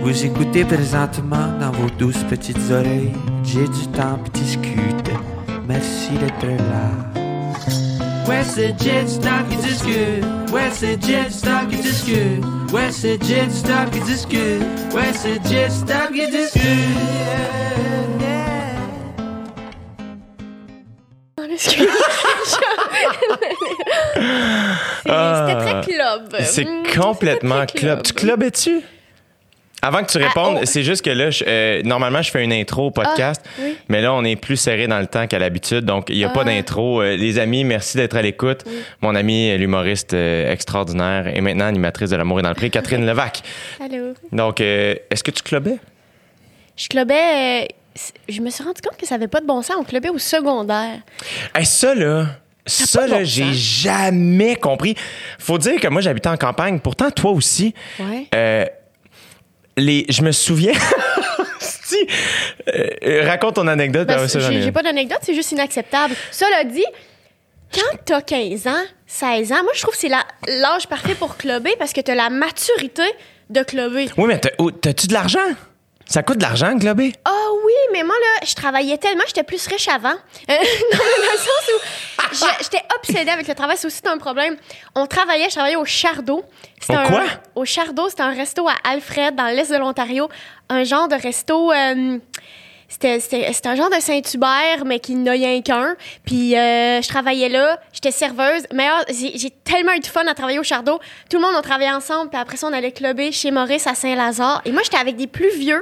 Vous écoutez présentement dans vos douces petites oreilles J'ai du temps pour discuter. Merci d'être là. Ouais, c'est Jet Stock qui discute. Ouais, c'est Jet Stock qui discute. Ouais, c'est Jet Stock qui discute. Ouais, c'est Jet Stock qui discute. C'était très club. C'est complètement très club. Tu clubais-tu? Avant que tu répondes, c'est juste que là, normalement, je fais une intro au podcast, oui. Mais là, on est plus serré dans le temps qu'à l'habitude, donc il n'y a pas d'intro. Les amis, merci d'être à l'écoute. Oui. Mon amie, l'humoriste extraordinaire et maintenant animatrice de L'Amour est dans le pré, Catherine Levac. Allô. Donc, est-ce que tu clubais? Je clubais... je me suis rendu compte que ça n'avait pas de bon sens. On clubait au secondaire. Hey, ça, là, j'ai jamais compris. Faut dire que moi, j'habitais en campagne. Pourtant, toi aussi. Ouais. Je me souviens... raconte ton anecdote. J'ai pas d'anecdote, c'est juste inacceptable. Cela dit, quand t'as 15 ans, 16 ans, moi, je trouve que c'est l'âge parfait pour clubber parce que t'as la maturité de clubber. Oui, mais t'as-tu de l'argent? Ça coûte de l'argent, clubber? Ah oui, mais moi, là, je travaillais tellement, j'étais plus riche avant. Non, mais dans le sens où j'étais obsédée avec le travail. C'est aussi un problème. Je travaillais au Chardot. Au Chardot, c'était un resto à Alfred, dans l'est de l'Ontario. Un genre de resto... C'était un genre de Saint-Hubert, mais qui n'a rien qu'un. Puis je travaillais là, j'étais serveuse. Mais j'ai tellement eu de fun à travailler au Chardot. Tout le monde, on travaillait ensemble. Puis après ça, on allait clubber chez Maurice à Saint-Lazare. Et moi, j'étais avec des plus vieux.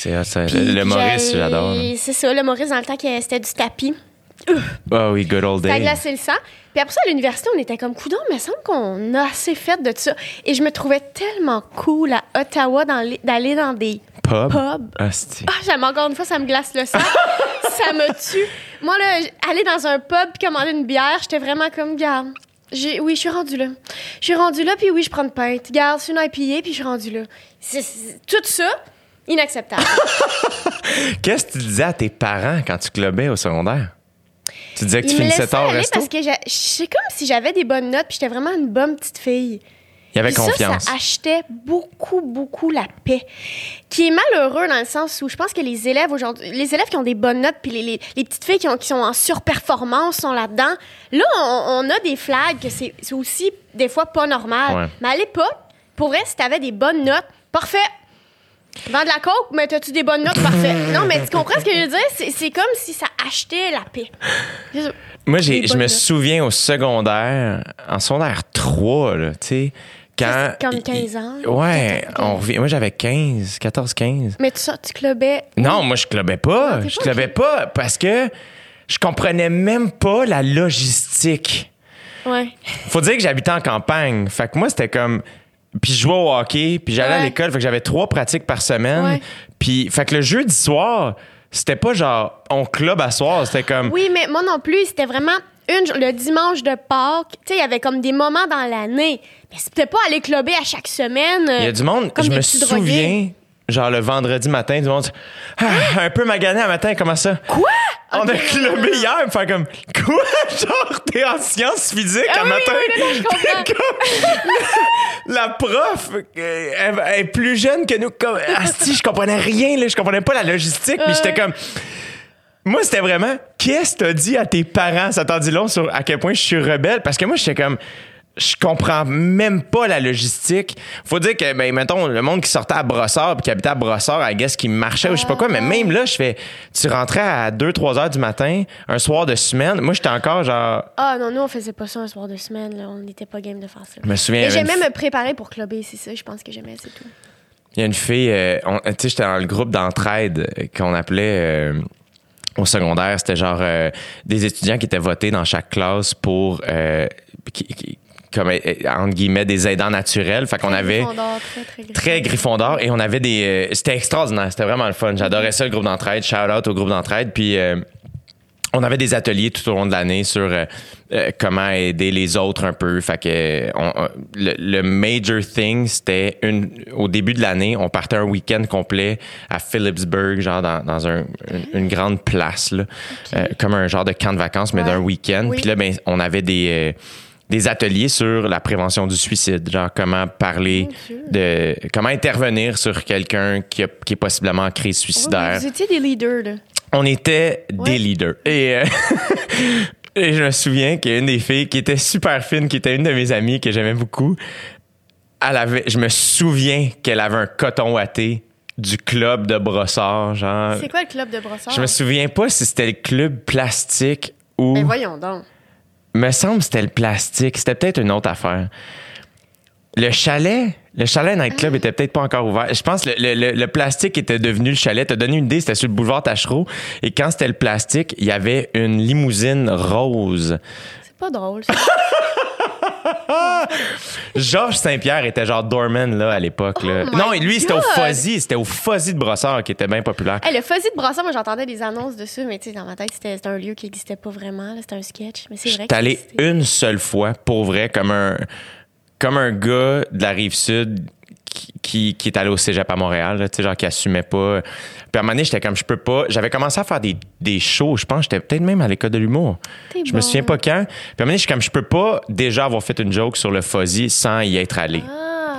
Le Maurice, j'adore. C'est ça, le Maurice, dans le temps, c'était du tapis. Ah oui, good old days. Ça a glacé le sang. Puis après ça, à l'université, on était comme coudon, mais il semble qu'on a assez fait de ça. Et je me trouvais tellement cool à Ottawa d'aller dans des pubs. J'aime encore une fois, ça me glace le sang. Ça me tue. Moi, là, aller dans un pub puis commander une bière, j'étais vraiment comme, garde. Oui, je suis rendue là. Puis oui, je prends une pinte. Garde, c'est une IPA, puis je suis rendue là. Tout ça, inacceptable. Qu'est-ce que tu disais à tes parents quand tu clubais au secondaire? Tu disais que tu finissais tard au resto? Parce que c'est comme si j'avais des bonnes notes, puis j'étais vraiment une bonne petite fille. Il y avait confiance. Ça achetait beaucoup, beaucoup la paix. Qui est malheureux dans le sens où je pense que les élèves aujourd'hui, les élèves qui ont des bonnes notes, puis les petites filles qui sont en surperformance sont là-dedans. Là, on a des flags que c'est aussi des fois pas normal. Ouais. Mais à l'époque, pour vrai, si t'avais des bonnes notes, parfait. Vends de la coke, mais t'as-tu des bonnes notes? Parfait. Non, mais tu comprends ce que je veux dire? C'est comme si ça achetait la paix. Moi, je me souviens au secondaire, en secondaire 3, là, tu sais, quand... Comme 15 ans. Ouais, moi, j'avais 14-15. Mais tu clubais... Non, moi, je clubais pas. Je clubais pas parce que je comprenais même pas la logistique. Ouais. Faut dire que j'habitais en campagne. Fait que moi, c'était comme... Puis je jouais au hockey, puis j'allais à l'école, fait que j'avais 3 pratiques par semaine. Ouais. Puis, fait que le jeudi soir, c'était pas genre on club à soir, c'était comme... Oui, mais moi non plus, c'était vraiment le dimanche de Pâques. Tu sais, il y avait comme des moments dans l'année. Mais c'était pas aller clubber à chaque semaine. Il y a du monde, je me souviens, genre le vendredi matin, du monde... un peu magané à matin, comment ça? Quoi? On a clubé hier, me faire comme quoi? Genre, t'es en sciences physiques à matin? Oui, je comprends. La prof, elle est plus jeune que nous. Je comprenais rien, là. Je comprenais pas la logistique, mais j'étais comme. Moi, c'était vraiment, qu'est-ce que t'as dit à tes parents? Ça t'en dit long sur à quel point je suis rebelle? Parce que moi, j'étais comme. Je comprends même pas la logistique. Faut dire que, mettons, le monde qui sortait à Brossard puis qui habitait à Brossard, I guess, qui marchait ou je sais pas quoi, mais même là, tu rentrais à 2-3 heures du matin, un soir de semaine. Moi, j'étais encore genre... Ah non, nous, on faisait pas ça un soir de semaine, là. On n'était pas game de faire ça. Je me souviens... Et j'aimais me préparer pour clubber, c'est ça, je pense que j'aimais, c'est tout. Il y a une fille, tu sais, j'étais dans le groupe d'entraide qu'on appelait... au secondaire, c'était genre des étudiants qui étaient votés dans chaque classe pour... comme entre guillemets des aidants naturels, fait qu'on avait très Gryffondor et on avait des c'était extraordinaire, c'était vraiment le fun, j'adorais ça, le groupe d'entraide, shout out au groupe d'entraide, puis on avait des ateliers tout au long de l'année sur comment aider les autres un peu, fait que le major thing c'était au début de l'année, on partait un week-end complet à Phillipsburg, genre dans une grande place là, comme un genre de camp de vacances mais d'un week-end, puis là on avait des ateliers sur la prévention du suicide, genre comment parler comment intervenir sur quelqu'un qui est possiblement en crise suicidaire. Vous étiez des leaders, là. On était des leaders. Et je me souviens qu'il y a une des filles qui était super fine, qui était une de mes amies que j'aimais beaucoup. Je me souviens qu'elle avait un coton ouaté du club de brossard, genre. C'est quoi le club de brossard? Je me souviens pas si c'était le club plastique ou... Mais voyons donc. Me semble que c'était le plastique. C'était peut-être une autre affaire. Le chalet nightclub était peut-être pas encore ouvert. Je pense que le plastique était devenu le chalet. T'as donné une idée, c'était sur le boulevard Tachereau. Et quand c'était le plastique, il y avait une limousine rose. C'est pas drôle, ça. Georges Saint-Pierre était genre doorman là, à l'époque. Là. Non, lui, c'était au Fuzzy. C'était au Fuzzy de Brossard qui était bien populaire. Hey, le Fuzzy de Brossard, moi, j'entendais des annonces dessus, mais tu sais, dans ma tête, c'était un lieu qui n'existait pas vraiment. Là, c'était un sketch. Mais c'est vrai. J'étais allé une seule fois, pour vrai, comme un gars de la Rive-Sud qui est allé au cégep à Montréal, tu sais, genre qui assumait pas. Puis à un moment donné, j'étais comme, je peux pas. J'avais commencé à faire des shows, je pense. J'étais peut-être même à l'école de l'humour. Je me souviens pas quand. Puis à un moment donné, je suis comme, je peux pas déjà avoir fait une joke sur le Fuzzy sans y être allé. Ah.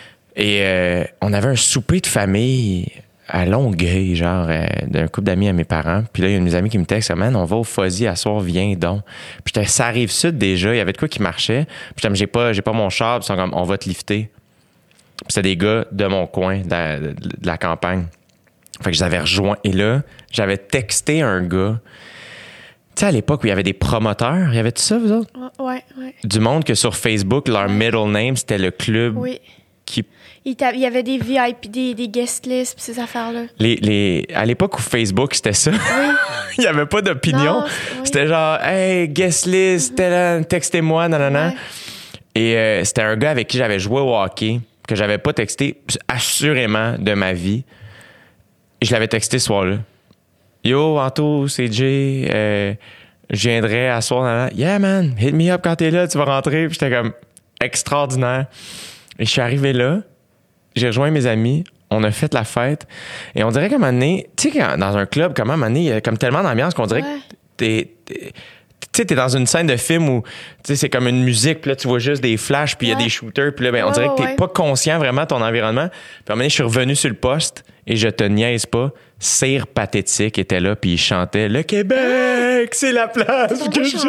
Et on avait un souper de famille à Longueuil, genre, d'un couple d'amis à mes parents. Puis là, il y a une de mes amies qui me texte, man, on va au Fuzzy à soir, viens donc. Puis ça arrive sud déjà, il y avait de quoi qui marchait. Puis j'ai pas mon char, puis ils sont comme, on va te lifter. Puis c'était des gars de mon coin, de la campagne. Fait que je les avais rejoints. Et là, j'avais texté un gars. Tu sais, à l'époque où il y avait des promoteurs, il y avait tout ça, vous autres? Ouais. Du monde que sur Facebook, leur middle name, c'était le club qui... Il y avait des VIP, des guest lists pis ces affaires-là. À l'époque où Facebook, c'était ça. Oui. Il n'y avait pas d'opinion. C'était genre, hey, guest list, textez-moi, nanana. Ouais. Et c'était un gars avec qui j'avais joué au hockey, que j'avais pas texté assurément de ma vie. Et je l'avais texté ce soir-là. Yo, Anto, c'est Jay. Je viendrai à soir. Nanana. Yeah, man, hit me up quand t'es là, tu vas rentrer. Puis j'étais comme extraordinaire. Et je suis arrivé là. J'ai rejoint mes amis, on a fait la fête, et on dirait qu'à un moment donné, tu sais, dans un club, comme à un moment donné, il y a comme tellement d'ambiance qu'on dirait que t'es dans une scène de film où, tu sais, c'est comme une musique, puis là, tu vois juste des flashs, puis il y a des shooters, puis là, ben, on dirait que t'es pas conscient vraiment de ton environnement. Puis à un moment donné, je suis revenu sur le poste, et je te niaise pas, Cire Pathétique était là, puis il chantait « Le Québec, c'est la place que j'ai... »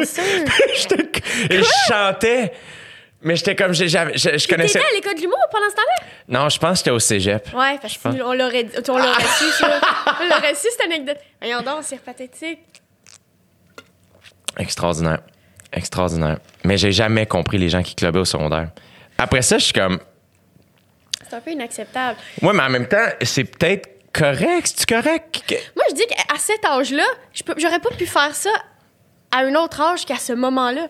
Et je chantais... Mais j'étais comme, je connaissais... T'étais à l'école de l'humour pendant ce temps-là? Non, je pense que j'étais au cégep. Ouais, parce qu'on l'aurait su, ça. On l'aurait su, cette anecdote. Voyons donc, c'est pathétique. Extraordinaire. Mais j'ai jamais compris les gens qui clubaient au secondaire. Après ça, je suis comme... C'est un peu inacceptable. Ouais, mais en même temps, c'est peut-être correct. C'est-tu correct? Moi, je dis qu'à cet âge-là, j'aurais pas pu faire ça à un autre âge qu'à ce moment-là.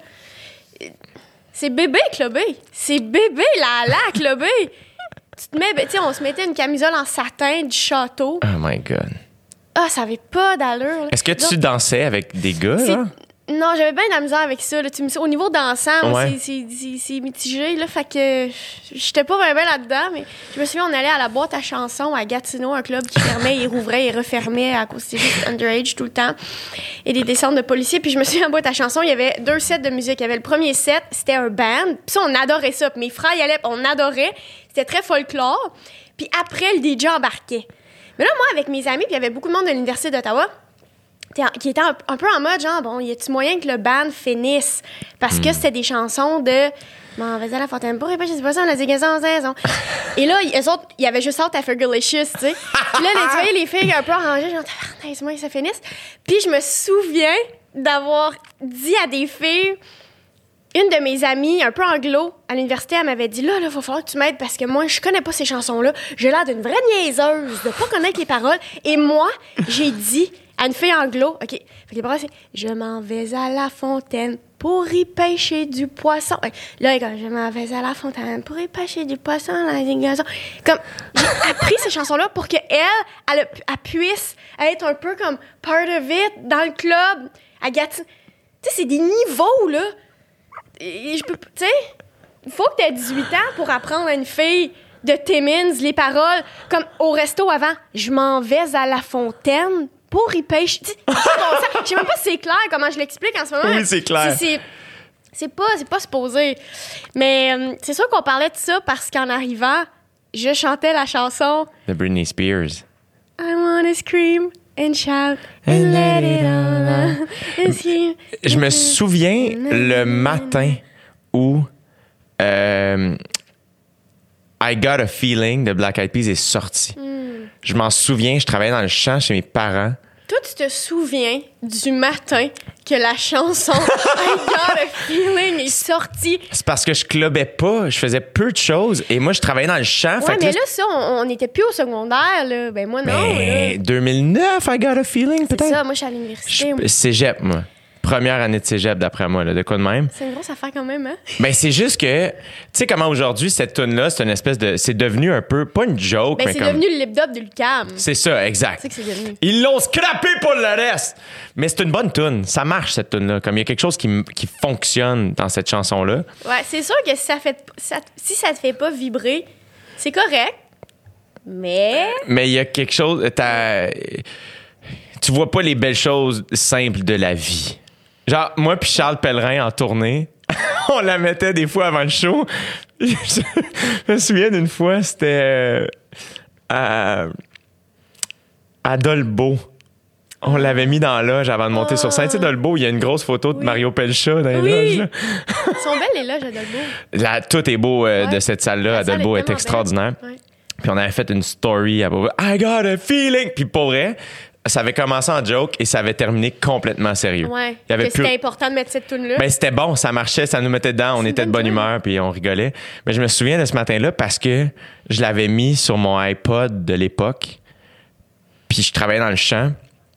C'est bébé clubé. C'est bébé la clubé. Tu sais, on se mettait une camisole en satin du château. Oh my God. Ah, ça avait pas d'allure. Est-ce que tu dansais avec des gars, là? Non, j'avais bien de la misère avec ça. Là. Au niveau dansant, c'est mitigé. Là, fait que j'étais pas vraiment là-dedans, mais je me souviens, on allait à la boîte à chansons à Gatineau, un club qui fermait et rouvrait et refermait à cause c'était juste underage tout le temps. Et des descentes de policiers. Puis je me souviens, à la boîte à chansons, il y avait 2 sets de musique. Il y avait le premier set, c'était un band. Puis ça, on adorait ça. Puis mes frères y allaient, on adorait. C'était très folklore. Puis après, le DJ embarquait. Mais là, moi, avec mes amis, puis il y avait beaucoup de monde de l'Université d'Ottawa, qui était un peu en mode genre, bon, y a-tu moyen que le band finisse? Parce que c'était des chansons de m'en vais à la fontaine pour répéter, c'est pas ça, on a dit en saison. Et là, eux autres, il y avait juste Out à Fergalicious, tu sais. Puis là, tu voyais les filles un peu arrangées, genre, c'est moi que ça finisse. Puis je me souviens d'avoir dit à des filles, une de mes amies, un peu anglo, à l'université, elle m'avait dit, là, il va falloir que tu m'aides parce que moi, je connais pas ces chansons-là. J'ai l'air d'une vraie niaiseuse, de pas connaître les paroles. Et moi, j'ai dit à une fille anglo, OK, fait que les paroles, c'est « Je m'en vais à la fontaine pour y pêcher du poisson. » Là, je m'en vais à la fontaine pour y pêcher du poisson dans les gazons. Comme, j'ai appris ces chansons-là pour qu'elle puisse être un peu comme part of it dans le club à Gatineau. Tu sais, c'est des niveaux, là. Et je peux, tu sais, il faut que tu aies 18 ans pour apprendre à une fille de Timmins les paroles, comme au resto avant. Je m'en vais à la fontaine pour y pêcher. Je sais même pas si c'est clair comment je l'explique en ce moment. Oui, c'est clair. C'est pas supposé. Mais c'est sûr qu'on parlait de ça parce qu'en arrivant, je chantais la chanson de Britney Spears. I wanna scream and shout and let it all out. Je me souviens le matin où I Got a Feeling de Black Eyed Peas est sorti. Je m'en souviens, je travaillais dans le champ chez mes parents. Toi, tu te souviens du matin que la chanson I Got a Feeling est sortie? C'est parce que je clubais pas, je faisais peu de choses et moi, je travaillais dans le champ. Ouais, mais là, ça, on n'était plus au secondaire, là. Ben moi, non. Mais 2009, I Got a Feeling, peut-être? C'est ça, moi, je suis à l'université. Cégep, moi. Première année de cégep, d'après moi, là, de quoi de même. C'est une grosse affaire quand même, hein? Ben, c'est juste que, tu sais comment aujourd'hui, cette tune-là, c'est une espèce de... C'est devenu un peu, pas une joke, ben, mais c'est comme... devenu le lip-dub de l'UQAM. C'est ça, exact. C'est que c'est devenu. Ils l'ont scrappé pour le reste! Mais c'est une bonne tune. Ça marche, cette tune-là. Comme il y a quelque chose qui fonctionne dans cette chanson-là. Ouais, c'est sûr que si ça te fait pas vibrer, c'est correct, mais... Mais il y a quelque chose... Tu vois pas les belles choses simples de la vie. Genre, moi puis Charles Pellerin en tournée, on la mettait des fois avant le show. Je me souviens d'une fois, c'était à Dolbeau. On l'avait mis dans la loge avant de monter sur scène. Tu sais, Dolbeau, il y a une grosse photo de Mario Pelcha dans les loges. Là. Ils sont belles, les loges à Dolbeau. Tout est beau de cette salle-là. À Dolbeau est extraordinaire. Ouais. Puis on avait fait une story à propos. I got a feeling! Puis pour vrai, ça avait commencé en joke et ça avait terminé complètement sérieux. Ouais. C'était important de mettre cette tune-là. Ben, c'était bon, ça marchait, ça nous mettait dedans, on était de bonne humeur puis on rigolait. Mais je me souviens de ce matin-là parce que je l'avais mis sur mon iPod de l'époque. Puis je travaillais dans le champ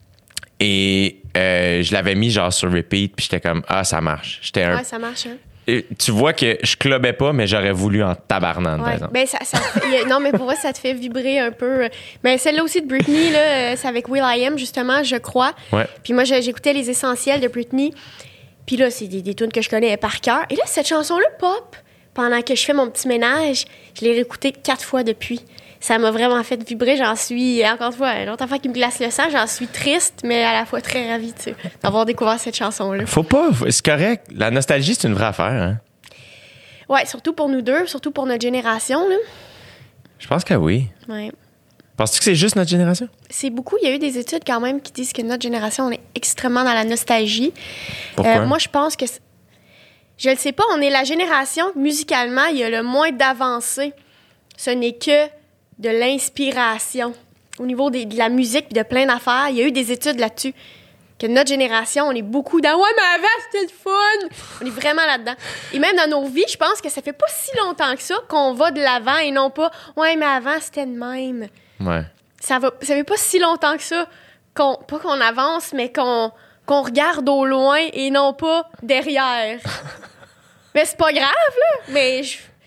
et je l'avais mis genre sur repeat puis j'étais comme ça marche. Ouais, ça marche, hein. Et tu vois que je clubais pas, mais j'aurais voulu en tabarnane, par exemple. Ben, non, mais pour moi, ça te fait vibrer un peu. Mais celle-là aussi de Britney, là, c'est avec will.i.am, justement, je crois. Ouais. Puis moi, j'écoutais les essentiels de Britney. Puis là, c'est des tunes que je connais par cœur. Et là, cette chanson-là pop pendant que je fais mon petit ménage. Je l'ai réécoutée 4 fois depuis. Ça m'a vraiment fait vibrer. J'en suis, encore une fois, l'autre affaire qui me glace le sang, j'en suis triste, mais à la fois très ravie, tu sais, d'avoir découvert cette chanson-là. Faut pas, c'est correct. La nostalgie, c'est une vraie affaire, hein? Ouais, surtout pour nous deux, surtout pour notre génération, là. Je pense que oui. Ouais. Penses-tu que c'est juste notre génération? C'est beaucoup. Il y a eu des études quand même qui disent que notre génération, on est extrêmement dans la nostalgie. Pourquoi? Moi, je pense que... Je le sais pas, on est la génération, musicalement, il y a le moins d'avancées. Ce n'est que de l'inspiration. Au niveau de la musique et de plein d'affaires, il y a eu des études là-dessus. Que notre génération, on est beaucoup dans « Ouais, mais avant, c'était le fun! » On est vraiment là-dedans. Et même dans nos vies, je pense que ça fait pas si longtemps que ça qu'on va de l'avant et non pas « Ouais, mais avant, c'était de même. » Ouais. Ça fait pas si longtemps que ça pas qu'on avance, mais qu'on regarde au loin et non pas derrière. Mais c'est pas grave, là. Mais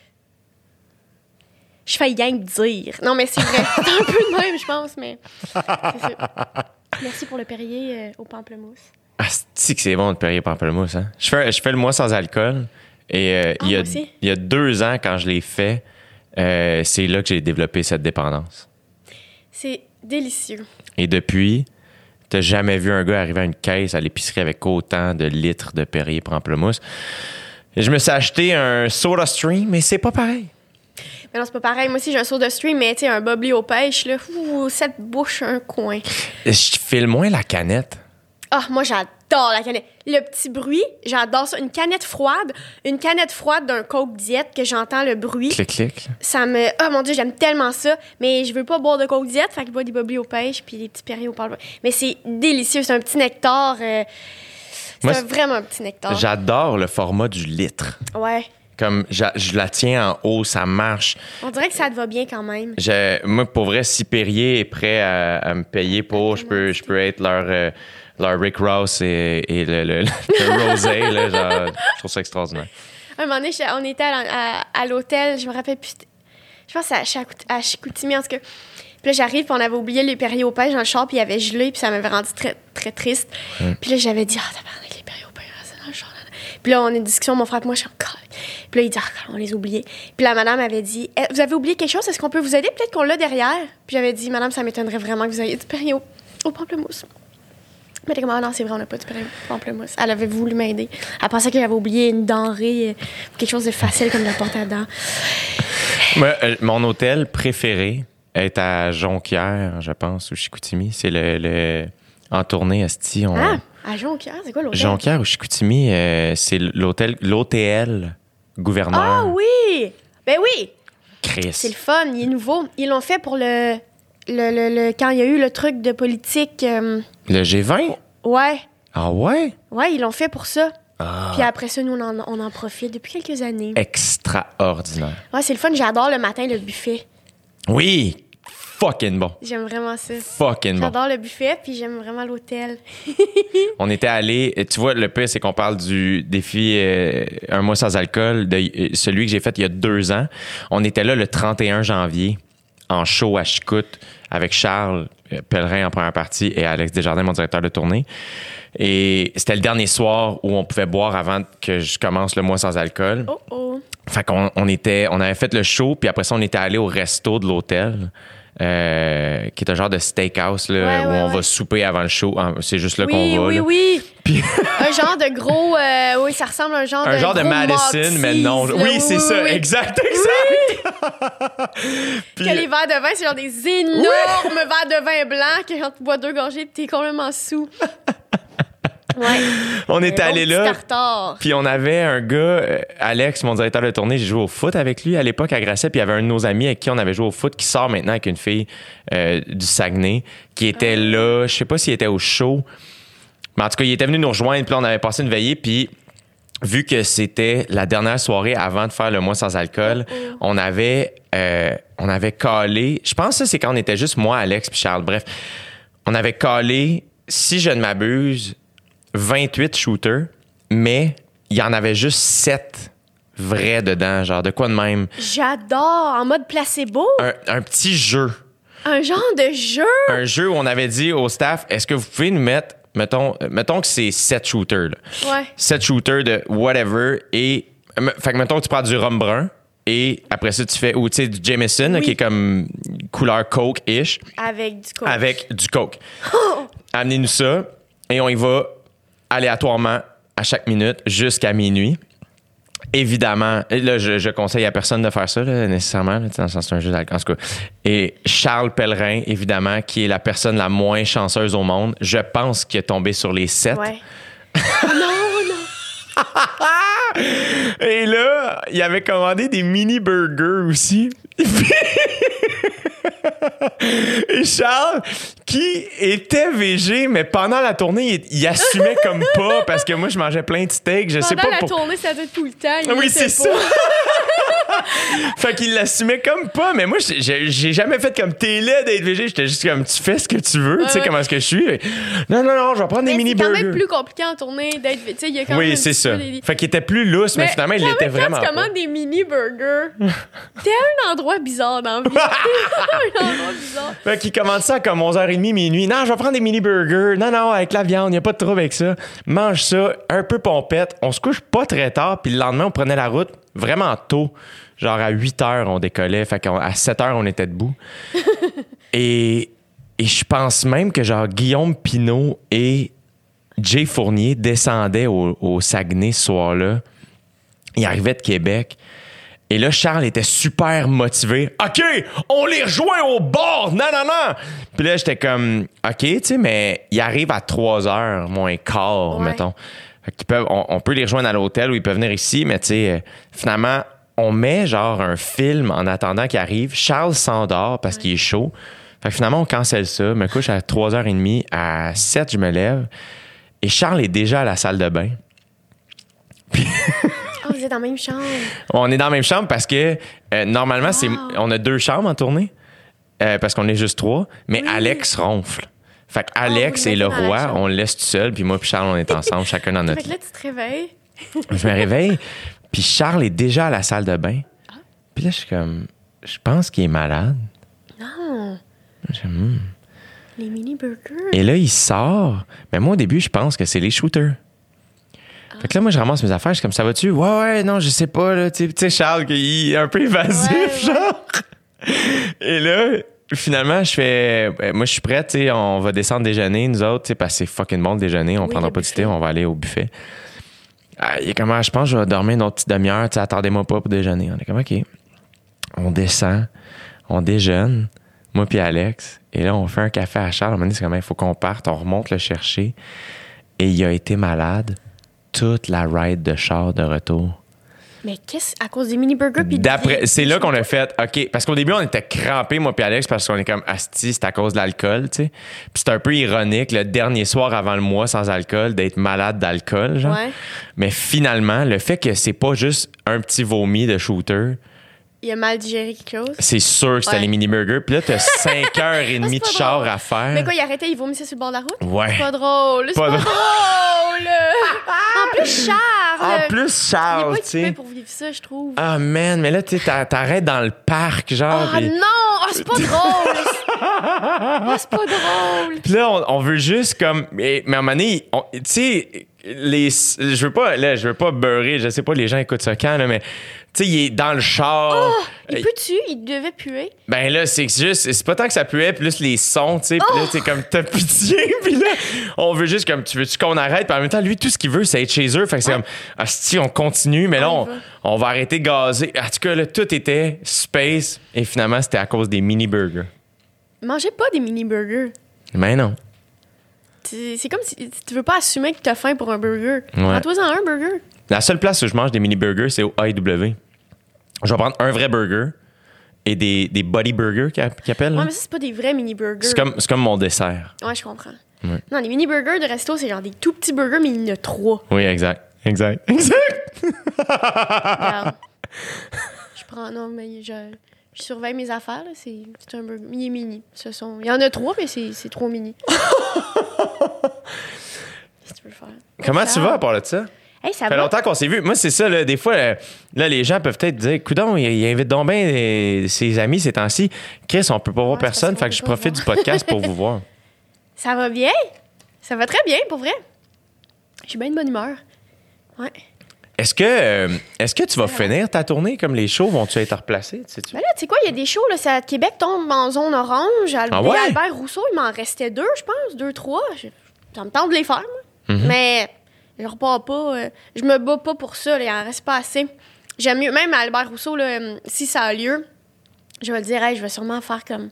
je fais rien que dire. Non, mais c'est vrai. C'est un peu de même, je pense, mais c'est ça. Merci pour le Perrier au pamplemousse. Ah, c'est que c'est bon de Perrier pamplemousse, hein? Je fais le mois sans alcool. Et il y a 2 ans, quand je l'ai fait, c'est là que j'ai développé cette dépendance. C'est délicieux. Et depuis, t'as jamais vu un gars arriver à une caisse à l'épicerie avec autant de litres de Perrier pamplemousse. Et je me suis acheté un Soda Stream, mais c'est pas pareil. Mais non, c'est pas pareil. Moi aussi, j'ai un Soda Stream, mais tu sais, un bubbly aux pêches, là, ça te bouche un coin. Je file moins la canette. Ah, moi, j'adore la canette. Le petit bruit, j'adore ça. Une canette froide d'un Coke Diet que j'entends le bruit. Clic, clic. Ça me... Oh mon Dieu, j'aime tellement ça. Mais je veux pas boire de Coke Diet, fait que je bois des bubbly aux pêches puis des petits Perrier au pamplemousse. Mais c'est délicieux. C'est un petit nectar. Vraiment un petit nectar. J'adore le format du litre. Ouais. Comme je la tiens en haut, ça marche. On dirait que ça te va bien quand même. Moi, pour vrai, si Perrier est prêt à me payer pour, je peux être leur Rick Ross et le Rosé. Là, genre, je trouve ça extraordinaire. Un moment donné, on était à l'hôtel, je me rappelle plus. Je pense à Chicoutimi, en tout cas. Puis là, j'arrive, puis on avait oublié les Perrier aux pêches dans le char, puis il y avait gelé, puis ça m'avait rendu très, très triste. Puis là, j'avais dit, tabarnak, les Perrier aux pêches, c'est dans le char. Puis là, on a une discussion, mon frère et moi, je suis encore. Puis là, il dit, on les a oubliés. Puis la madame avait dit, vous avez oublié quelque chose? Est-ce qu'on peut vous aider? Peut-être qu'on l'a derrière. Puis j'avais dit, madame, ça m'étonnerait vraiment que vous ayez du Perrier au pamplemousse. Mais elle était comme, ah non, c'est vrai, on n'a pas du pamplemousse. Elle avait voulu m'aider. Elle pensait que j'avais oublié une denrée, quelque chose de facile comme la porte à dents. Mon hôtel préféré est à Jonquière, je pense, ou Chicoutimi. C'est le en tournée, esti. À Jonquière, c'est quoi l'hôtel? Jonquière ou Chicoutimi, c'est l'OTL Gouverneur. Ah oui! Ben oui! Chris. C'est le fun, il est nouveau. Ils l'ont fait pour le quand il y a eu le truc de politique. Le G20? Ouais. Ah ouais? Ouais, ils l'ont fait pour ça. Ah. Puis après ça, nous, on en profite depuis quelques années. Extraordinaire. Ouais, c'est le fun. J'adore le matin, le buffet. Oui! Fucking bon. J'aime vraiment ça. Fucking bon. J'adore le buffet, puis j'aime vraiment l'hôtel. On était allés... Tu vois, le pire, c'est qu'on parle du défi Un mois sans alcool, celui que j'ai fait il y a 2 ans. On était là le 31 janvier, en show à Chicout, avec Charles Pellerin en première partie et Alex Desjardins, mon directeur de tournée. Et c'était le dernier soir où on pouvait boire avant que je commence le mois sans alcool. Oh oh. Fait qu'on avait fait le show, puis après ça, on était allé au resto de l'hôtel. Qui est un genre de steakhouse là, où on va souper avant le show. C'est juste là qu'on va. Oui. Puis... un genre de gros... oui, ça ressemble à un genre de Madison, Moxie's, mais non. Oui, c'est ça. Oui. Exact. Puis... que les verres de vin, c'est genre des énormes verres de vin blanc que quand tu bois 2 gorgées, t'es complètement sous. Ouais. On était allé là. Puis on avait un gars, Alex, mon directeur de tournée, j'ai joué au foot avec lui à l'époque à Grasset, puis il y avait un de nos amis avec qui on avait joué au foot qui sort maintenant avec une fille du Saguenay qui était là. Je sais pas s'il était au show, mais en tout cas, il était venu nous rejoindre, puis on avait passé une veillée, puis vu que c'était la dernière soirée avant de faire le mois sans alcool, on avait calé. Je pense que c'est quand on était juste moi, Alex puis Charles. Bref, on avait calé, si je ne m'abuse, 28 shooters, mais il y en avait juste 7 vrais dedans, genre de quoi de même. J'adore, en mode placebo. Un petit jeu. Un genre de jeu. Un jeu où on avait dit au staff, est-ce que vous pouvez nous mettre, mettons que c'est 7 shooters. Là. Ouais. 7 shooters de whatever, et fait que mettons que tu prends du rhum brun, et après ça, tu fais, ou tu sais, du Jameson, là, qui est comme couleur Coke-ish. Avec du Coke. Avec du Coke. Amenez-nous ça, et on y va aléatoirement à chaque minute jusqu'à minuit. Évidemment, et là, je conseille à personne de faire ça, là, nécessairement, là, dans le sens c'est un jeu d'alcool, en tout cas. Et Charles Pellerin, évidemment, qui est la personne la moins chanceuse au monde, je pense qu'il est tombé sur les 7. Ouais. non. Et là, il avait commandé des mini-burgers aussi. Et Charles, qui était végé, mais pendant la tournée, il assumait comme pas, parce que moi, je mangeais plein de steaks. Pendant la tournée, ça doit tout le temps. Oui, c'est ça. Fait qu'il l'assumait comme pas, mais moi, j'ai jamais fait comme t'es laid d'être végé. J'étais juste comme, tu fais ce que tu veux, tu sais comment est-ce que je suis. Non, je vais prendre des mini-burgers. C'est quand même plus compliqué en tournée d'être végé. Il y a quand oui, c'est ça. Fait qu'il était plus lousse, mais finalement, il l'était vraiment pas. Quand tu commandes des mini-burgers, t'es à un endroit bizarre dans la vie. Un endroit bizarre. Fait qu'il commande ça comme 11h30, minuit. Non, je vais prendre des mini-burgers. Non, avec la viande, il n'y a pas de trouble avec ça. Mange ça, un peu pompette. On se couche pas très tard, puis le lendemain, on prenait la route vraiment tôt. Genre à 8h, on décollait. Fait qu'à 7h, on était debout. Et je pense même que genre Guillaume Pinault et Jay Fournier descendaient au Saguenay ce soir-là. Ils arrivaient de Québec. Et là, Charles était super motivé. OK, on les rejoint au bord. Non. Puis là, j'étais comme, OK, tu sais, mais ils arrivent à 3h moins quart, mettons. Fait qu'ils on peut les rejoindre à l'hôtel ou ils peuvent venir ici, mais tu sais, finalement, on met genre un film en attendant qu'il arrive. Charles s'endort parce qu'il est chaud. Fait que finalement, on cancelle ça. Me couche à 3h30. À 7, je me lève. Et Charles est déjà à la salle de bain. Puis... vous êtes dans la même chambre. On est dans la même chambre parce que normalement, on a 2 chambres en tournée parce qu'on est juste 3. Mais Alex ronfle. Fait que Alex est le roi. On le laisse tout seul. Puis moi puis Charles, on est ensemble, chacun dans notre... Fait que là, tu te réveilles. Je me réveille. Puis Charles est déjà à la salle de bain. Puis là, je suis comme... Je pense qu'il est malade. Non. Les mini-burgers. Et là, il sort. Mais moi, au début, je pense que c'est les shooters. Fait que là, moi, je ramasse mes affaires. Je suis comme, ça va-tu? Ouais, non, je sais pas. Là. Tu sais, Charles, il est un peu évasif, genre. Et là, finalement, je fais... moi, je suis prête, tu sais, on va descendre déjeuner, nous autres, tu sais, parce que c'est fucking bon le déjeuner. On prendra pas du thé, on va aller au buffet. Il est comme, je pense que je vais dormir une autre petite demi-heure, tu sais, attendez-moi pas pour déjeuner. On est comme, OK. On descend, on déjeune, moi puis Alex, et là, on fait un café à Charles. À un moment donné, c'est comme, il faut qu'on parte, on remonte le chercher. Et il a été malade toute la ride de char de retour. Mais à cause des mini-burgers? C'est là qu'on a fait, OK, parce qu'au début, on était crampés, moi puis Alex, parce qu'on est comme, asti, c'est à cause de l'alcool, tu sais. Puis c'est un peu ironique, le dernier soir avant le mois sans alcool, d'être malade d'alcool, genre. Ouais. Mais finalement, le fait que c'est pas juste un petit vomi de shooter... Il a mal digéré quelque chose? C'est sûr que c'était les mini-burgers. Puis là, t'as 5h30 de char à faire. Mais quoi, il arrêtait, il vomissait sur le bord de la route? Ouais. C'est pas drôle. C'est pas drôle. En plus, Charles, tu sais. Il est pas pour vivre ça, je trouve. Ah, man, mais là, tu sais, t'arrêtes dans le parc, genre. Ah, non! c'est pas drôle! C'est pas drôle! Puis là, on veut juste comme... Mais à un moment donné, tu sais, je veux pas beurrer, je sais pas, les gens écoutent ça quand, là, mais... Tu sais, il est dans le char. Oh, il pue-tu? Il devait puer. Ben là, c'est juste... C'est pas tant que ça puait, plus les sons, tu sais. Puis là, c'est comme, t'as pitié. Puis là, on veut juste comme, tu veux-tu qu'on arrête? Puis en même temps, lui, tout ce qu'il veut, c'est être chez eux. Fait que c'est comme, si on continue, mais là, on va arrêter de gazer. En tout cas, là, tout était space. Et finalement, c'était à cause des mini-burgers. Mangez pas des mini-burgers. Ben non. C'est comme si tu veux pas assumer que t'as faim pour un burger. Ouais. Prends-toi-en un burger. La seule place où je mange des mini-burgers, c'est au AEW. Je vais prendre un vrai burger et des body burgers qu'ils appellent. Ouais, mais ça, c'est pas des vrais mini-burgers. C'est comme mon dessert. Ouais, je comprends. Ouais. Non, les mini-burgers de resto, c'est genre des tout petits burgers, mais il y en a 3. Oui, exact. Regarde. Je prends... Non, mais je surveille mes affaires. Là. C'est un burger. Il est mini. Il y en a 3, mais c'est 3 mini. Qu'est-ce que tu veux faire? Comment tu vas à part de ça? Hey, ça fait longtemps qu'on s'est vu. Moi, c'est ça, là, des fois, là, les gens peuvent peut-être dire, coudonc, il invite donc bien ses amis ces temps-ci. Chris, on peut pas voir personne, fait que je profite du podcast pour vous voir. Ça va bien? Ça va très bien, pour vrai. J'ai bien de bonne humeur. Ouais. Est-ce que tu vas finir ta tournée comme les shows? Vont-tu être replacés? Sais-tu? Ben là, tu sais quoi, il y a des shows, là, Québec tombe en zone orange. Albert Rousseau, il m'en restait 2, je pense. 2, 3. Ça me tente de les faire, moi. Mm-hmm. Mais je repars pas. Je me bats pas pour ça, là, il en reste pas assez. J'aime mieux, même à Albert Rousseau, là, si ça a lieu, je vais le dire, hey, je vais sûrement faire comme...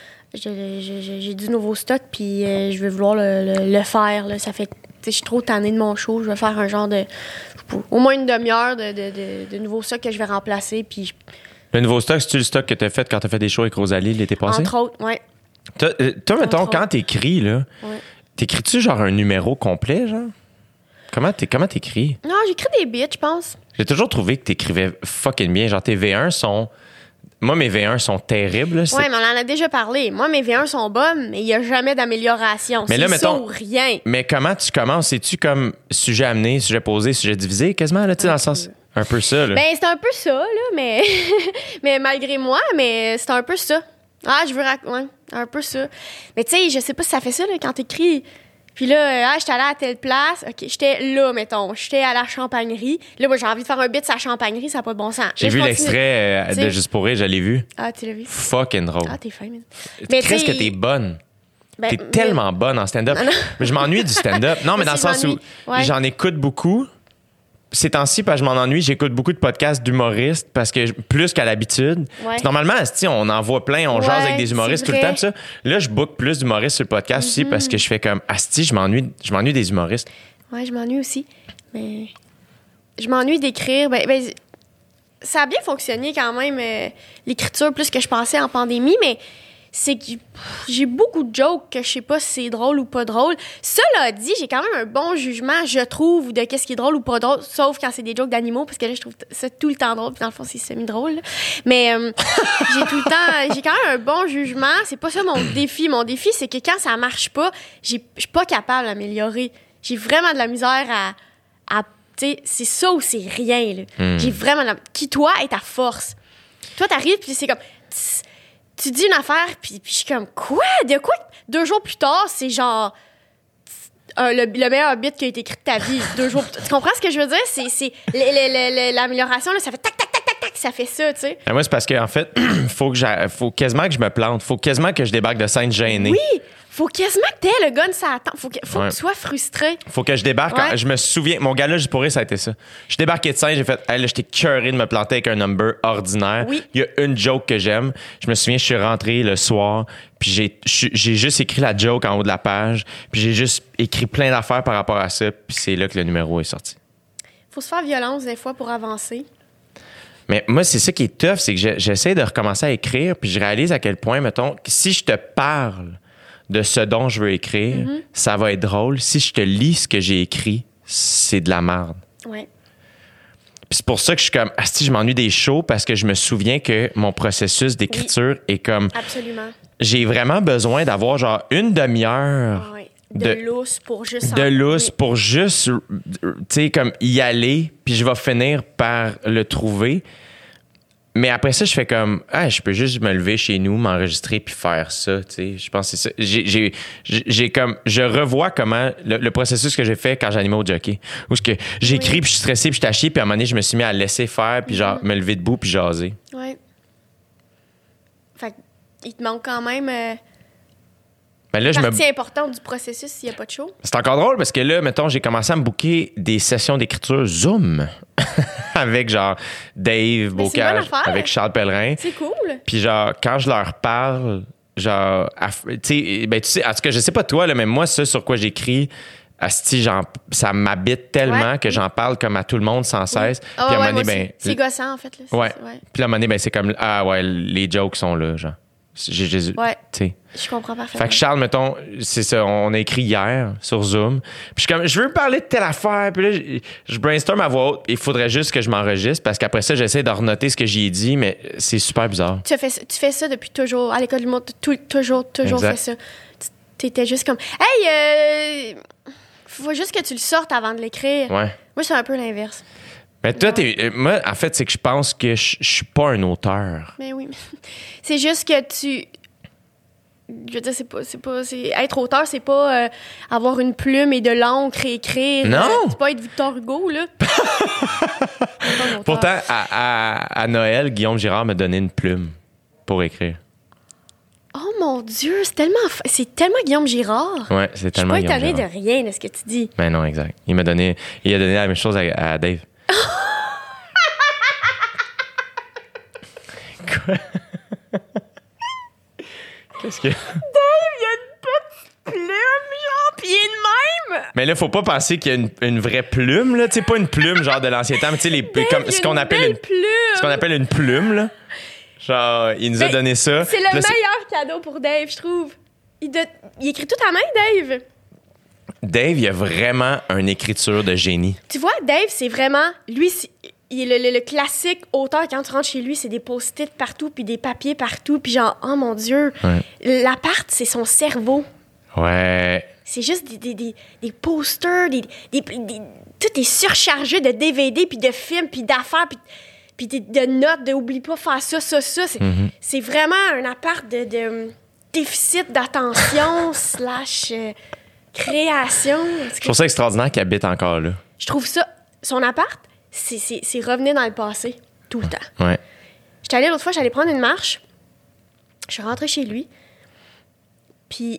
J'ai du nouveau stock, puis je vais vouloir le faire. Là. Ça fait... Je suis trop tannée de mon show. Je vais faire un genre de... Au moins une demi-heure de nouveau stock que je vais remplacer, puis... Le nouveau stock, c'est-tu le stock que t'as fait quand t'as fait des shows avec Rosalie l'été passé? Entre autres, oui. Toi, mettons, quand t'écris, là, t'écris-tu genre un numéro complet, genre? Comment t'écris? Non, j'écris des bits, je pense. J'ai toujours trouvé que t'écrivais fucking bien. Genre, tes V1 sont... Moi, mes V1 sont terribles. Oui, mais on en a déjà parlé. Moi, mes V1 sont bonnes, mais il n'y a jamais d'amélioration. Mais là, mettons, ça ou rien. Mais comment tu commences? C'est-tu comme sujet amené, sujet posé, sujet divisé, quasiment, là, tu sais, dans le sens... Un peu ça, là. Ben, c'est un peu ça, là, mais... mais malgré moi, mais c'est un peu ça. Ah, je veux raconter... Ouais, un peu ça. Mais tu sais, je sais pas si ça fait ça, là, quand t'écris... Puis là, j'étais allée à telle place. OK, j'étais là, mettons. J'étais à la champagnerie. Là, moi, j'ai envie de faire un bit sur la champagnerie. Ça n'a pas de bon sens. J'ai vu l'extrait de Juste pour rire. Je l'ai vu. Ah, tu l'as vu? Fucking drôle. Ah, t'es fin, man. Qu'est-ce que t'es bonne? T'es tellement bonne en stand-up. Mais je m'ennuie du stand-up. Non, mais dans le sens où j'en écoute beaucoup. Ces temps-ci, parce que je m'en ennuie, j'écoute beaucoup de podcasts d'humoristes parce que plus qu'à l'habitude. Ouais. Normalement, on en voit plein, on jase avec des humoristes tout le temps. Ça. Là, je book plus d'humoristes sur le podcast aussi parce que je fais comme asti, je m'ennuie des humoristes. Ouais, je m'ennuie aussi. Mais je m'ennuie d'écrire. Ben, ça a bien fonctionné quand même, l'écriture, plus que je pensais en pandémie, mais c'est que j'ai beaucoup de jokes que je sais pas si c'est drôle ou pas drôle. Cela dit, j'ai quand même un bon jugement, je trouve, de qu'est-ce qui est drôle ou pas drôle, sauf quand c'est des jokes d'animaux, parce que là, je trouve ça tout le temps drôle, puis dans le fond, c'est semi-drôle. Là. Mais j'ai quand même un bon jugement. C'est pas ça mon défi. Mon défi, c'est que quand ça marche pas, je suis pas capable d'améliorer. J'ai vraiment de la misère à tu sais, c'est ça ou c'est rien. Là. J'ai vraiment... Qui, toi, est ta force? Toi, t'arrives, puis c'est comme... Tu dis une affaire, puis je suis comme, quoi? De quoi? 2 jours plus tard, c'est genre le meilleur bit qui a été écrit de ta vie. 2 jours plus tard. Tu comprends ce que je veux dire? C'est l'amélioration, là, ça fait tac, tac, tac, tac, tac. que ça fait ça, tu sais. Moi, c'est parce qu'en fait, faut quasiment que je me plante. Faut quasiment que je débarque de scène gêné. Oui! Faut quasiment que t'aies le gun sur la tempe. Faut que tu sois frustré. Faut que je débarque. Ouais. Je me souviens, mon gars là, juste pour rire, ça a été ça. Je débarquais de scène, j'ai fait, hey, là, j'étais curé de me planter avec un number ordinaire. Oui. Il y a une joke que j'aime. Je me souviens, je suis rentré le soir, puis j'ai juste écrit la joke en haut de la page, puis j'ai juste écrit plein d'affaires par rapport à ça, puis c'est là que le numéro est sorti. Faut se faire violence des fois pour avancer. Mais moi, c'est ça qui est tough, c'est que j'essaie de recommencer à écrire, puis je réalise à quel point, mettons, que si je te parle de ce dont je veux écrire, ça va être drôle. Si je te lis ce que j'ai écrit, c'est de la merde. Ouais. Puis c'est pour ça que je suis comme, si je m'ennuie des shows parce que je me souviens que mon processus d'écriture est comme... Absolument. J'ai vraiment besoin d'avoir genre une demi-heure Ouais. De lousse pour juste... pour juste, tu sais, comme y aller, puis je vais finir par le trouver. Mais après ça, je fais comme, je peux juste me lever chez nous, m'enregistrer puis faire ça, tu sais. Je pense que c'est ça. J'ai comme, je revois comment le processus que j'ai fait quand j'animais au jockey. Où que j'écris puis je suis stressé puis je suis à chier puis à un moment donné, je me suis mis à laisser faire puis genre me lever debout puis jaser. Ouais. Fait il te manque quand même Ben là, partie importante du processus s'il n'y a pas de show. C'est encore drôle parce que là, mettons, j'ai commencé à me booker des sessions d'écriture Zoom avec genre Dave Bocage, avec Charles Pellerin. C'est cool. Puis genre, quand je leur parle, genre, tu sais, en tout cas, je sais pas toi, là, mais moi, ça sur quoi j'écris, asti, genre, ça m'habite tellement que j'en parle comme à tout le monde sans cesse. Puis à un moment donné, ben. C'est gossant, en fait. Là. Ouais. Puis à un moment donné, ben, c'est comme, les jokes sont là, genre. Ouais. T'sais. Je comprends parfaitement. Fait que Charles, mettons, c'est ça, on a écrit hier sur Zoom. Puis je suis comme, je veux parler de telle affaire. Puis là, je brainstorm à voix haute. Il faudrait juste que je m'enregistre parce qu'après ça, j'essaie de renoter ce que j'y ai dit, mais c'est super bizarre. Tu fais ça depuis toujours. À l'école du monde, toujours fait ça. T'étais juste comme, hey, faut juste que tu le sortes avant de l'écrire. Ouais. Moi, c'est un peu l'inverse. Mais toi, moi, en fait, c'est que je pense que je suis pas un auteur. Mais oui. C'est juste que tu... Je veux dire, être auteur, c'est pas avoir une plume et de l'encre et écrire. Non! C'est pas être Victor Hugo, là. Pourtant, à Noël, Guillaume Girard m'a donné une plume pour écrire. Oh mon Dieu, c'est tellement Guillaume Girard. Ouais, c'est tellement Guillaume Girard. Je suis pas étonnée de rien de ce que tu dis. Ben non, exact. Il a donné la même chose à Dave. Quoi? Qu'est-ce que... Dave, il y a une petite plume, genre, pis il est de même! Mais là, faut pas penser qu'il y a une vraie plume, là. Tu sais, pas une plume, genre, de l'ancien temps, mais tu sais, comme ce qu'on appelle une plume, là. Genre, il nous a donné ça. C'est le meilleur cadeau pour Dave, je trouve. Il écrit tout à main, Dave. Dave, il a vraiment une écriture de génie. Tu vois, Dave, c'est vraiment... Lui, il est le classique auteur. Quand tu rentres chez lui, c'est des post-it partout, puis des papiers partout, puis genre, oh mon Dieu. Ouais. L'appart, c'est son cerveau. Ouais. C'est juste des posters, tout est surchargé de DVD, puis de films, puis d'affaires, puis de notes, de oublie pas faire ça. C'est vraiment un appart de déficit d'attention / création. Je trouve ça extraordinaire qu'il habite encore là. Je trouve ça... Son appart, c'est revenir dans le passé, tout le temps. Ouais. J'étais allée l'autre fois, j'allais prendre une marche. Je suis rentrée chez lui. Puis,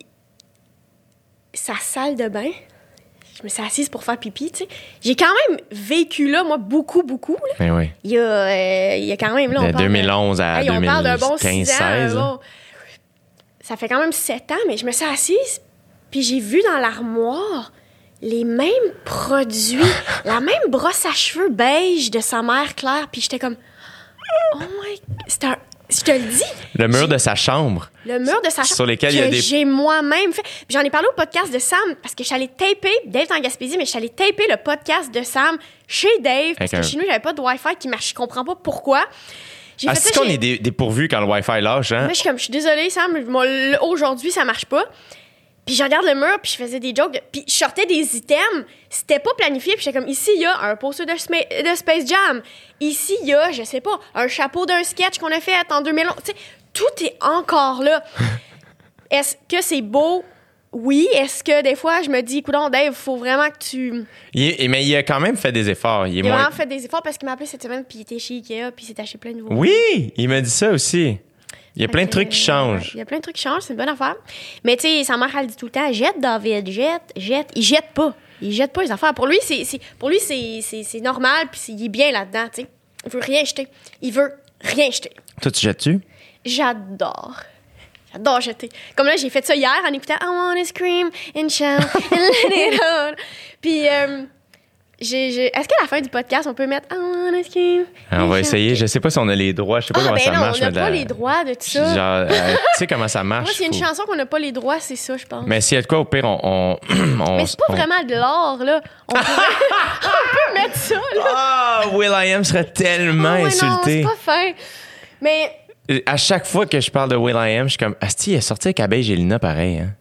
sa salle de bain, je me suis assise pour faire pipi, tu sais. J'ai quand même vécu là, moi, beaucoup. Là. Ben oui. Il y a quand même... Là, de 2011 à 2015-16. On parle d'un bon 6 ans. Bon, ça fait quand même 7 ans, mais je me suis assise, puis j'ai vu dans l'armoire les mêmes produits, la même brosse à cheveux beige de sa mère Claire, puis j'étais comme... Oh my... Je te le dis. Le mur de sa chambre. Le mur de sa chambre. Sur lesquels il y a des... j'ai moi-même fait. Puis j'en ai parlé au podcast de Sam, parce que je suis allée taper, Dave est en Gaspésie, mais je suis allée taper le podcast de Sam chez Dave, parce que chez nous, j'avais pas de Wi-Fi qui marche. Je comprends pas pourquoi. C'est qu'on est dépourvu quand le Wi-Fi lâche, hein? Moi, je suis désolée, Sam, aujourd'hui, ça marche pas. Puis je regarde le mur, puis je faisais des jokes, puis je sortais des items. C'était pas planifié, puis j'étais comme, ici, il y a un poster de Space Jam. Ici, il y a, je sais pas, un chapeau d'un sketch qu'on a fait en 2011. Tu sais, tout est encore là. Est-ce que c'est beau? oui. Est-ce que des fois, je me dis, coudonc, Dave, il faut vraiment que tu... Mais il a quand même fait des efforts. Il a vraiment fait des efforts parce qu'il m'a appelé cette semaine, puis il était chez Ikea, puis il s'est acheté plein de nouveaux. Oui, il m'a dit ça aussi. Il y a plein de trucs qui changent. Il y a plein de trucs qui changent, c'est une bonne affaire. Mais tu sais, sa mère, elle dit tout le temps, jette, David, jette. Il jette pas. Il jette pas les affaires. Pour lui, c'est normal, puis il est bien là-dedans, tu sais. Il veut rien jeter. Il veut rien jeter. Toi, tu jettes-tu? J'adore jeter. Comme là, j'ai fait ça hier en écoutant I wanna scream and shout and let it out. Puis, est-ce qu'à la fin du podcast, on peut mettre I wanna scream? On va essayer. Je sais pas si on a les droits. Je sais pas comment ça marche. On n'a pas les droits de tout ça. Genre, tu sais comment ça marche? Moi, s'il y a une chanson qu'on n'a pas les droits, c'est ça, je pense. Mais s'il y a de quoi, au pire, Mais c'est pas vraiment de l'art, là. On peut mettre ça, là. Ah, Will.i.am serait tellement insulté. Non, c'est pas fin. Mais... À chaque fois que je parle de Will.i.am, je suis comme, Asti, il est sorti avec Abeille Gélina pareil, hein?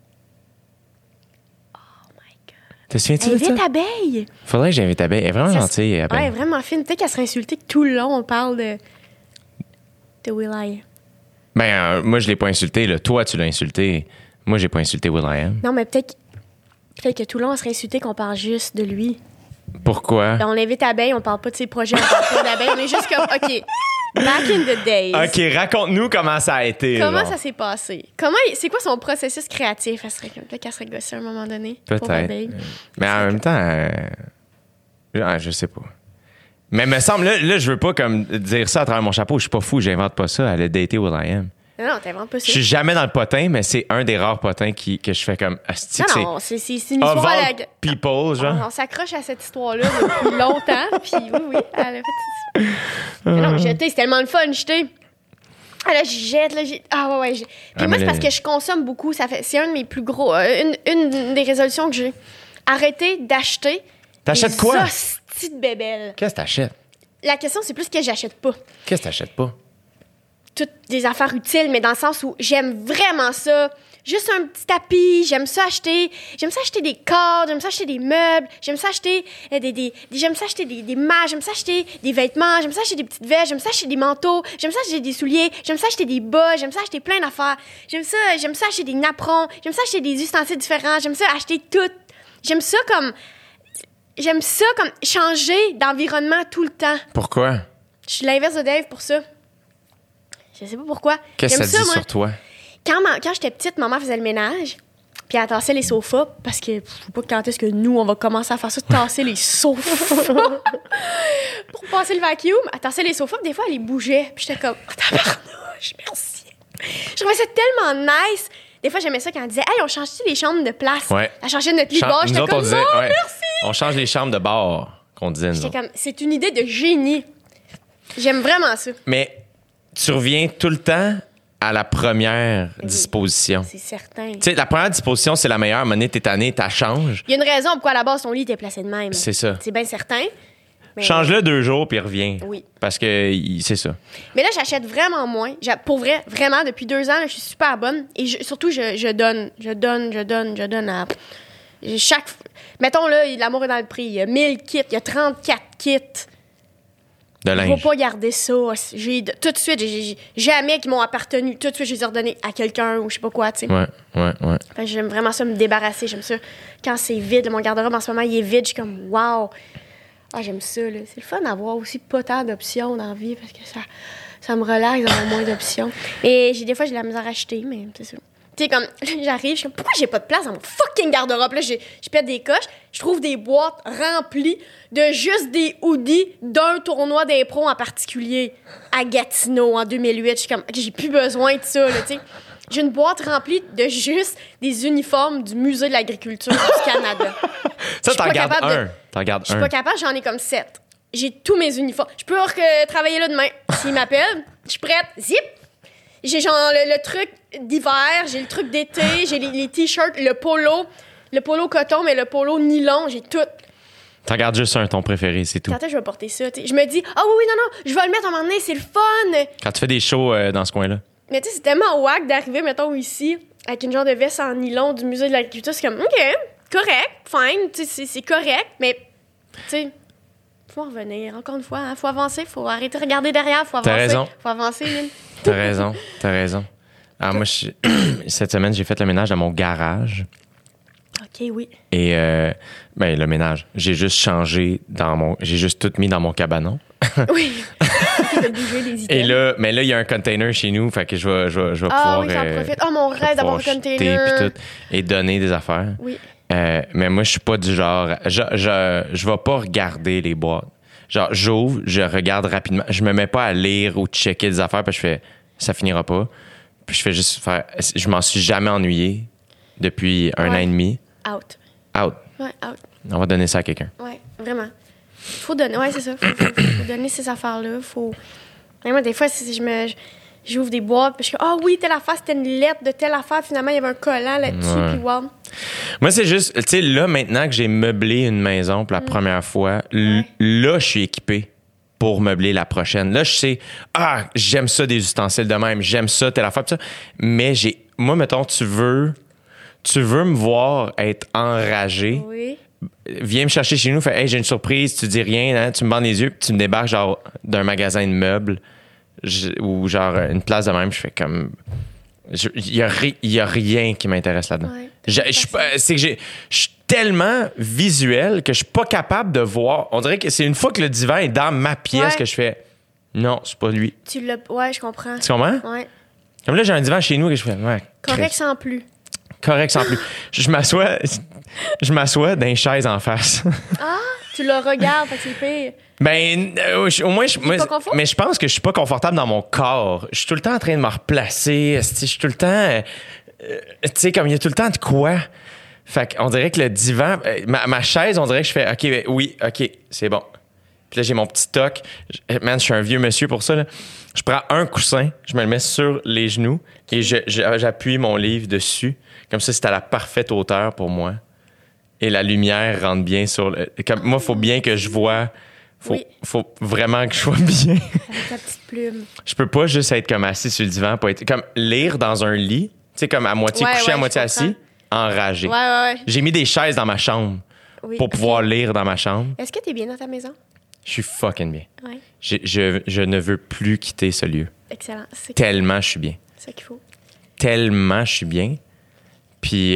Oh my God. Te souviens-tu de ça? Invite Abeille. Faudrait que j'invite Abeille. Elle est vraiment gentille, Abeille. Ouais, vraiment fine. Peut-être qu'elle serait insultée que tout le long, on parle de Will.i.am. Ben, moi, je l'ai pas insulté, là. Toi, tu l'as insulté. Moi, j'ai pas insulté Will.i.am. Non, mais peut-être que tout le long, on serait insulté qu'on parle juste de lui. Pourquoi? On invite Abeille, on parle pas de ses projets, on parle pas d'Abeille. On est juste comme, OK... Back in the days. OK, raconte-nous comment ça a été. Comment ça s'est passé? C'est quoi son processus créatif? Peut-être qu'elle serait gossée à un moment donné. Peut-être. Mais en même temps, je sais pas. Mais me semble, là, je veux pas comme dire ça à travers mon chapeau. Je suis pas fou, j'invente pas ça. Elle a daté Will.i.am. Non, t'inventes pas ça. Je suis jamais dans le potin, mais c'est un des rares potins que je fais comme... Non, c'est une histoire... People, genre. On s'accroche à cette histoire-là depuis longtemps, puis oui, elle a fait... Non, jeter, c'est tellement le fun, jeter. Ah là, je jette, là, ouais. Puis moi, c'est parce que je consomme beaucoup. C'est un de mes plus gros... une des résolutions que j'ai. Arrêter d'acheter... T'achètes quoi? Des hosties de bébelles. Qu'est-ce que t'achètes? La question, c'est plus que j'achète pas. Qu'est-ce que t'achètes pas? Toutes des affaires utiles, mais dans le sens où j'aime vraiment ça. Juste un petit tapis, j'aime ça acheter des cordes, j'aime ça acheter des meubles, j'aime ça acheter j'aime ça acheter des masques, j'aime ça acheter des vêtements, j'aime ça acheter des petites vestes, j'aime ça acheter des manteaux, j'aime ça acheter des souliers, j'aime ça acheter des bas, j'aime ça acheter plein d'affaires. J'aime ça acheter des napperons, j'aime ça acheter des ustensiles différents, j'aime ça acheter tout. J'aime ça comme changer d'environnement tout le temps. Pourquoi? Je suis l'inverse de Dave pour ça. Je sais pas pourquoi. Qu'est-ce que ça dit sur toi? Quand j'étais petite, maman faisait le ménage, puis elle tassait les sofas, parce que je sais pas quand est-ce que nous, on va commencer à faire ça, tasser les sofas. Pour passer le vacuum, elle tassait les sofas, puis des fois, elle les bougeait. Puis j'étais comme, oh, tabarnouche, merci. Je trouvais ça tellement nice. Des fois, j'aimais ça quand elle disait, hey, on change-tu les chambres de place? Ouais. Elle changeait notre lit de bord. J'étais comme, non, merci. On change les chambres de bord, qu'on disait, nous. J'étais comme, c'est une idée de génie. J'aime vraiment ça. Mais tu reviens tout le temps à la première disposition. C'est certain. Tu sais, la première disposition, c'est la meilleure. Monnaie, t'es tanné, t'as change. Il y a une raison pourquoi à la base, ton lit était placé de même. C'est ça. C'est bien certain. Mais... Change-le 2 jours, puis reviens. Oui. Parce que c'est ça. Mais là, j'achète vraiment moins. Pour vrai, vraiment, depuis 2 ans, là, je suis super bonne. Et surtout, je donne à... Mettons, là, l'amour est dans le prix. Il y a 1000 kits, il y a 34 kits. De linge. Il faut pas garder ça. Tout de suite, j'ai jamais qui m'ont appartenu. Tout de suite, je les ai redonnés à quelqu'un ou je sais pas quoi, tu sais. Ouais. Enfin, j'aime vraiment ça, me débarrasser. J'aime ça. Quand c'est vide, mon garde-robe en ce moment, il est vide. Je suis comme, wow. Ah, j'aime ça, là. C'est le fun d'avoir aussi pas tant d'options dans la vie parce que ça me relaxe d'avoir moins d'options. Et des fois, j'ai la misère à acheter, mais c'est ça. Tu sais, comme, j'arrive, je suis comme, pourquoi j'ai pas de place dans mon fucking garde-robe? Là, je pète des coches, je trouve des boîtes remplies de juste des hoodies d'un tournoi d'impro en particulier à Gatineau en 2008. Je suis comme, j'ai plus besoin de ça, là, tu sais. J'ai une boîte remplie de juste des uniformes du Musée de l'agriculture du Canada. Ça, t'en gardes un. Je suis pas capable, j'en ai comme 7. J'ai tous mes uniformes. Je peux travailler là demain. S'ils m'appellent, je suis prête. Zip! J'ai genre le truc d'hiver, j'ai le truc d'été, j'ai les t-shirts, le polo coton, mais le polo nylon, j'ai tout. T'en gardes juste un, ton préféré, c'est tout. Quand je vais porter ça, t'sais. Je me dis, oui, non, je vais le mettre à un moment donné, c'est le fun. Quand tu fais des shows dans ce coin-là. Mais tu sais, c'est tellement wack d'arriver, mettons, ici, avec une genre de veste en nylon du Musée de l'agriculture. C'est comme, OK, correct, fine, tu sais, c'est correct, mais, tu sais, faut en revenir. Encore une fois, hein, faut avancer, faut arrêter de regarder derrière, faut avancer. T'as raison. Faut avancer, Lynn. T'as raison. Ah, moi, cette semaine, j'ai fait le ménage dans mon garage. OK, oui. Et le ménage. J'ai juste changé j'ai juste tout mis dans mon cabanon. Oui. Tu as bougé les items. Et là, mais là, il y a un container chez nous, fait que je vais pouvoir... oui, j'en profite. Mon rêve d'avoir un container. Puis tout, et donner des affaires. Oui. Mais moi, je suis pas du genre... Je vais pas regarder les boîtes. Genre, j'ouvre, je regarde rapidement. Je me mets pas à lire ou checker des affaires, parce que je fais, ça finira pas. Puis je fais juste faire... Je m'en suis jamais ennuyé depuis un an et demi. Out. Ouais, out. On va donner ça à quelqu'un. Ouais, vraiment. Faut donner... Ouais, c'est ça. Faut donner ces affaires-là. Vraiment, des fois, j'ouvre des boîtes, puis je dis, oui, telle affaire, c'était une lettre de telle affaire. Finalement, il y avait un collant là-dessus, puis wow. Moi, c'est juste, tu sais, là, maintenant que j'ai meublé une maison pour la première fois, là, je suis équipé pour meubler la prochaine. Là, je sais, j'aime ça des ustensiles de même, j'aime ça, telle affaire, ça. Mais moi, mettons, tu veux me voir être enragé. Oui. Viens me chercher chez nous, fais, hey, j'ai une surprise, tu dis rien, hein, tu me bandes les yeux, puis tu me débarques genre d'un magasin de meubles ou genre une place de même, je fais comme... Il y a rien qui m'intéresse là-dedans. Ouais, c'est que je suis tellement visuel que je suis pas capable de voir. On dirait que c'est une fois que le divan est dans ma pièce que je fais, non, c'est pas lui. Ouais, je comprends. Tu comprends? Ouais. Comme là, j'ai un divan chez nous que je fais, Correct sans plus. Correct sans plus. Je m'assois dans une chaise en face. Tu le regardes, fait que c'est pire. Ben, au moins, mais je pense que je suis pas confortable dans mon corps. Je suis tout le temps en train de me replacer. Je suis tout le temps... tu sais, comme il y a tout le temps de quoi. Fait qu'on dirait que le divan... ma chaise, on dirait que je fais, OK, oui, OK, c'est bon. Puis là, j'ai mon petit toc. Man, je suis un vieux monsieur pour ça, là. Je prends un coussin, je me le mets sur les genoux et j'appuie mon livre dessus. Comme ça, c'est à la parfaite hauteur pour moi. Et la lumière rentre bien sur moi, il faut bien que je vois. Faut vraiment que je sois bien. Avec ta petite plume. Je peux pas juste être comme assis sur le divan, pas être comme lire dans un lit, tu sais, comme à moitié couché, à moitié assis, enragé. Ouais. J'ai mis des chaises dans ma chambre pour pouvoir lire dans ma chambre. Est-ce que t'es bien dans ta maison? Je suis fucking bien. Ouais. Je ne veux plus quitter ce lieu. Excellent. Tellement je suis bien. C'est ça qu'il faut. Tellement je suis bien. Puis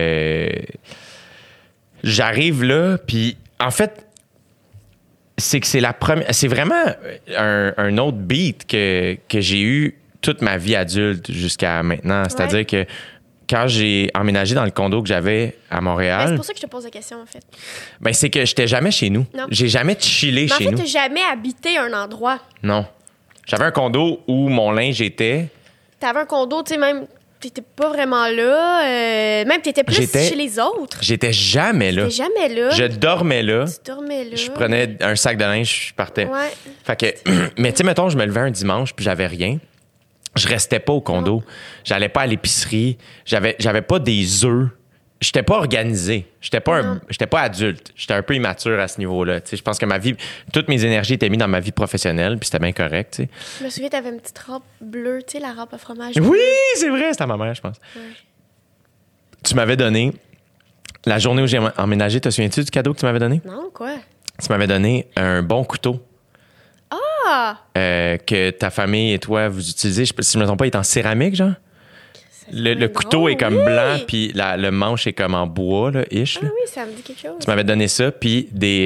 j'arrive là, puis en fait, c'est que c'est vraiment un autre beat que j'ai eu toute ma vie adulte jusqu'à maintenant. C'est-à-dire que quand j'ai emménagé dans le condo que j'avais à Montréal... c'est pour ça que je te pose la question, en fait. Ben, c'est que j'étais jamais chez nous. Non. J'ai jamais chillé chez nous. En fait, t'as jamais habité un endroit. Non. J'avais un condo où mon linge était... T'avais un condo, tu sais, même... T'étais pas vraiment là. Même t'étais plus chez les autres. J'étais jamais là. T'étais jamais là. Je dormais là. Tu dormais là. Je prenais un sac de linge, je partais. Ouais. Fait que... Mais tu sais, mettons, je me levais un dimanche puis j'avais rien. Je restais pas au condo. Non. J'allais pas à l'épicerie. J'avais pas des œufs. J'étais pas organisé. J'étais pas adulte. J'étais un peu immature à ce niveau-là. T'sais, je pense que toutes mes énergies étaient mises dans ma vie professionnelle, puis c'était bien correct. T'sais. Je me souviens, t'avais une petite robe bleue, tu sais, la robe à fromage. Oui, c'est vrai, c'était à ma mère, je pense. Ouais. Tu m'avais donné, la journée où j'ai emménagé, te souviens-tu du cadeau que tu m'avais donné? Non, quoi? Tu m'avais donné un bon couteau. Ah! Que ta famille et toi, vous utilisez. Si je me trompe pas, il est en céramique, genre? Le couteau est comme blanc, puis le manche est comme en bois, là, ish. Ah oui, ça me dit quelque chose. Tu m'avais donné ça, puis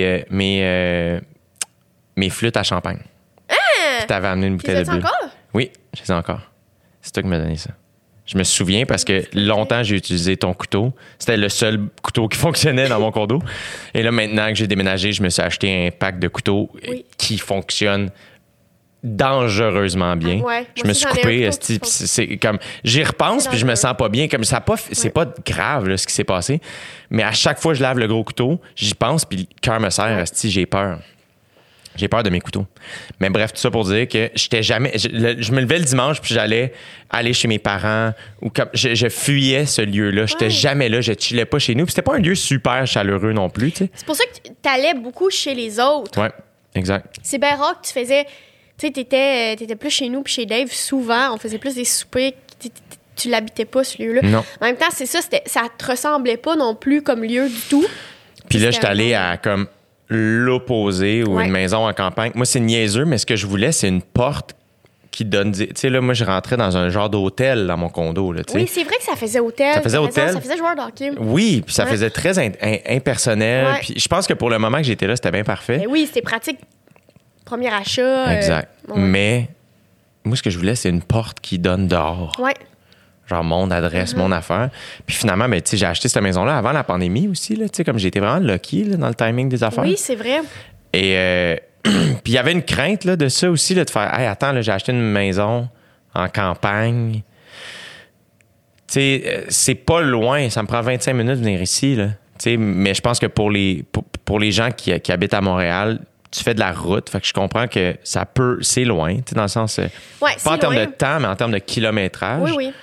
mes flûtes à champagne. Puis t'avais amené une bouteille de bulle. Encore? Oui, je les ai encore. C'est toi qui m'as donné ça. Je me souviens parce que longtemps, j'ai utilisé ton couteau. C'était le seul couteau qui fonctionnait dans mon condo. Et là, maintenant que j'ai déménagé, je me suis acheté un pack de couteaux qui fonctionne dangereusement bien. Ouais, je me suis coupé, c'est comme j'y repense puis je me sens pas bien, comme ça c'est pas grave là, ce qui s'est passé, mais à chaque fois que je lave le gros couteau, j'y pense puis le cœur me serre, j'ai peur. J'ai peur de mes couteaux. Mais bref, tout ça pour dire que j'étais jamais je me levais le dimanche puis j'allais aller chez mes parents ou comme je fuyais ce lieu-là, j'étais jamais là, je chillais pas chez nous, puis c'était pas un lieu super chaleureux non plus, tu sais. C'est pour ça que t'allais beaucoup chez les autres. Ouais, exact. C'est bien rare que tu faisais. Tu sais, t'étais plus chez nous puis chez Dave souvent. On faisait plus des soupers. Tu l'habitais pas, ce lieu-là. Non. En même temps, c'est ça. Ça te ressemblait pas non plus comme lieu du tout. Puis là, j'étais allé à comme l'opposé ou une maison en campagne. Moi, c'est niaiseux, mais ce que je voulais, c'est une porte qui donne... Tu sais, là, moi, je rentrais dans un genre d'hôtel dans mon condo, là, tu sais. Oui, c'est vrai que ça faisait hôtel. Ça faisait hôtel. Ça faisait joueur de hockey. Oui, puis ça faisait très impersonnel. Ouais. Puis je pense que pour le moment que j'étais là, c'était bien parfait. Mais oui, c'était pratique. Premier achat. Exact. Mais moi, ce que je voulais, c'est une porte qui donne dehors. Ouais. Genre mon adresse, mon affaire. Puis finalement, ben, tu sais, j'ai acheté cette maison-là avant la pandémie aussi, là, tu sais, comme j'ai été vraiment lucky là, dans le timing des affaires. Oui, c'est vrai. Et puis il y avait une crainte là, de ça aussi, là, de faire « Hey, attends, là, j'ai acheté une maison en campagne. » Tu sais, c'est pas loin. Ça me prend 25 minutes de venir ici, là. Tu sais, mais je pense que pour les gens qui habitent à Montréal, tu fais de la route. Fait que je comprends que c'est loin, tu sais, dans le sens... pas en termes de temps, mais en termes de kilométrage. Oui, oui.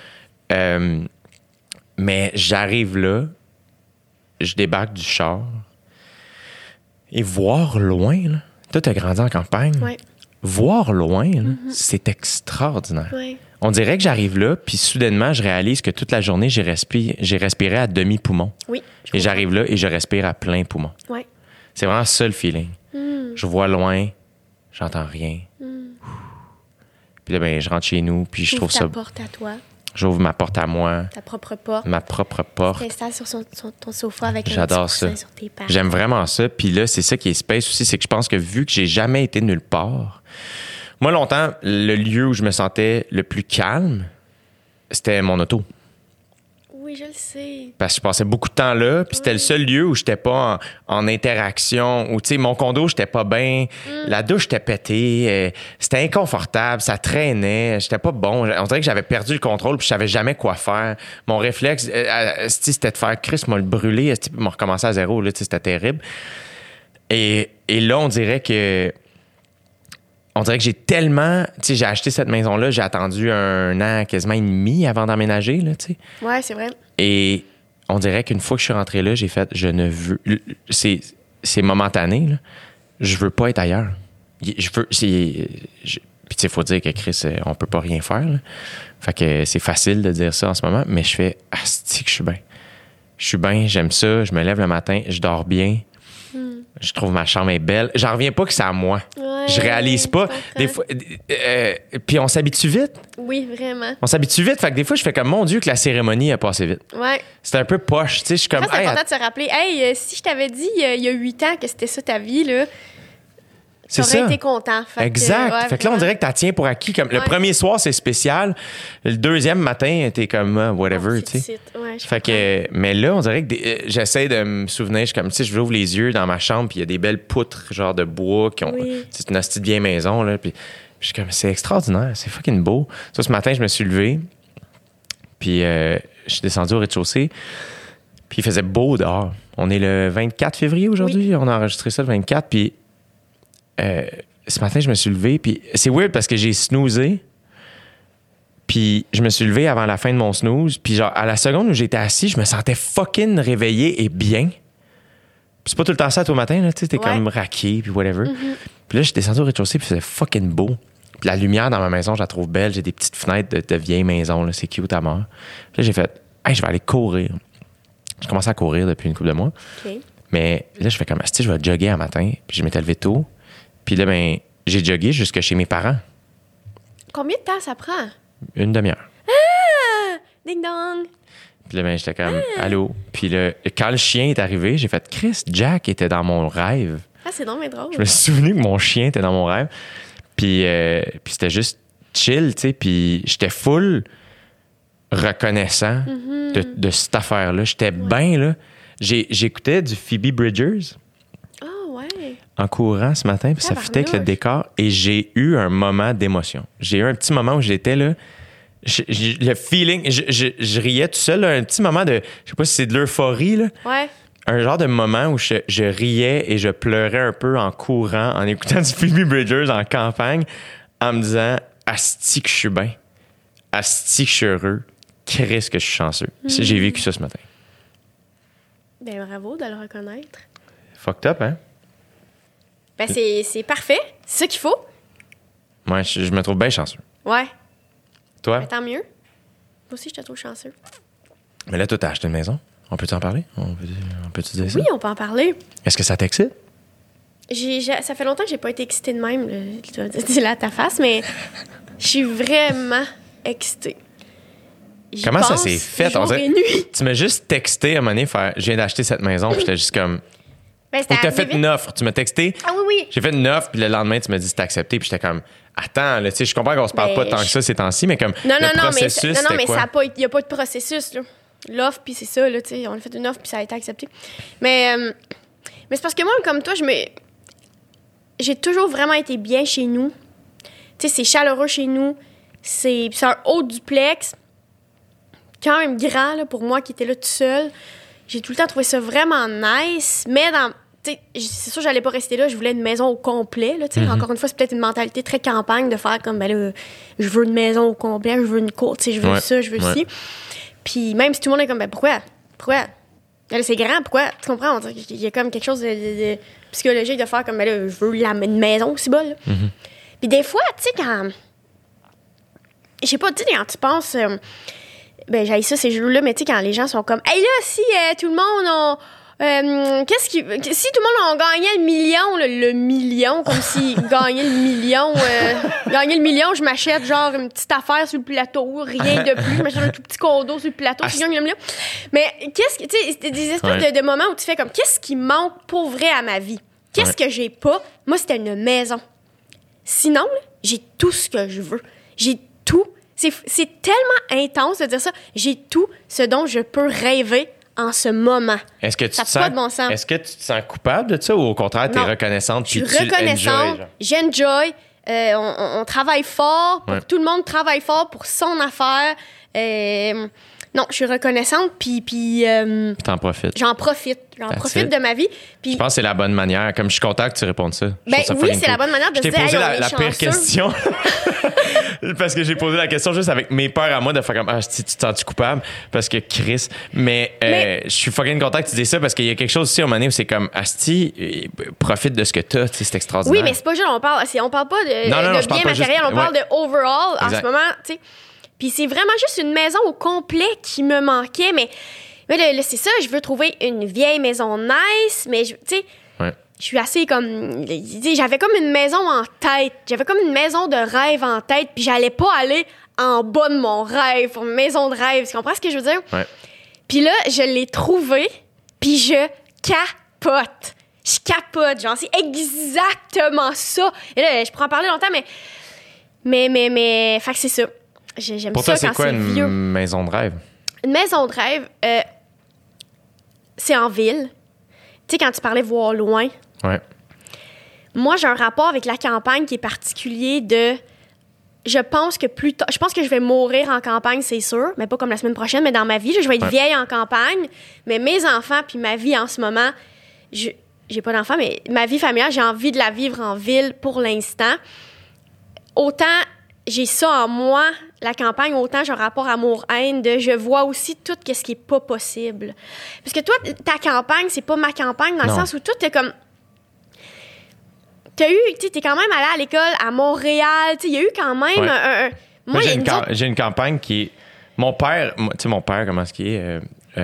Mais j'arrive là, je débarque du char et voir loin, là, toi, t'as grandi en campagne, voir loin, là, c'est extraordinaire. Ouais. On dirait que j'arrive là, puis soudainement, je réalise que toute la journée, j'ai respiré à demi-poumon. Oui. Et j'arrive là et je respire à plein poumon. Ouais. C'est vraiment ça le feeling. Je vois loin, j'entends rien. Puis là, ben, je rentre chez nous, puis je trouve ça... ta porte à toi. J'ouvre ma porte à moi. Ta propre porte. Ma propre porte. Tu t'installes sur ton sofa avec un J'adore petit ça. coussin sur tes pattes. J'aime vraiment ça. Puis là, c'est ça qui est space aussi, c'est que je pense que vu que j'ai jamais été nulle part, moi, longtemps, le lieu où je me sentais le plus calme, c'était mon auto. Oui, je le sais. Parce que je passais beaucoup de temps là, puis c'était le seul lieu où j'étais pas en interaction, où, tu sais, mon condo, j'étais pas bien, la douche, j'étais pété, c'était inconfortable, ça traînait, j'étais pas bon. On dirait que j'avais perdu le contrôle, puis je savais jamais quoi faire. Mon réflexe, c'était de faire « Chris, m'a le brûlé », me recommencer à zéro, là, c'était terrible. Et là, on dirait que j'ai tellement... Tu sais, j'ai acheté cette maison-là, j'ai attendu 1 an, quasiment et demi avant d'emménager, là, tu sais. Ouais, c'est vrai. Et on dirait qu'une fois que je suis rentré là, j'ai fait... Je ne veux... C'est momentané, là. Je veux pas être ailleurs. Je veux... Puis, tu sais, il faut dire que Chris, on peut pas rien faire, là. Fait que c'est facile de dire ça en ce moment, mais je fais... Asti que je suis bien. Je suis bien, j'aime ça, je me lève le matin, je dors bien. Je trouve ma chambre est belle. J'en reviens pas que c'est à moi. Ouais, je réalise pas. Des fois, puis on s'habitue vite. Oui, vraiment. On s'habitue vite. Fait que des fois, je fais comme, mon Dieu, que la cérémonie a passé vite. Ouais. C'est un peu poche. Tu sais, je suis comme... C'est important de se rappeler. Hey, si je t'avais dit il y a 8 ans que c'était ça ta vie, là... C'est ça. T'aurais été content. Exact. Fait que là, on dirait que t'as tiens pour acquis. Comme, le premier soir, c'est spécial. Le deuxième matin, t'es comme whatever, tu sais. Fait que, mais là, on dirait que j'essaie de me souvenir. Je suis comme, tu sais, je ouvre les yeux dans ma chambre, puis il y a des belles poutres, genre de bois, qui ont. C'est une hostie de vieille maison, là. Puis je suis comme, c'est extraordinaire. C'est fucking beau. Ça, ce matin, je me suis levé, puis je suis descendu au rez-de-chaussée, puis il faisait beau dehors. On est le 24 février aujourd'hui. Oui. On a enregistré ça le 24, puis. Ce matin, je me suis levé, puis c'est weird parce que j'ai snoozé, puis je me suis levé avant la fin de mon snooze, puis genre, à la seconde où j'étais assis, je me sentais fucking réveillé et bien. Puis c'est pas tout le temps ça, toi, matin, là, tu sais, t'es comme raqué, puis whatever. Puis là, j'étais descendu au rez-de-chaussée, puis il faisait fucking beau. Puis la lumière dans ma maison, je la trouve belle. J'ai des petites fenêtres de vieilles maisons, là, c'est cute à mort. Puis là, j'ai fait, hey, je vais aller courir. J'ai commencé à courir depuis une couple de mois. Okay. Mais là, je fais comme, je vais jogger un matin, puis je m'étais levé tôt. Puis là, ben, j'ai jogué jusque chez mes parents. Combien de temps ça prend? 1 demi-heure. Ah! Ding dong! Puis là, ben, j'étais comme, allô? Puis là, quand le chien est arrivé, j'ai fait, Chris, Jack était dans mon rêve. Ah, c'est donc mais drôle. Je me suis souvenu que mon chien était dans mon rêve. Puis c'était juste chill, tu sais. Puis j'étais full reconnaissant de cette affaire-là. J'étais bien, là. J'écoutais du Phoebe Bridgers. En courant ce matin, puis ça fitait avec le décor, et j'ai eu un moment d'émotion. J'ai eu un petit moment où j'étais là, le feeling, je riais tout seul, là, un petit moment de, je sais pas si c'est de l'euphorie, là. Ouais. Un genre de moment où je riais et je pleurais un peu en courant, en écoutant du Phoebe Bridgers en campagne, en me disant, asti que je suis bien, asti que je suis heureux, Christ que je suis chanceux. J'ai vécu ça ce matin. Ben bravo de le reconnaître. Fucked up, hein? Ben, c'est parfait. C'est ça qu'il faut. Moi, je me trouve bien chanceux. Ouais. Toi? Ben, tant mieux. Moi aussi, je te trouve chanceux. Mais là, toi, t'as acheté une maison. On peut t'en parler? On peut-tu dire ça? Oui, on peut en parler. Est-ce que ça t'excite? Ça fait longtemps que j'ai pas été excitée de même. Dis-le à ta face, mais Je suis vraiment excitée. Comment ça s'est fait? On dirait, tu m'as juste texté à un moment donné, faire, je viens d'acheter cette maison, puis j'étais juste comme... Ou t'as fait une offre. Tu m'as texté. Ah oui. J'ai fait une offre, puis le lendemain, tu m'as dit c'est accepté, puis j'étais comme... Attends, là, tu sais, je comprends qu'on se parle pas tant que ça ces temps-ci, mais comme le processus, non, mais quoi? il n'y a pas de processus, là. L'offre, puis c'est ça, là, tu sais, on a fait une offre, puis ça a été accepté. Mais c'est parce que moi, comme toi, j'ai toujours vraiment été bien chez nous. Tu sais, c'est chaleureux chez nous. C'est un haut duplex, quand même grand, là, pour moi, qui était là tout seul. J'ai tout le temps trouvé ça vraiment nice, mais c'est sûr que j'allais pas rester là, je voulais une maison au complet. Là, Encore une fois, c'est peut-être une mentalité très campagne de faire comme, ben là, je veux une maison au complet, je veux une cour, je veux ça, je veux ci. Puis même si tout le monde est comme, ben pourquoi? Là, c'est grand, pourquoi? Tu comprends? On dirait qu'il y a comme quelque chose de psychologique de faire comme, ben là, je veux une maison aussi bas. Puis des fois, tu sais, quand... Je sais pas, tu sais, quand tu penses... ben j'ai ça, ces jeux-là, mais tu sais, quand les gens sont comme, hey là, si tout le monde si tout le monde a gagné le million, comme s'ils gagnaient le million, gagner le million, je m'achète genre une petite affaire sur le plateau, rien de plus, je m'achète un tout petit condo sur le plateau, je gagne le million. Mais qu'est-ce que, tu sais, des espèces de moments où tu fais comme, qu'est-ce qui manque pour vrai à ma vie? Qu'est-ce que j'ai pas? Moi, c'était une maison. Sinon, là, j'ai tout ce que je veux. J'ai tout. C'est tellement intense de dire ça. J'ai tout ce dont je peux rêver en ce moment. Est-ce que tu ça n'a pas de bon sens. Est-ce que tu te sens coupable de ça ou au contraire, tu es reconnaissante? Je suis reconnaissante. J'enjoy. On travaille fort. Tout le monde travaille fort pour son affaire. Non, je suis reconnaissante. Puis t'en profites. J'en profite. J'en profite de ma vie. Puis, je pense que c'est la bonne manière. Comme je suis content que tu répondes ça. Ben oui, c'est la bonne manière de se dire, je t'ai posé la pire question. Parce que j'ai posé la question juste avec mes peurs à moi de faire comme, tu te sens-tu coupable? Parce que Chris. Mais je suis fucking content que tu dises ça parce qu'il y a quelque chose aussi à un moment donné où c'est comme, Asti, profite de ce que t'as. C'est extraordinaire. Oui, mais c'est pas juste, on parle pas de bien matériel, on parle de overall en ce moment, tu sais. Puis c'est vraiment juste une maison au complet qui me manquait. Mais là, c'est ça, je veux trouver une vieille maison nice, mais tu sais, je suis assez comme... J'avais comme une maison en tête. J'avais comme une maison de rêve en tête, puis j'allais pas aller en bas de mon rêve, pour une maison de rêve. Tu comprends ce que je veux dire? Puis là, je l'ai trouvée, puis je capote. Je capote, genre, c'est exactement ça. Et là, je pourrais en parler longtemps, mais fait que c'est ça. J'aime pour ça toi, quand c'est vieux. Une maison de rêve? Une maison de rêve, c'est en ville. Tu sais, quand tu parlais voir loin. Moi, j'ai un rapport avec la campagne qui est particulier de... Je pense que plus tard... Je pense que je vais mourir en campagne, c'est sûr, mais pas comme la semaine prochaine, mais dans ma vie. Je vais être vieille en campagne, mais mes enfants puis ma vie en ce moment... J'ai pas d'enfants, mais ma vie familiale, j'ai envie de la vivre en ville pour l'instant. Autant... J'ai ça en moi, la campagne, autant j'ai un rapport amour-haine de je vois aussi tout ce qui est pas possible. Parce que toi, ta campagne, c'est pas ma campagne dans le sens où toi, t'es comme... T'es quand même allé à l'école à Montréal, il y a eu quand même Moi, j'ai une campagne qui est... Mon père, comment est-ce qu'il est?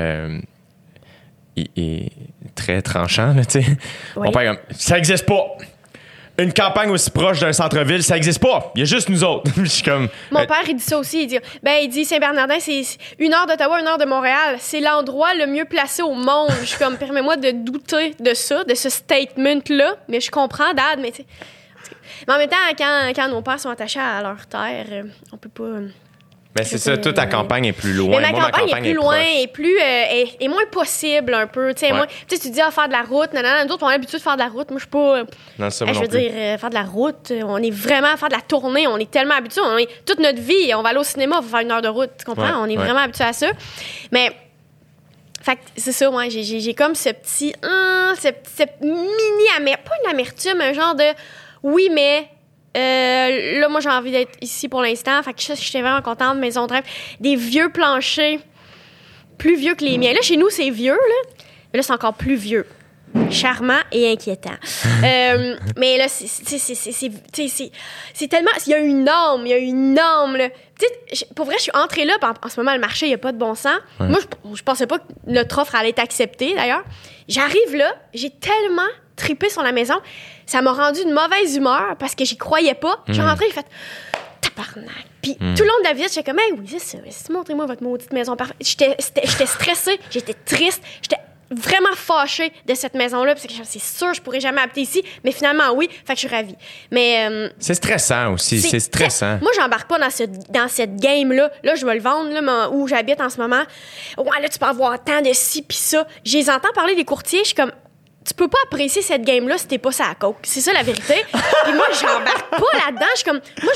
Il est très tranchant, là, tu sais. Mon père, comme, ça existe pas! Une campagne aussi proche d'un centre-ville, ça n'existe pas. Il y a juste nous autres. Je suis comme... Mon père, il dit ça aussi. Il dit Saint-Bernardin, c'est 1 heure d'Ottawa, 1 heure de Montréal. C'est l'endroit le mieux placé au monde. Je suis comme, permets-moi de douter de ça, de ce statement-là. Mais je comprends, Dad, mais tu sais... Mais en même temps, quand nos pères sont attachés à leur terre, on peut pas... Mais c'est ça, toute ta campagne est plus loin. Mais ma campagne est plus loin, est moins possible un peu. Tu dis faire de la route, nous autres, on a l'habitude de faire de la route. Moi, je suis pas... Non, ça, moi je veux dire, faire de la route, on est vraiment à faire de la tournée. On est tellement habitués. Toute notre vie, on va aller au cinéma pour faire 1 heure de route. Tu comprends? On est vraiment habitués à ça. Mais... Fait que c'est ça, moi, j'ai comme ce petit... cette mini... Pas une amertume, un genre de... Oui, mais... là, moi, j'ai envie d'être ici pour l'instant. Fait que j'étais vraiment contente. Maison de rêve. Des vieux planchers. Plus vieux que les miens. Là, chez nous, c'est vieux, là. Mais là, c'est encore plus vieux. Charmant et inquiétant. Mais là, c'est tellement... Il y a une norme, là. Pour vrai, je suis entrée là. En ce moment, le marché, il n'y a pas de bon sens. Moi, je pensais pas que notre offre allait être acceptée, d'ailleurs. J'arrive là. J'ai tellement tripé sur la maison. Ça m'a rendu une mauvaise humeur parce que j'y croyais pas. Je suis rentrée, j'ai fait... tabarnak. Puis tout le long de la visite, j'étais comme, hey, oui, c'est ça. Montrez-moi votre maudite maison parfaite. J'étais stressée, j'étais triste, j'étais vraiment fâchée de cette maison-là. Parce que c'est sûr, je pourrais jamais habiter ici. Mais finalement, oui. Fait que je suis ravie. Mais. C'est stressant aussi. C'est stressant. Moi, j'embarque pas dans cette game-là. Là, je vais le vendre, là, où j'habite en ce moment. Ouais, là, tu peux avoir tant de ci pis ça. Je les entends parler des courtiers. Je suis comme, tu peux pas apprécier cette game-là si t'es pas ça à coke. C'est ça la vérité. Puis moi, j'embarque pas là-dedans. Je suis comme, moi,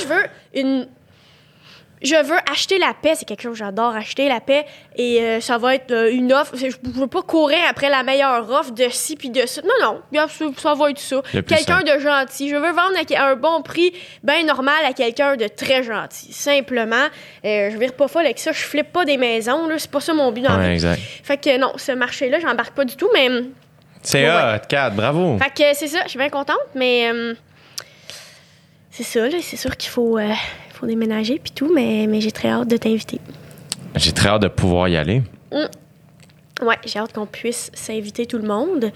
je veux acheter la paix. C'est quelque chose que j'adore, acheter la paix. Et ça va être une offre. Je veux pas courir après la meilleure offre de ci puis de ça. Non. Ça va être ça. Quelqu'un de gentil. Je veux vendre à un bon prix, bien normal, à quelqu'un de très gentil. Simplement. Je vire pas folle avec ça. Je flippe pas des maisons. Là. C'est pas ça mon but dans la vie. Exact. Fait que non, ce marché-là, j'embarque pas du tout, mais... C'est hot, Kat, bravo. Fait que c'est ça, je suis bien contente, mais c'est ça, là, c'est sûr qu'il faut déménager puis tout, mais j'ai très hâte de t'inviter. J'ai très hâte de pouvoir y aller. Ouais, j'ai hâte qu'on puisse s'inviter tout le monde.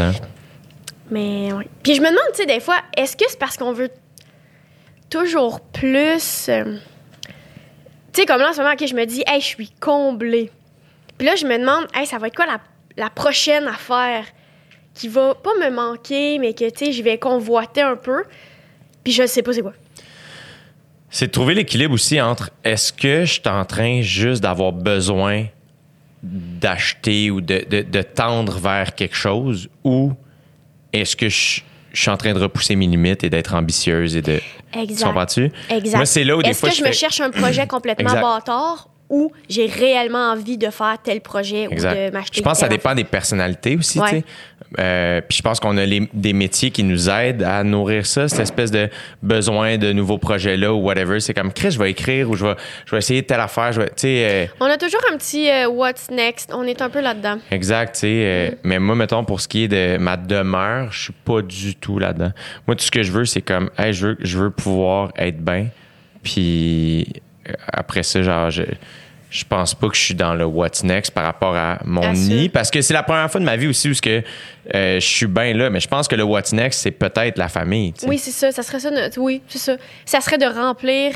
Mais ouais. Puis je me demande, tu sais, des fois, est-ce que c'est parce qu'on veut toujours plus... tu sais, comme là, en ce moment, je me dis, hey, je suis comblée. Puis là, je me demande, hey, ça va être quoi la prochaine affaire qui va pas me manquer, mais que, tu sais, je vais convoiter un peu, puis je sais pas c'est quoi. C'est de trouver l'équilibre aussi entre est-ce que je suis en train juste d'avoir besoin d'acheter ou de tendre vers quelque chose, ou est-ce que je suis en train de repousser mes limites et d'être ambitieuse et de... Exact. Tu comprends-tu? Exact. Moi, c'est là où des est-ce fois que je me cherche un projet complètement bâtard, ou j'ai réellement envie de faire tel projet ou de m'acheter. Je pense que ça dépend des personnalités aussi, tu sais. Puis je pense qu'on a des métiers qui nous aident à nourrir ça, cette espèce de besoin de nouveaux projets-là ou whatever. C'est comme, Chris, je vais écrire ou je vais essayer telle affaire. On a toujours un petit what's next. On est un peu là-dedans. Exact, tu sais. Mais moi, mettons, pour ce qui est de ma demeure, je suis pas du tout là-dedans. Moi, tout ce que je veux, c'est comme, hey, je veux pouvoir être bien. Puis après ça, genre, je pense pas que je suis dans le what's next par rapport à mon nid, parce que c'est la première fois de ma vie aussi où je suis bien là, mais je pense que le what's next, c'est peut-être la famille. T'sais. Oui, c'est ça. Ça serait ça. Oui, c'est ça. Ça serait de remplir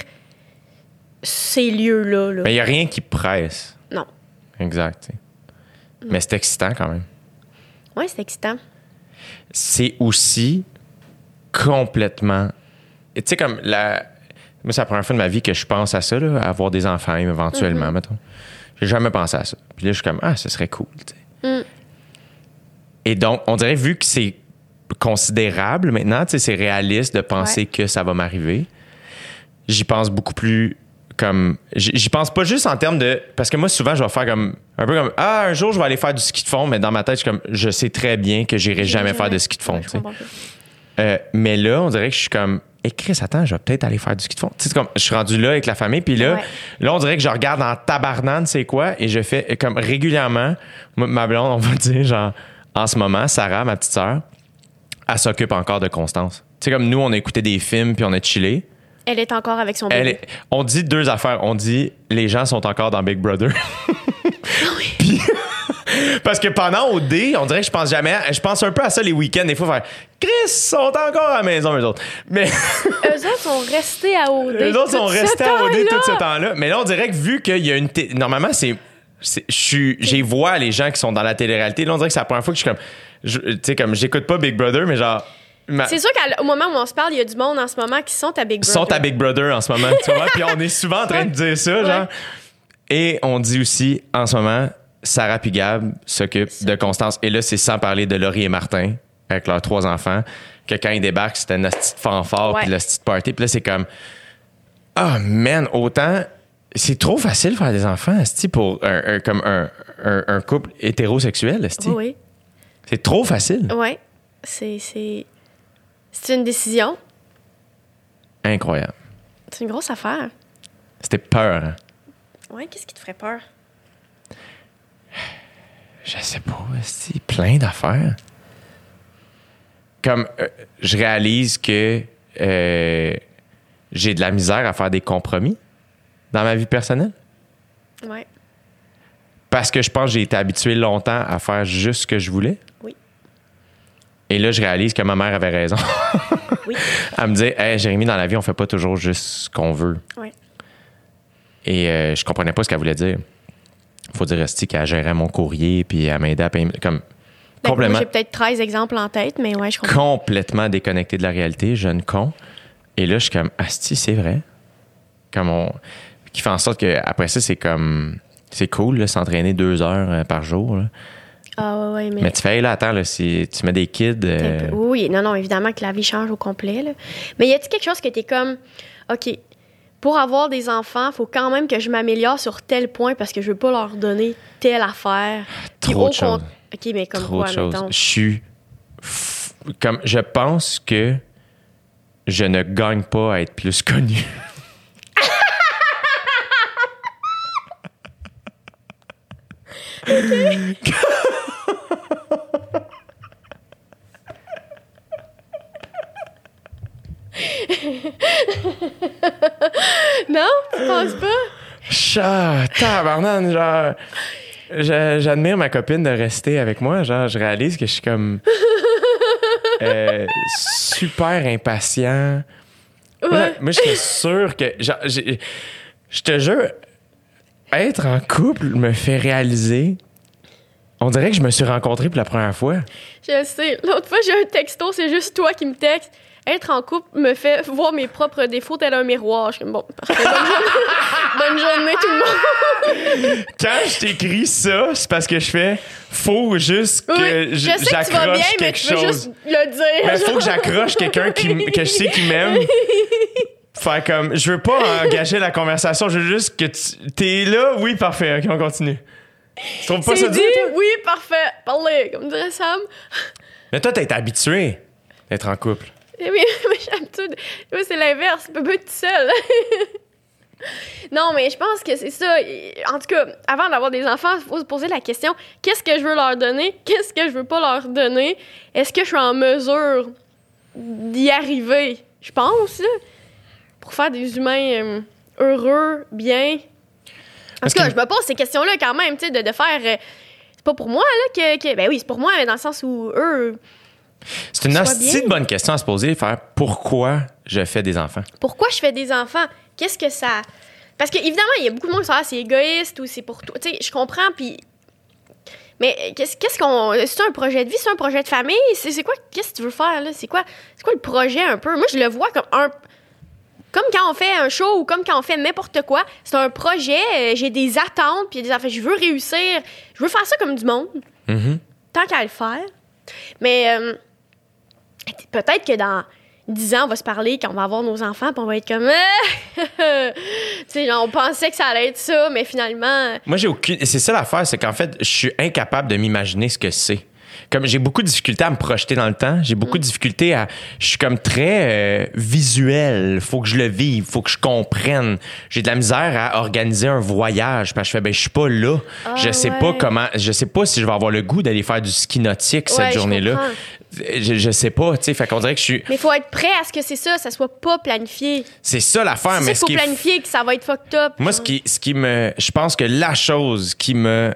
ces lieux-là. Là. Mais il n'y a rien qui presse. Non. Exact. Mais c'est excitant quand même. Oui, c'est excitant. C'est aussi complètement... Tu sais, comme Moi, c'est la première fois de ma vie que je pense à ça, là, à avoir des enfants éventuellement, mettons. J'ai jamais pensé à ça. Puis là, je suis comme, ce serait cool, tu sais. Et donc, on dirait, vu que c'est considérable maintenant, tu sais, c'est réaliste de penser que ça va m'arriver, j'y pense beaucoup plus comme... J'y pense pas juste en termes de... Parce que moi, souvent, je vais faire comme... Un peu comme, un jour, je vais aller faire du ski de fond, mais dans ma tête, je suis comme, je sais très bien que j'irai jamais faire de ski de fond, tu sais. Mais là, on dirait que je suis comme... Chris, attends, je vais peut-être aller faire du ski de fond. Tu sais, comme je suis rendu là avec la famille, puis là, on dirait que je regarde en tabarnane, c'est quoi, et je fais comme régulièrement, ma blonde, on va dire, genre, en ce moment, Sarah, ma petite sœur, elle s'occupe encore de Constance. Tu sais, comme nous, on a écouté des films, puis on a chillé. Elle est encore avec son bébé. On dit deux affaires. On dit, les gens sont encore dans Big Brother. Oui. Puis... Parce que pendant OD, on dirait que je pense jamais. Je pense un peu à ça les week-ends. Des fois, faire Chris sont encore à la maison, eux autres. Mais. Eux autres sont restés à OD. Eux autres sont restés à OD tout ce temps-là. Mais là, on dirait que vu qu'il y a une. Normalement, j'ai vois les gens qui sont dans la télé-réalité. Là, on dirait que c'est la première fois que je suis comme. Tu sais, comme j'écoute pas Big Brother, mais genre. C'est sûr qu'au moment où on se parle, il y a du monde en ce moment qui sont à Big Brother. Sont à Big Brother en ce moment. Tu vois? Puis on est souvent en train de dire ça, genre. Et on dit aussi, en ce moment, Sarah puis Gab s'occupent de Constance. Et là, c'est sans parler de Laurie et Martin, avec leurs 3 enfants, que quand ils débarquent, c'était une petite fanfare puis la petite party. Puis là, c'est comme, man, autant... C'est trop facile de faire des enfants, pour comme un couple hétérosexuel, Oui. C'est trop facile. Oui. C'est une décision. Incroyable. C'est une grosse affaire. C'était peur, hein? Oui, qu'est-ce qui te ferait peur? Je sais pas, c'est plein d'affaires. Comme je réalise que j'ai de la misère à faire des compromis dans ma vie personnelle. Oui. Parce que je pense que j'ai été habitué longtemps à faire juste ce que je voulais. Oui. Et là, je réalise que ma mère avait raison. Oui. Elle me dit, hey, Jérémy, dans la vie, on fait pas toujours juste ce qu'on veut. Oui. Et je comprenais pas ce qu'elle voulait dire. Faut dire aussi qu'elle gérait mon courrier, puis elle m'aidait à payer. Comme, complètement. Moi, j'ai peut-être 13 exemples en tête, mais ouais, je comprends. Complètement déconnecté de la réalité, jeune con. Et là, je suis comme, asti, c'est vrai. Qui fait en sorte qu'après ça, c'est comme. C'est cool, là, s'entraîner 2 heures par jour. Là. Ah, ouais, mais tu fais, là, attends, là, si tu mets des kids. Oui, non, évidemment que la vie change au complet. Là. Mais y a-t-il quelque chose que t'es comme, OK, pour avoir des enfants, il faut quand même que je m'améliore sur tel point parce que je veux pas leur donner telle affaire. Trop de choses. OK, mais comme trop quoi, de choses. mettons? Je suis. Comme, je pense que je ne gagne pas à être plus connu. Non? Tu penses pas? Tabarnane, genre... J'admire ma copine de rester avec moi. Genre, je réalise que je suis comme... super impatient. Ouais. Moi, je suis sûr que... Genre, je te jure, être en couple me fait réaliser... On dirait que je me suis rencontré pour la première fois. Je sais. L'autre fois, j'ai un texto, c'est juste toi qui me textes. Être en couple me fait voir mes propres défauts tel un miroir. Je suis comme, bon, parfait. Bonne journée, tout le monde. Quand je t'écris ça, c'est parce que je fais faut juste que je sais que tu vas bien, j'accroche mais quelque tu veux chose. juste le dire. Mais faut que j'accroche quelqu'un que je sais qui m'aime. Faire comme, je veux pas engager la conversation, je veux juste que t'es là. Oui, parfait, ok, on continue. Tu trouves pas ça dur, toi? Oui, parfait. Parlez, comme dirait Sam. Mais toi, t'as été habitué d'être en couple. Oui, mais j'ai l'habitude. Moi, c'est l'inverse. Tu peux pas être tout seul. Non, mais je pense que c'est ça. En tout cas, avant d'avoir des enfants, il faut se poser la question, qu'est-ce que je veux leur donner? Qu'est-ce que je veux pas leur donner? Est-ce que je suis en mesure d'y arriver? Je pense, là, pour faire des humains heureux, bien. En tout cas, je me pose ces questions-là quand même, tu sais, de faire... c'est pas pour moi, là, que... Ben oui, c'est pour moi, mais dans le sens où eux... C'est une assez bonne question à se poser, faire pourquoi je fais des enfants. Pourquoi je fais des enfants? Qu'est-ce que ça... Parce qu'évidemment, il y a beaucoup de monde qui dit « Ah, c'est égoïste » ou « C'est pour toi ». Tu sais, je comprends, puis... Mais qu'est-ce qu'on... C'est un projet de vie? C'est un projet de famille? C'est quoi? Qu'est-ce que tu veux faire, là? C'est quoi le projet, un peu? Moi, je le vois comme un... Comme quand on fait un show ou comme quand on fait n'importe quoi, c'est un projet, j'ai des attentes, puis des affaires, je veux réussir, je veux faire ça comme du monde, tant qu'à le faire. Mais peut-être que dans 10 ans, on va se parler quand on va avoir nos enfants, puis on va être comme... tu sais, on pensait que ça allait être ça, mais finalement... Moi, j'ai aucune... C'est ça l'affaire, c'est qu'en fait, je suis incapable de m'imaginer ce que c'est. Comme j'ai beaucoup de difficultés à me projeter dans le temps, j'ai beaucoup de difficultés à... Je suis comme très visuel, faut que je le vive, faut que je comprenne. J'ai de la misère à organiser un voyage parce que je fais, je suis pas là. Je sais pas comment... Je sais pas si je vais avoir le goût d'aller faire du ski nautique cette journée-là. Je sais pas, tu sais, fait qu'on dirait que je suis... Mais il faut être prêt à ce que ça soit pas planifié. C'est ça l'affaire, mais il faut planifier que ça va être fucked up. Moi, ce qui me... Je pense que la chose qui me...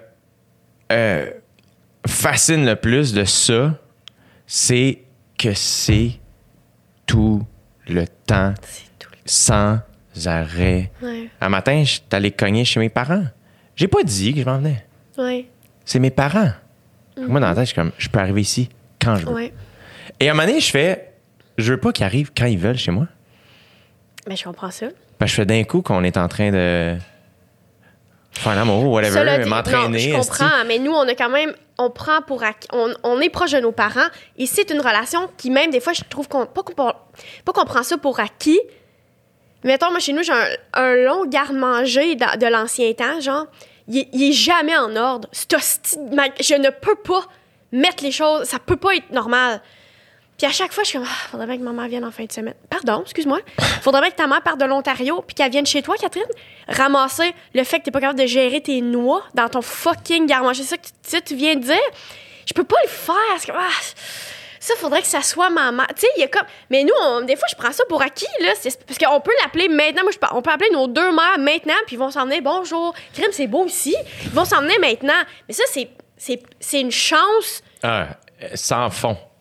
fascine le plus de ça, c'est que c'est tout le temps, sans arrêt. Ouais. Un matin, je suis allé cogner chez mes parents. J'ai pas dit que je m'en venais. Ouais. C'est mes parents. Moi, dans la tête, je suis comme, je peux arriver ici quand je veux. Ouais. Et à un moment donné, je veux pas qu'ils arrivent quand ils veulent chez moi. Mais je comprends ça. Je fais d'un coup qu'on est en train de faire l'amour ou whatever, m'entraîner. Non, je comprends, mais nous, on a quand même... On prend pour acquis... On est proche de nos parents et c'est une relation qui, même des fois, je trouve pas qu'on prend ça pour acquis. Mettons, moi, chez nous, j'ai un long garde-manger de l'ancien temps, genre, il est jamais en ordre. Je ne peux pas mettre les choses... Ça peut pas être normal. Puis à chaque fois, je suis comme, faudrait bien que maman vienne en fin de semaine. Pardon, excuse-moi. Faudrait bien que ta mère parte de l'Ontario puis qu'elle vienne chez toi, Catherine, ramasser le fait que t'es pas capable de gérer tes noix dans ton fucking garde-manger. C'est ça que tu viens de dire? Je peux pas le faire. Ça, faudrait que ça soit maman. Tu sais, il y a comme... Mais nous, des fois, je prends ça pour acquis, là. Parce qu'on peut l'appeler maintenant. Moi, on peut appeler nos 2 mères maintenant, puis ils vont s'emmener. Bonjour, crème, c'est beau ici. Ils vont s'emmener maintenant. Mais ça, c'est une chance... Sans fond.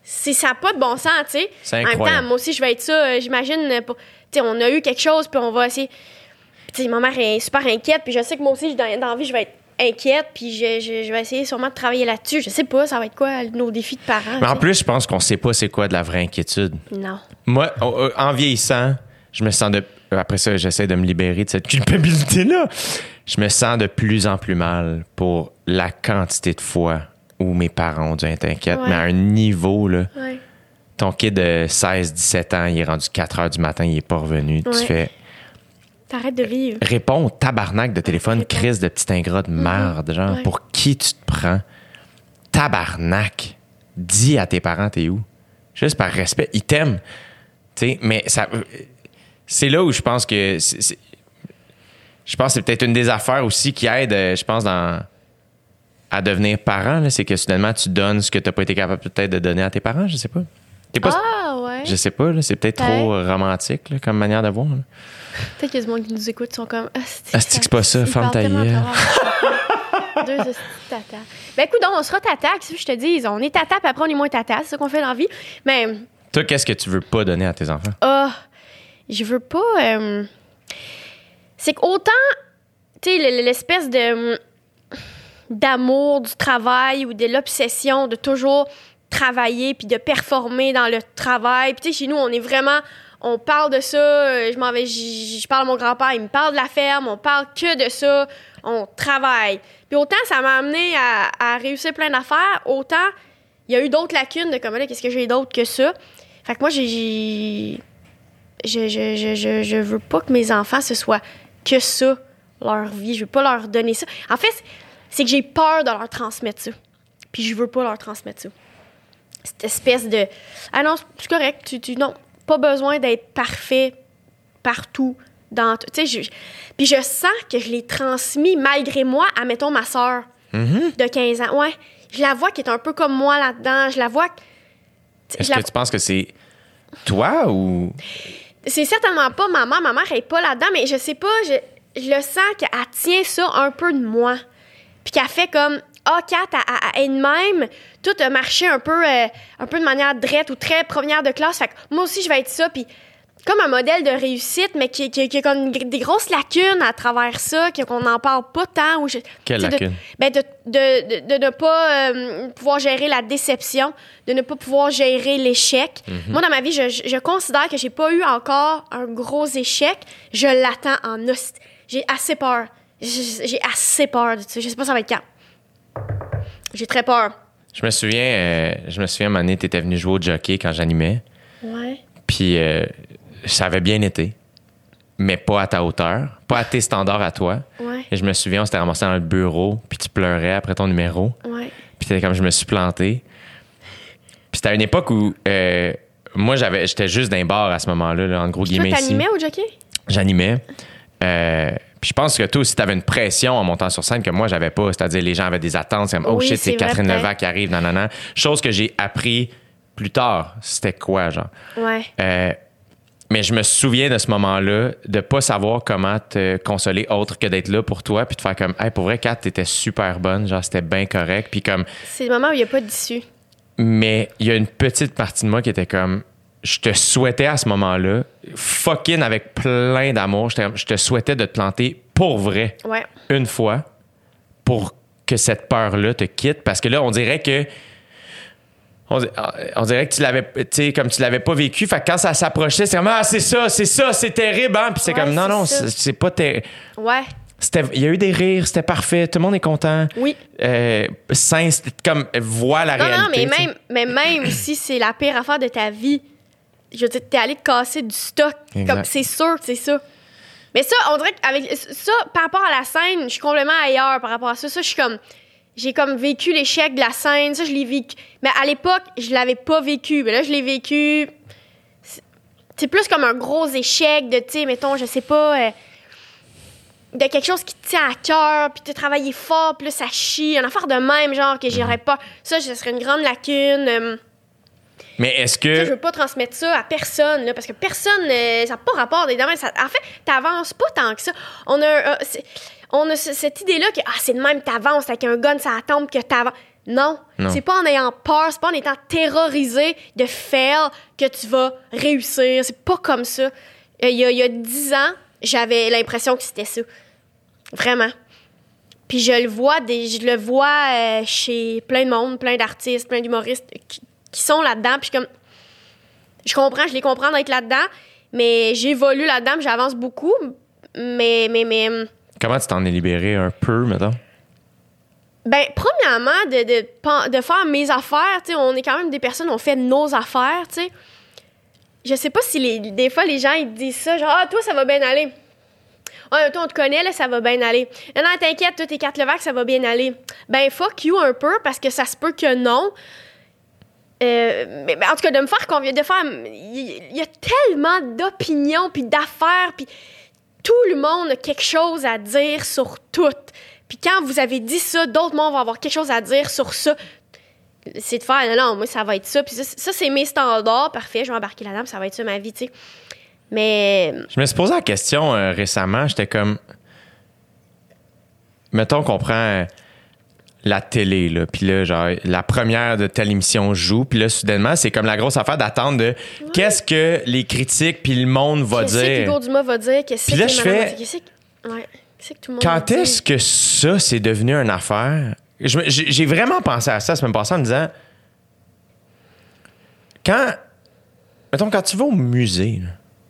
ça n'a pas de bon sens, tu sais. C'est incroyable. En même temps, moi aussi, je vais être ça. J'imagine, tu sais, on a eu quelque chose, puis on va essayer. Tu sais, ma mère est super inquiète, puis je sais que moi aussi, dans la vie, je vais être inquiète, puis je vais essayer sûrement de travailler là-dessus. Je sais pas, ça va être quoi nos défis de parents. Mais en plus, je pense qu'on sait pas c'est quoi de la vraie inquiétude. Non. Moi, en vieillissant, je me sens après ça, j'essaie de me libérer de cette culpabilité-là. Je me sens de plus en plus mal pour la quantité de fois où mes parents ont dû être inquiets, mais à un niveau, là. Ouais. Ton kid de 16-17 ans, il est rendu 4 heures du matin, il est pas revenu. Tu fais... T'arrêtes de vivre. Réponds au tabarnak de téléphone, crise de petit ingrat de merde, genre, pour qui tu te prends? Tabarnak! Dis à tes parents, t'es où? Juste par respect. Ils t'aiment. Tu sais, mais ça... C'est là où je pense que... Je pense que c'est peut-être une des affaires aussi qui aide, je pense, à devenir parent, là, c'est que soudainement, tu donnes ce que t'as pas été capable peut-être de donner à tes parents, je sais pas. Ouais. Je sais pas, là, c'est peut-être trop romantique là, comme manière de voir. Là. Peut-être qu'il y a du monde qui nous écoute, sont comme c'est pas ça, ferme ta gueule. Deux tata. Ben écoute, on sera tata, qu'est-ce que je te dis? On est tata, puis après on est moins tata, c'est ça qu'on fait dans la vie. Mais. Toi, qu'est-ce que tu veux pas donner à tes enfants? Je veux pas. C'est qu'autant, tu sais, l'espèce d'amour du travail ou de l'obsession de toujours travailler puis de performer dans le travail. Puis tu sais, chez nous, on parle de ça. Je parle à mon grand-père, il me parle de la ferme, on parle que de ça. On travaille. Puis autant ça m'a amené à réussir plein d'affaires, autant il y a eu d'autres lacunes de comme là, qu'est-ce que j'ai d'autre que ça. Fait que moi, je veux pas que mes enfants, ce soit que ça, leur vie. Je veux pas leur donner ça. En fait, c'est que j'ai peur de leur transmettre ça. Puis je veux pas leur transmettre ça. Cette espèce de... Ah non, c'est correct. Non, pas besoin d'être parfait partout. Tu sais, puis je sens que je l'ai transmis malgré moi à, mettons, ma sœur de 15 ans. Ouais, je la vois qui est un peu comme moi là-dedans. Je la vois... Est-ce que tu penses que c'est toi ou... C'est certainement pas maman. Ma mère est pas là-dedans, mais je sais pas, je le sens qu'elle tient ça un peu de moi. Puis qu'elle fait comme... Kat, à elle-même, tout a marché un peu de manière drette ou très première de classe. Fait que moi aussi, je vais être ça. Puis comme un modèle de réussite, mais qui a comme des grosses lacunes à travers ça, qu'on n'en parle pas tant. Quelle lacune? De ne pas pouvoir gérer la déception, de ne pas pouvoir gérer l'échec. Mm-hmm. Moi, dans ma vie, je considère que j'ai pas eu encore un gros échec. Je l'attends en os. J'ai assez peur. J'ai assez peur de ça. Je sais pas ça va être quand. J'ai très peur. Je me souviens, à un moment donné, t'étais venu jouer au jockey quand j'animais. Ouais. Puis ça avait bien été, mais pas à ta hauteur, pas à tes standards à toi. Ouais. Et je me souviens, on s'était ramassé dans le bureau, puis tu pleurais après ton numéro. Ouais. Puis t'étais comme, je me suis planté. Puis c'était à une époque où moi, j'étais juste d'un bar à ce moment-là, là, en gros guillemets. Toi, t'animais au jockey? J'animais. Puis je pense que toi aussi, t'avais une pression en montant sur scène que moi, j'avais pas. C'est-à-dire, les gens avaient des attentes. C'est comme, shit, c'est Catherine Levac qui arrive, nanana. Chose que j'ai appris plus tard. C'était quoi, genre? Ouais. Mais je me souviens de ce moment-là, de pas savoir comment te consoler autre que d'être là pour toi, puis de faire comme, hey, pour vrai, Kat, t'étais super bonne. Genre, c'était bien correct. Puis comme... C'est le moment où il n'y a pas d'issue. Mais il y a une petite partie de moi qui était comme... Je te souhaitais à ce moment-là, fucking avec plein d'amour, je te souhaitais de te planter pour vrai, une fois, pour que cette peur-là te quitte. Parce que là, on dirait que tu l'avais, tu sais, comme tu l'avais pas vécu. Fait que quand ça s'approchait, c'est comme, c'est terrible, hein? Puis c'est comme, non, c'est pas terrible. Ouais. Il y a eu des rires, c'était parfait, tout le monde est content. Oui. C'était comme, vois la réalité. Non, mais même si c'est la pire affaire de ta vie, je veux dire, t'es allé te casser du stock. Comme, c'est sûr que c'est ça. Mais ça, on dirait qu'avec ça, par rapport à la scène, je suis complètement ailleurs par rapport à ça. Ça, j'ai comme vécu l'échec de la scène. Ça, je l'ai vécu. Mais à l'époque, je l'avais pas vécu. Mais là, je l'ai vécu. C'est plus comme un gros échec de, tu sais, mettons, je sais pas, de quelque chose qui te tient à cœur, puis tu as travaillé fort, puis là, ça chie. Une affaire de même, genre, que j'irais pas. Ça serait une grande lacune. Mais est-ce que... Je veux pas transmettre ça à personne, là, parce que personne, ça n'a pas rapport. En fait, t'avances pas tant que ça. On a cette idée-là que c'est de même, t'avances avec un gun, ça tombe que t'avances. Non. C'est pas en ayant peur, c'est pas en étant terrorisé de fail que tu vas réussir. C'est pas comme ça. Il y a 10 ans, j'avais l'impression que c'était ça. Vraiment. Puis je le vois chez plein de monde, plein d'artistes, plein d'humoristes qui sont là-dedans. Puis comme, je les comprends d'être là-dedans, mais j'évolue là-dedans, puis j'avance beaucoup. Mais comment tu t'en es libéré un peu, mettons? Ben, premièrement, de faire mes affaires, tu sais, on est quand même des personnes, on fait nos affaires, tu sais. Je sais pas si des fois, les gens, ils disent ça, genre, ah, toi, ça va bien aller. Ah, toi, on te connaît, là, ça va bien aller. Non, t'inquiète, toi, t'es 4 Levac, ça va bien aller. Ben, fuck you un peu, parce que ça se peut que non. Mais en tout cas, de me faire convaincre, il y a tellement d'opinions, puis d'affaires, puis tout le monde a quelque chose à dire sur tout. Puis quand vous avez dit ça, d'autres mondes vont avoir quelque chose à dire sur ça. C'est de faire, non, moi, ça va être ça. Puis ça c'est mes standards. Parfait, je vais embarquer là-dedans, puis ça va être ça ma vie, tu sais. Mais... Je me suis posé la question récemment. J'étais comme... Mettons qu'on prend la télé, là. Puis là, genre, la première de telle émission joue. Puis là, soudainement, c'est comme la grosse affaire d'attendre de qu'est-ce que les critiques puis le monde va dire. Qu'est-ce que Hugo Dumas va dire? Qu'est-ce que là, je fais... Ouais. Que tout le monde quand est-ce que ça, c'est devenu une affaire? J'ai vraiment pensé à ça la semaine passée en me disant... Quand tu vas au musée,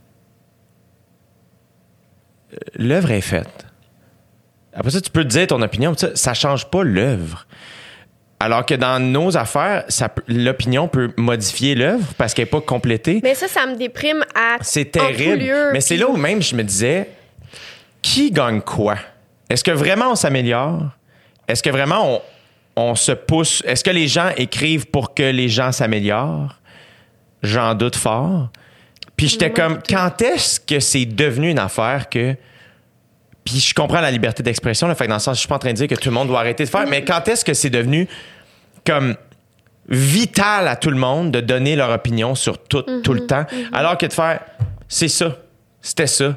l'œuvre est faite. Après ça, tu peux te dire ton opinion, ça change pas l'œuvre. Alors que dans nos affaires, l'opinion peut modifier l'œuvre parce qu'elle n'est pas complétée. Mais ça me déprime à... C'est terrible. Mais c'est là où même je me disais... Qui gagne quoi? Est-ce que vraiment on s'améliore? Est-ce que vraiment on se pousse? Est-ce que les gens écrivent pour que les gens s'améliorent? J'en doute fort. Puis j'étais comme, quand est-ce que c'est devenu une affaire que... Puis je comprends la liberté d'expression, le fait que dans le sens, je suis pas en train de dire que tout le monde doit arrêter de faire, mais quand est-ce que c'est devenu comme vital à tout le monde de donner leur opinion sur tout le temps, alors que de faire, c'est ça, c'était ça.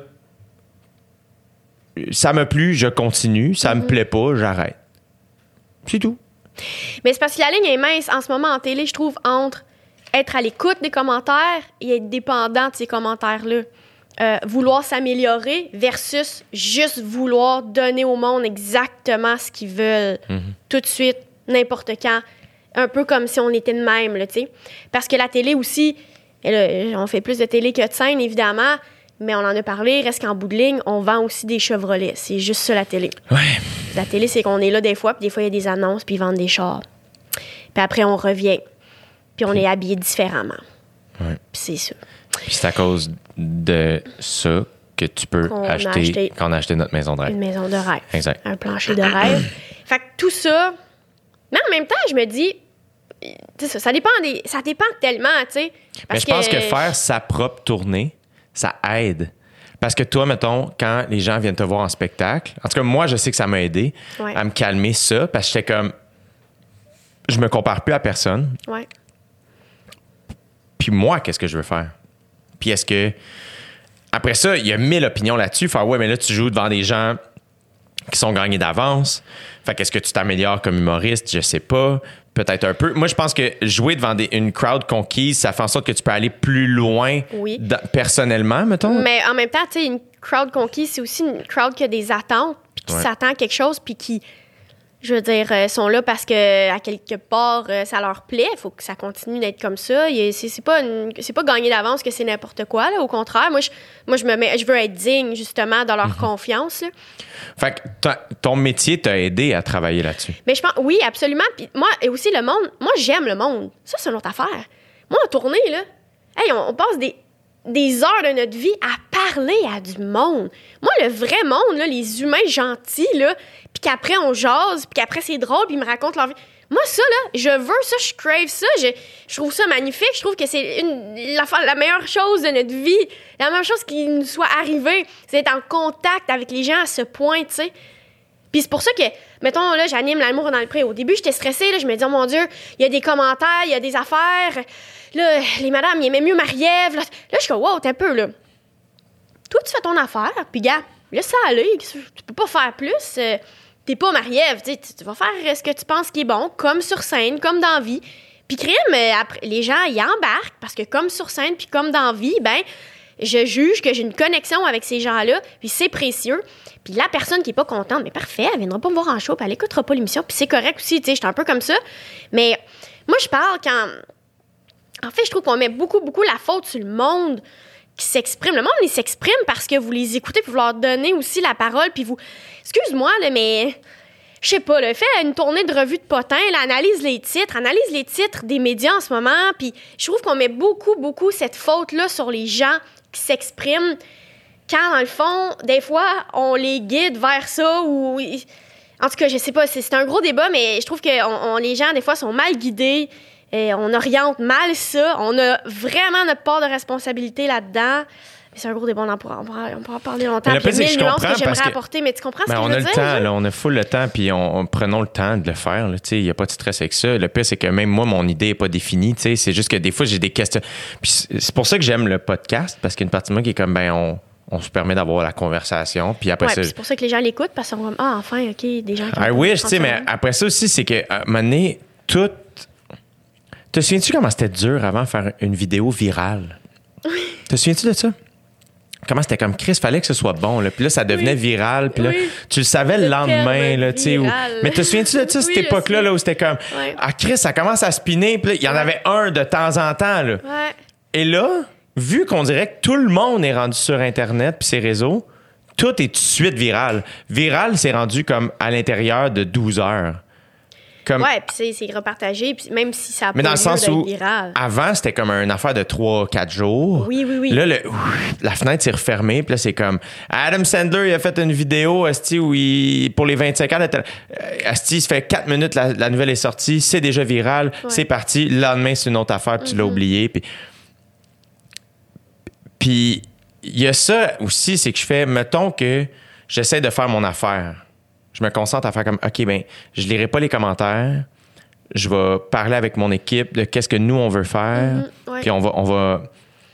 Ça m'a plu, je continue. Ça me plaît pas, j'arrête. C'est tout. Mais c'est parce que la ligne est mince en ce moment en télé, je trouve, entre être à l'écoute des commentaires et être dépendant de ces commentaires-là. Vouloir s'améliorer versus juste vouloir donner au monde exactement ce qu'ils veulent tout de suite, n'importe quand. Un peu comme si on était de même, tu sais. Parce que la télé aussi, on fait plus de télé que de scène, évidemment. Mais on en a parlé, reste qu'en bout de ligne, on vend aussi des Chevrolets. C'est juste ça, la télé. Ouais. La télé, c'est qu'on est là des fois, puis des fois, il y a des annonces, puis ils vendent des chars. Puis après, on revient. Puis on est habillé différemment. Ouais. Puis c'est ça. Puis c'est à cause de ça que tu peux qu'on a acheté notre maison de rêve. Une maison de rêve. Exact. Un plancher de rêve. Fait que tout ça... Mais en même temps, je me dis... Ça dépend tellement, tu sais. Mais je pense que faire sa propre tournée... ça aide. Parce que toi, mettons, quand les gens viennent te voir en spectacle, en tout cas, moi, je sais que ça m'a aidé à me calmer ça, parce que j'étais comme... Je me compare plus à personne. Ouais. Puis moi, qu'est-ce que je veux faire? Puis est-ce que... Après ça, il y a 1000 opinions là-dessus. Fait ouais, mais là, tu joues devant des gens qui sont gagnés d'avance. Fait qu'est-ce que tu t'améliores comme humoriste? Je sais pas. Peut-être un peu. Moi, je pense que jouer devant une crowd conquise, ça fait en sorte que tu peux aller plus loin personnellement, mettons. Mais en même temps, tu sais, une crowd conquise, c'est aussi une crowd qui a des attentes, puis qui s'attend à quelque chose, puis qui, je veux dire, sont là parce que à quelque part, ça leur plaît. Il faut que ça continue d'être comme ça. C'est pas gagner d'avance que c'est n'importe quoi. Là. Au contraire, moi, je veux être digne, justement, de leur confiance. Là. Fait que ton métier t'a aidé à travailler là-dessus. Mais je pense, oui, absolument. Puis moi, et aussi le monde, moi, j'aime le monde. Ça, c'est une autre affaire. Moi, en tournée, là, on passe des heures de notre vie à parler à du monde. Moi, le vrai monde, là, les humains gentils, là, puis qu'après, on jase, puis qu'après, c'est drôle, puis ils me racontent leur vie. Moi, ça, là, je veux ça, je crave ça, je trouve ça magnifique. Je trouve que c'est la meilleure chose de notre vie. La meilleure chose qui nous soit arrivée, c'est d'être en contact avec les gens à ce point, tu sais. Puis c'est pour ça que, mettons, là, j'anime L'amour dans le pré. Au début, j'étais stressée, là, je me disais, oh mon Dieu, il y a des commentaires, il y a des affaires. Là, les madames, ils aimaient mieux Marie-Ève. Là, je suis comme, wow, t'es un peu, là. Toi, tu fais ton affaire, puis gars, laisse ça aller. Tu peux pas faire plus. t'es pas Marie-Ève, tu vas faire ce que tu penses qui est bon, comme sur scène, comme dans la vie. Puis crime, après, les gens y embarquent parce que comme sur scène puis comme dans la vie, ben je juge que j'ai une connexion avec ces gens-là, puis c'est précieux. Puis la personne qui est pas contente, mais parfait, elle viendra pas me voir en show, puis elle écoutera pas l'émission, puis c'est correct aussi, tu sais, j'étais un peu comme ça. Mais moi, je parle quand... En fait, je trouve qu'on met beaucoup la faute sur le monde qui s'exprime. Le monde, il s'exprime parce que vous les écoutez, puis vous leur donnez aussi la parole, puis vous... Excuse-moi, là, mais... Je sais pas, là, fais une tournée de revue de potins, là, analyse les titres des médias en ce moment, puis je trouve qu'on met beaucoup cette faute-là sur les gens qui s'expriment, quand, dans le fond, des fois, on les guide vers ça, ou... En tout cas, je sais pas, c'est un gros débat, mais je trouve que les gens, des fois, sont mal guidés, on oriente mal ça, on a vraiment notre part de responsabilité là-dedans. C'est un gros débat, on pourra en parler longtemps. Mais le pire, c'est que je comprends que j'aimerais apporter, mais tu comprends ce que je veux dire? On a le temps, là, on a full le temps, puis prenons le temps de le faire. Il n'y a pas de stress avec ça. Le pire, c'est que même moi, mon idée n'est pas définie. C'est juste que des fois, j'ai des questions. Puis c'est pour ça que j'aime le podcast, parce qu'il y a une partie de moi qui est comme, on se permet d'avoir la conversation. Puis après ça. C'est pour ça que les gens l'écoutent, parce qu'ils sont comme, enfin, OK, des gens qui. Oui, tu sais, mais après ça aussi, c'est qu'à un moment donné, tout. Te souviens-tu comment c'était dur avant de faire une vidéo virale? Te souviens-tu de ça? Comment c'était comme Chris, fallait que ce soit bon. Là. Puis là, ça devenait viral. Puis là, tu le savais le lendemain. Là, mais te souviens-tu de ça, cette époque-là là, où c'était comme Chris, ça commence à spinner. Puis là, il y en avait un de temps en temps. Là. Et là, vu qu'on dirait que tout le monde est rendu sur Internet puis ses réseaux, tout est tout de suite viral. Viral, c'est rendu comme à l'intérieur de 12 heures. Puis c'est repartagé, puis même si ça a pas mais dans le lieu sens où, viral. Avant, c'était comme une affaire de 3-4 jours. Oui. Là, la fenêtre s'est refermée, puis là, c'est comme Adam Sandler, il a fait une vidéo, asti, où pour les 25 ans, asti, ça fait 4 minutes, la nouvelle est sortie, c'est déjà viral, c'est parti. Le lendemain, c'est une autre affaire, puis tu l'as oublié. Puis, il y a ça aussi, c'est que je fais, mettons que j'essaie de faire mon affaire. Je me concentre à faire comme, OK, je lirai pas les commentaires. Je vais parler avec mon équipe de qu'est-ce que nous, on veut faire. Puis on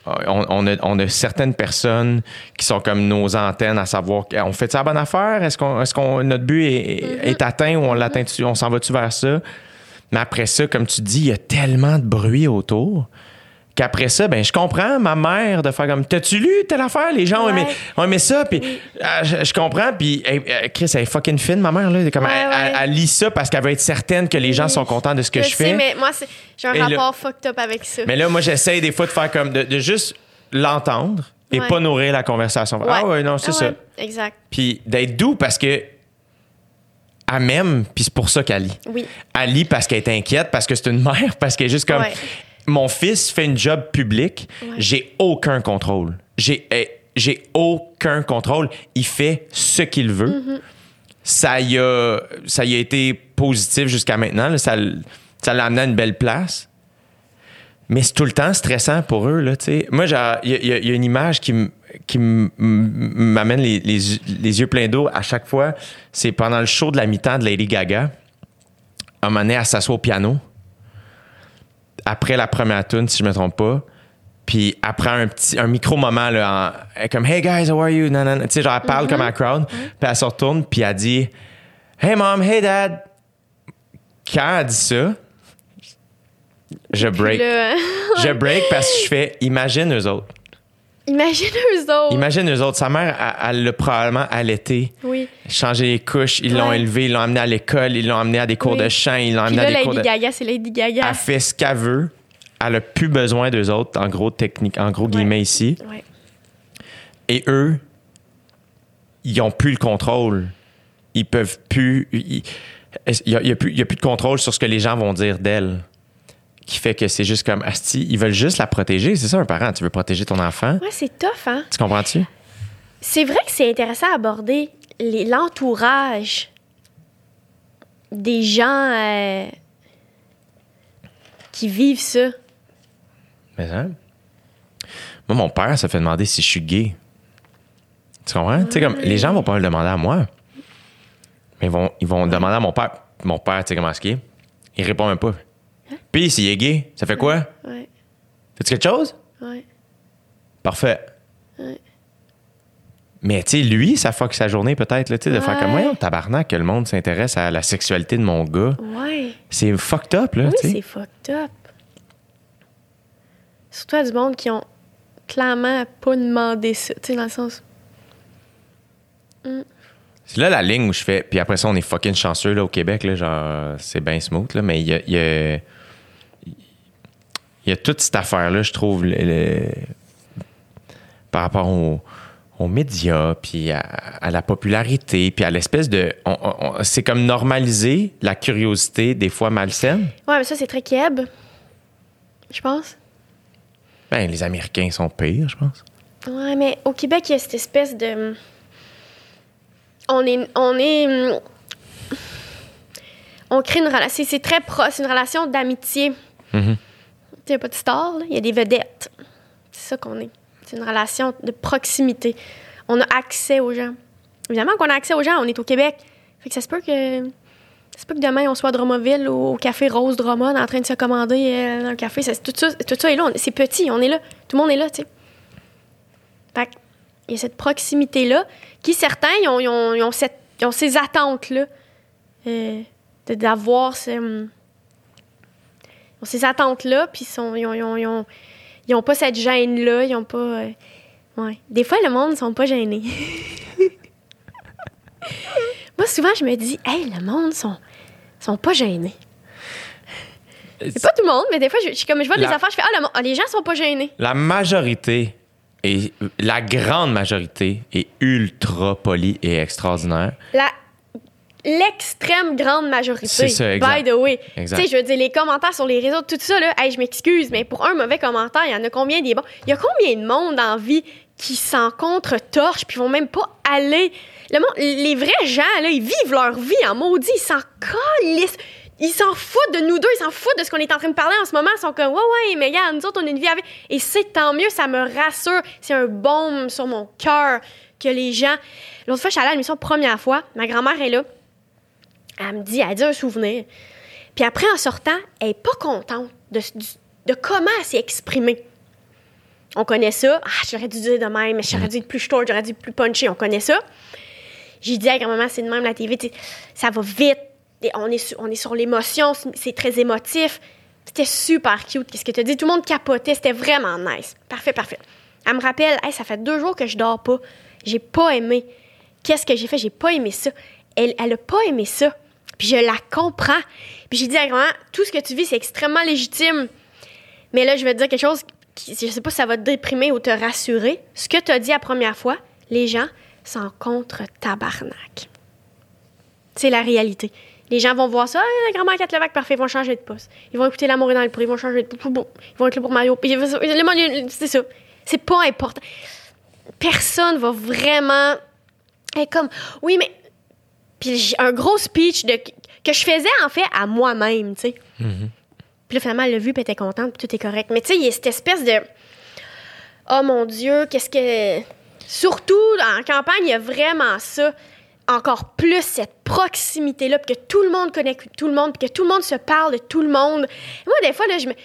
a certaines personnes qui sont comme nos antennes à savoir, on fait ça la bonne affaire? Est-ce qu'on notre but est atteint ou on l'atteint, on s'en va-tu vers ça? Mais après ça, comme tu dis, il y a tellement de bruit autour qu'après ça, je comprends ma mère de faire comme, t'as-tu lu telle affaire? Les gens ont aimé ça, puis je comprends, puis Chris, elle est fucking fine, ma mère, là, comme, elle lit ça parce qu'elle veut être certaine que les gens sont contents de ce que je fais. Mais moi, j'ai un rapport fucked up avec ça. Mais là, moi, j'essaie des fois de faire comme, de juste l'entendre et pas nourrir la conversation. Non, c'est ça. Exact. Puis d'être doux parce que elle m'aime, puis c'est pour ça qu'elle lit. Oui. Elle lit parce qu'elle est inquiète, parce que c'est une mère, parce qu'elle est juste comme... Mon fils fait une job public, j'ai aucun contrôle. J'ai aucun contrôle. Il fait ce qu'il veut. Ça y a été positif jusqu'à maintenant. Là. Ça l'a amené à une belle place. Mais c'est tout le temps stressant pour eux. Là, t'sais. Moi, il y a une image qui m'amène les yeux pleins d'eau à chaque fois. C'est pendant le show de la mi-temps de Lady Gaga. À un moment donné, elle s'assoit au piano. Après la première tune, si je me trompe pas, puis après un micro-moment, là, comme « Hey guys, how are you? » Tu sais, genre, elle parle comme à la crowd, puis elle se retourne, puis elle dit « Hey mom, hey dad. » Quand elle dit ça, je break. Je break parce que je fais « Imagine eux autres. » Imagine eux autres. Sa mère, elle l'a probablement allaité. Oui. Changé les couches, ils l'ont élevé, ils l'ont amené à l'école, ils l'ont amené à des cours de chant, ils l'ont amené à des cours de... Gaga, c'est Lady Gaga. Elle fait ce qu'elle veut. Elle a plus besoin d'eux autres, en gros guillemets ici. Ouais. Et eux, ils ont plus le contrôle. Ils peuvent plus... Il y a plus de contrôle sur ce que les gens vont dire d'elle. Qui fait que c'est juste comme asti, ils veulent juste la protéger. C'est ça, un parent. Tu veux protéger ton enfant. Ouais, c'est tough, hein? Tu comprends-tu? C'est vrai que c'est intéressant à aborder l'entourage des gens qui vivent ça. Mais hein? Moi, mon père se fait demander si je suis gay. Tu comprends? Tu sais, comme, les gens vont pas me le demander à moi. Mais ils vont demander à mon père. Mon père, tu sais comment c'est qu'il est? Il répond même pas. Puis, s'il est gay, ça fait quoi? Ouais. Fais-tu quelque chose? Ouais. Parfait. Ouais. Mais tu sais, lui, ça fuck sa journée peut-être, là, tu sais, de faire comme moi, tabarnak, que le monde s'intéresse à la sexualité de mon gars. Ouais. C'est fucked up, là, oui, tu sais. c'est fucked up. Surtout à du monde qui ont clairement pas demandé ça, tu sais, dans le sens... C'est là la ligne où je fais... Puis après ça, on est fucking chanceux, là, au Québec, là, genre, c'est bien smooth, là, mais il y a toute cette affaire-là, je trouve, par rapport aux médias, puis à la popularité, puis à l'espèce de... c'est comme normaliser la curiosité, des fois malsaine. Ouais, mais ça, c'est très keb, je pense. Ben, les Américains sont pires, je pense. Ouais, mais au Québec, il y a cette espèce de... On crée une relation... C'est très proche, c'est une relation d'amitié. Mm-hmm. Il n'y a pas de star, là. Il y a des vedettes. C'est ça qu'on est. C'est une relation de proximité. On a accès aux gens. Évidemment qu'on a accès aux gens, on est au Québec. Fait que ça se peut que demain, on soit à Drummondville ou au Café Rose Drummond en train de se commander un café. Tout ça est là. C'est petit, on est là. Tout le monde est là, tu sais. Fait que, il y a cette proximité-là qui, certains, ils ont ces attentes-là d'avoir ces attentes-là, puis ils ont pas cette gêne-là, ils ont pas... ouais. Des fois, le monde, ils sont pas gênés. Moi, souvent, je me dis, hey, le monde, sont pas gênés. C'est pas tout le monde, mais des fois, je vois des affaires, je fais, les gens sont pas gênés. La majorité, et la grande majorité, est ultra polie et extraordinaire. L'extrême grande majorité. C'est ça, exact. By the way. Exact. Tu sais, je veux dire, les commentaires sur les réseaux, tout ça, là, hey, je m'excuse, mais pour un mauvais commentaire, il y en a combien des bons? Il y a combien de monde en vie qui s'en contre-torchent puis vont même pas aller... les vrais gens, là, ils vivent leur vie en maudit, ils s'en calissent. Ils s'en foutent de nous deux, ils s'en foutent de ce qu'on est en train de parler en ce moment. Ils sont comme, ouais, mais regarde, nous autres, on a une vie avec. Et c'est tant mieux, ça me rassure. C'est un baume sur mon cœur que les gens... L'autre fois, je suis allée à l'émission première fois, ma grand-mère est là. Elle dit un souvenir. Puis après, en sortant, elle n'est pas contente de comment elle s'est exprimée. On connaît ça. Ah, j'aurais dû dire de même, mais j'aurais dû être plus short, j'aurais dû être plus punché. On connaît ça. J'ai dit à grand-maman, c'est de même la TV, ça va vite. Et on est sur l'émotion, c'est très émotif. C'était super cute, qu'est-ce que tu as dit. Tout le monde capotait, c'était vraiment nice. Parfait. Elle me rappelle, hey, ça fait 2 jours que je dors pas. J'ai pas aimé. Qu'est-ce que j'ai fait? J'ai pas aimé ça. Elle a pas aimé ça. Puis je la comprends. Puis j'ai dit à grand-maman, tout ce que tu vis, c'est extrêmement légitime. Mais là, je vais te dire quelque chose, je sais pas si ça va te déprimer ou te rassurer. Ce que tu as dit la première fois, les gens s'en contre-tabarnak. C'est la réalité. Les gens vont voir ça, la grand-mère Catlevac, parfait, ils vont changer de poste. Ils vont écouter L'amour est dans le prix, ils vont changer de poste. Ils vont être là pour Mario. C'est ça. C'est pas important. Personne va vraiment être comme, oui, mais... Puis j'ai un gros speech que je faisais, en fait, à moi-même, tu sais. Mm-hmm. Puis là, finalement, elle l'a vu, puis elle était contente, puis tout est correct. Mais tu sais, il y a cette espèce de... Oh, mon Dieu, qu'est-ce que... Surtout, en campagne, il y a vraiment ça. Encore plus cette proximité-là, puis que tout le monde connaît tout le monde, puis que tout le monde se parle de tout le monde. Et moi, des fois, là, je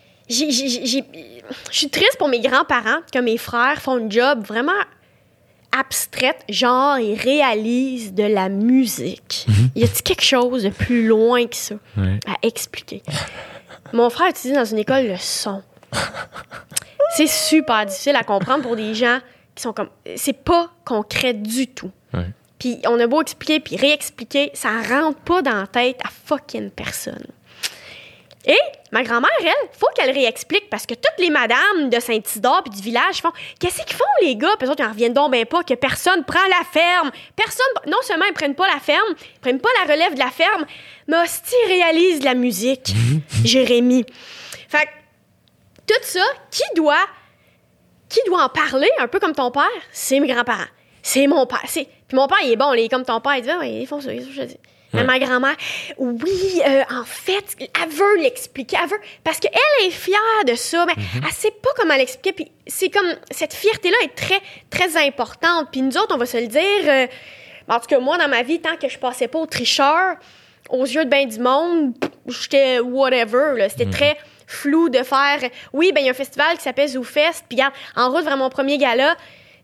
suis triste pour mes grands-parents, que mes frères font un job vraiment abstraite, genre, ils réalisent de la musique. Mm-hmm. Y a-t-il quelque chose de plus loin que ça à expliquer? Mon frère étudie dans une école de son. C'est super difficile à comprendre pour des gens qui sont comme... C'est pas concret du tout. Ouais. Puis on a beau expliquer puis réexpliquer, ça rentre pas dans la tête à fucking personne. Et ma grand-mère, elle, faut qu'elle réexplique parce que toutes les madames de Saint-Isidore puis du village font « Qu'est-ce qu'ils font, les gars? » Puis eux autres, ils en reviennent donc ben pas que personne prend la ferme. Personne... Non seulement ils prennent pas la ferme, ils prennent pas la relève de la ferme, mais hostie, ils réalisent de la musique. Jérémy. Fait que tout ça, qui doit en parler, un peu comme ton père? C'est mes grands-parents. C'est mon père. Puis mon père, il est bon, il est comme ton père. Il dit, ouais, ils font ça, je dis. Mais ma grand-mère, oui, en fait, elle veut l'expliquer. Elle veut, parce qu'elle est fière de ça, mais elle sait pas comment l'expliquer. Puis c'est comme, cette fierté-là est très, très importante. Puis nous autres, on va se le dire, en tout cas, moi, dans ma vie, tant que je passais pas au tricheur, aux yeux de ben du monde, j'étais whatever, là. C'était très flou de faire... Oui, ben il y a un festival qui s'appelle ZooFest, puis regarde, en route vers mon premier gala,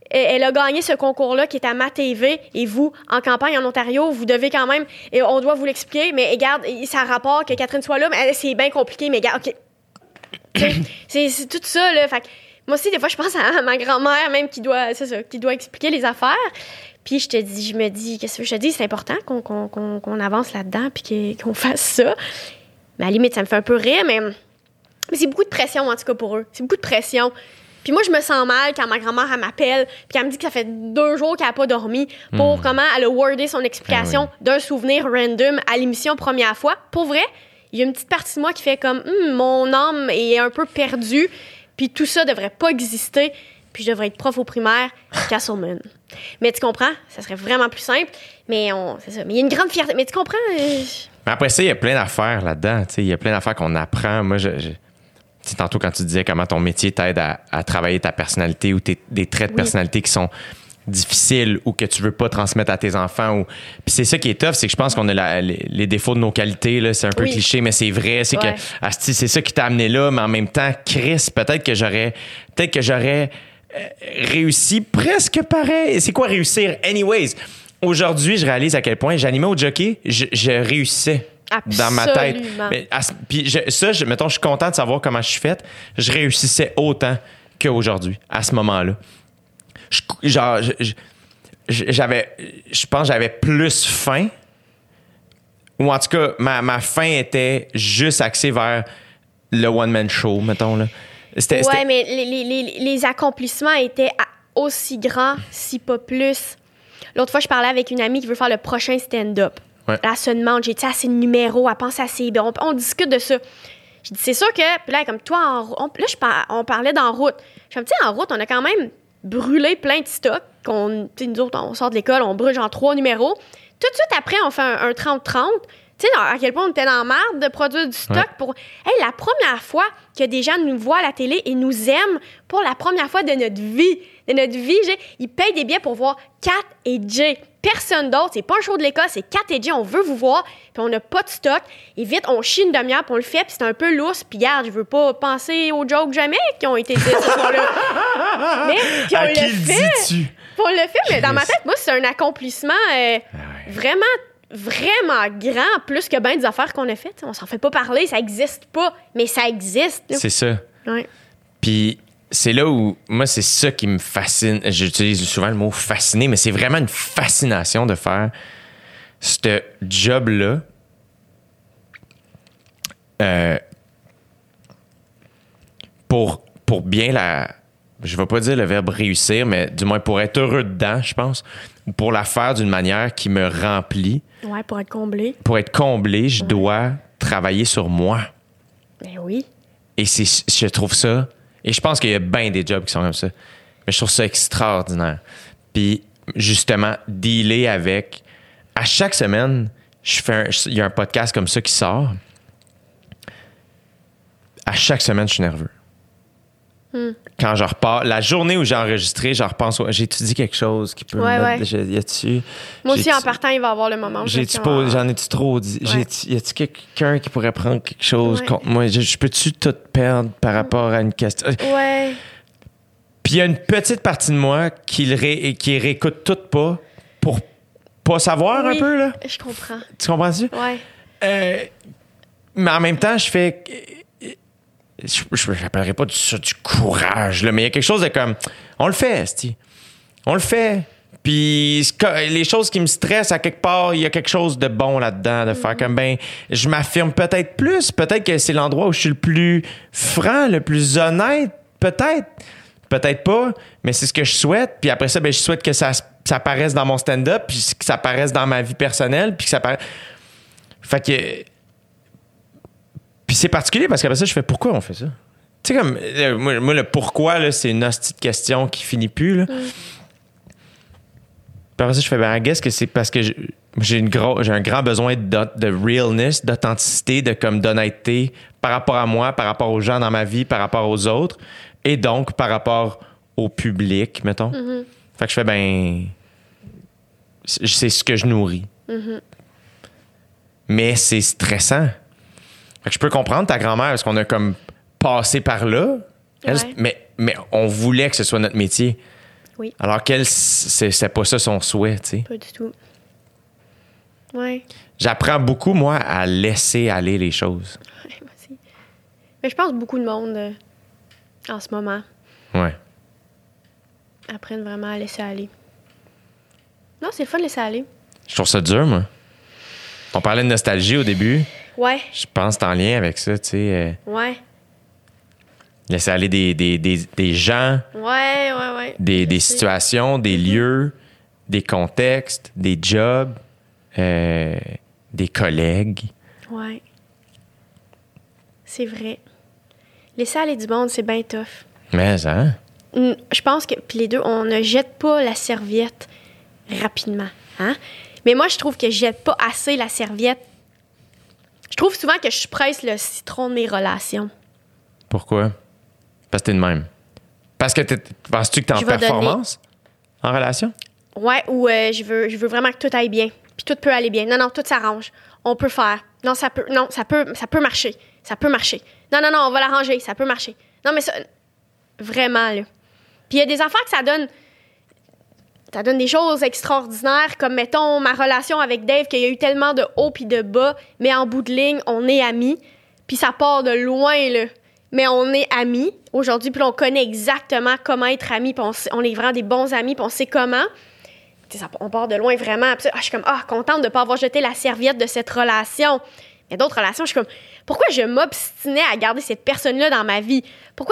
elle a gagné ce concours-là qui est à MaTV et vous, en campagne en Ontario, vous devez quand même, et on doit vous l'expliquer, mais regarde, ça a rapport que Catherine soit là, mais c'est bien compliqué, mais regarde, OK. c'est tout ça, là. Fait que moi aussi, des fois, je pense à ma grand-mère même qui doit expliquer les affaires. Puis je me dis, qu'est-ce que je te dis, c'est important qu'on avance là-dedans puis qu'on fasse ça. Mais à la limite, ça me fait un peu rire, mais c'est beaucoup de pression, en tout cas, pour eux. C'est beaucoup de pression. Puis moi, je me sens mal quand ma grand-mère, elle m'appelle puis qu'elle me dit que ça fait 2 jours qu'elle n'a pas dormi pour comment elle a wordé son explication d'un souvenir random à l'émission première fois. Pour vrai, il y a une petite partie de moi qui fait comme mon âme est un peu perdue, puis tout ça devrait pas exister, puis je devrais être prof au primaire, Castleman. Mais tu comprends, ça serait vraiment plus simple, mais c'est ça. Mais il y a une grande fierté. Mais tu comprends? Mais après ça, il y a plein d'affaires là-dedans. Il y a plein d'affaires qu'on apprend. Moi, tantôt, quand tu disais comment ton métier t'aide à travailler ta personnalité ou des traits de personnalité qui sont difficiles ou que tu veux pas transmettre à tes enfants. Puis c'est ça qui est tough, c'est que je pense qu'on a les défauts de nos qualités. Là, c'est un peu cliché, mais c'est vrai. C'est que c'est ça qui t'a amené là, mais en même temps, Chris, peut-être que j'aurais réussi presque pareil. C'est quoi réussir? Anyways, aujourd'hui, je réalise à quel point j'animais au jockey, je réussissais. Absolument. Dans ma tête. Puis mettons, je suis content de savoir comment je suis faite. Je réussissais autant qu'aujourd'hui, à ce moment-là. Je pense que j'avais plus faim. Ou en tout cas, ma faim était juste axée vers le one-man show, mettons. Là. Mais les accomplissements étaient aussi grands, si pas plus. L'autre fois, je parlais avec une amie qui veut faire le prochain stand-up. Ouais. Elle se demande, j'ai-tu assez de numéros? Elle pense assez. On discute de ça. Je dis, c'est sûr que... Puis là, comme toi, on parlait d'en route. Je me dis, en route, on a quand même brûlé plein de stocks. Nous autres, on sort de l'école, on brûle genre 3 numéros. Tout de suite après, on fait un 30-30. Tu sais, à quel point on était dans la merde de produire du stock pour... Hey, la première fois que des gens nous voient à la télé et nous aiment pour la première fois de notre vie. Ils payent des billets pour voir Kat et Jay. Personne d'autre. C'est pas un show de l'école, c'est Kat et Jay. On veut vous voir, puis on n'a pas de stock. Et vite, on chie une demi-heure, puis on le fait, puis c'est un peu lousse. Puis regarde, je veux pas penser aux jokes jamais qui ont été dites ce soir-là. Mais puis on le fait. On le fait, mais dans ma tête, moi, c'est un accomplissement vraiment grand, plus que bien des affaires qu'on a faites. On s'en fait pas parler, ça existe pas, mais ça existe. Là. C'est ça. Ouais. Puis c'est là où, moi, c'est ça qui me fascine. J'utilise souvent le mot fasciné, mais c'est vraiment une fascination de faire ce job-là. Pour bien je vais pas dire le verbe réussir, mais du moins pour être heureux dedans, je pense, ou pour la faire d'une manière qui me remplit. Ouais, pour être comblé. Pour être comblé, je dois travailler sur moi. Ben oui. Et je trouve ça... Et je pense qu'il y a bien des jobs qui sont comme ça. Mais je trouve ça extraordinaire. Puis, justement, dealer avec... À chaque semaine, il y a un podcast comme ça qui sort. À chaque semaine, je suis nerveux. Quand je repars, la journée où j'ai enregistré, je repense. J'ai-tu dit quelque chose qui peut me mettre. Moi aussi, en partant, il va y avoir le moment où j'en ai-tu trop dit? Y a-tu quelqu'un qui pourrait prendre quelque chose contre moi? Je peux-tu tout perdre par rapport à une question? Ouais. Puis il y a une petite partie de moi qui réécoute tout pas pour pas savoir un peu, là. Je comprends. Tu comprends-tu? Ouais. Mais en même temps, je fais... Je n'appellerais pas ça du courage, là, mais il y a quelque chose de comme... On le fait, esti. On le fait. Puis les choses qui me stressent, à quelque part, il y a quelque chose de bon là-dedans, de faire comme, je m'affirme peut-être plus. Peut-être que c'est l'endroit où je suis le plus franc, le plus honnête. Peut-être. Peut-être pas, mais c'est ce que je souhaite. Puis après ça, je souhaite que ça apparaisse dans mon stand-up, puis que ça apparaisse dans ma vie personnelle, puis que ça apparaisse... Fait que... Puis c'est particulier parce qu'après ça, je fais pourquoi on fait ça? Tu sais, comme, moi, le pourquoi, là, c'est une hostie de question qui finit plus, là. Puis après ça, je fais, I guess que c'est parce que j'ai un grand besoin de realness, d'authenticité, d'honnêteté par rapport à moi, par rapport aux gens dans ma vie, par rapport aux autres, et donc par rapport au public, mettons. Fait que je fais, c'est ce que je nourris. Mais c'est stressant. Fait que je peux comprendre ta grand-mère parce qu'on a comme passé par là. Mais on voulait que ce soit notre métier. Oui. Alors qu'elle, c'est pas ça son souhait, tu sais. Pas du tout. Ouais. J'apprends beaucoup, moi, à laisser aller les choses. Ouais, moi aussi. Mais je pense que beaucoup de monde, en ce moment, Ouais. apprennent vraiment à laisser aller. Non, c'est le fun de laisser aller. Je trouve ça dur, moi. On parlait de nostalgie au début. Ouais. Je pense que c'est en lien avec ça, tu sais. Ouais. Laisser aller des gens, Ouais. des situations, des lieux, des contextes, des jobs, des collègues. Ouais. C'est vrai. Laisser aller du monde, c'est bien tough. Mais, hein? Je pense que puis les deux, on ne jette pas la serviette rapidement. Hein? Mais moi, je trouve que je jette pas assez la serviette. Je trouve souvent que je presse le citron de mes relations. Pourquoi? Parce que t'es de même. Parce que penses-tu que t'es en performance en relation? Ouais, ou je veux vraiment que tout aille bien. Puis tout peut aller bien. Non, tout s'arrange. On peut faire. Non, ça peut marcher. Ça peut marcher. Non, on va l'arranger. Ça peut marcher. Non, mais ça... Vraiment, là. Puis il y a des affaires que ça donne des choses extraordinaires, comme, mettons, ma relation avec Dave, qu'il y a eu tellement de hauts puis de bas, mais en bout de ligne, on est amis. Puis ça part de loin, là. Mais on est amis aujourd'hui, puis on connaît exactement comment être amis, puis on est vraiment des bons amis, puis on sait comment. On part de loin, vraiment. Puis je suis comme, contente de ne pas avoir jeté la serviette de cette relation. Mais d'autres relations, je suis comme, pourquoi je m'obstinais à garder cette personne-là dans ma vie? Pourquoi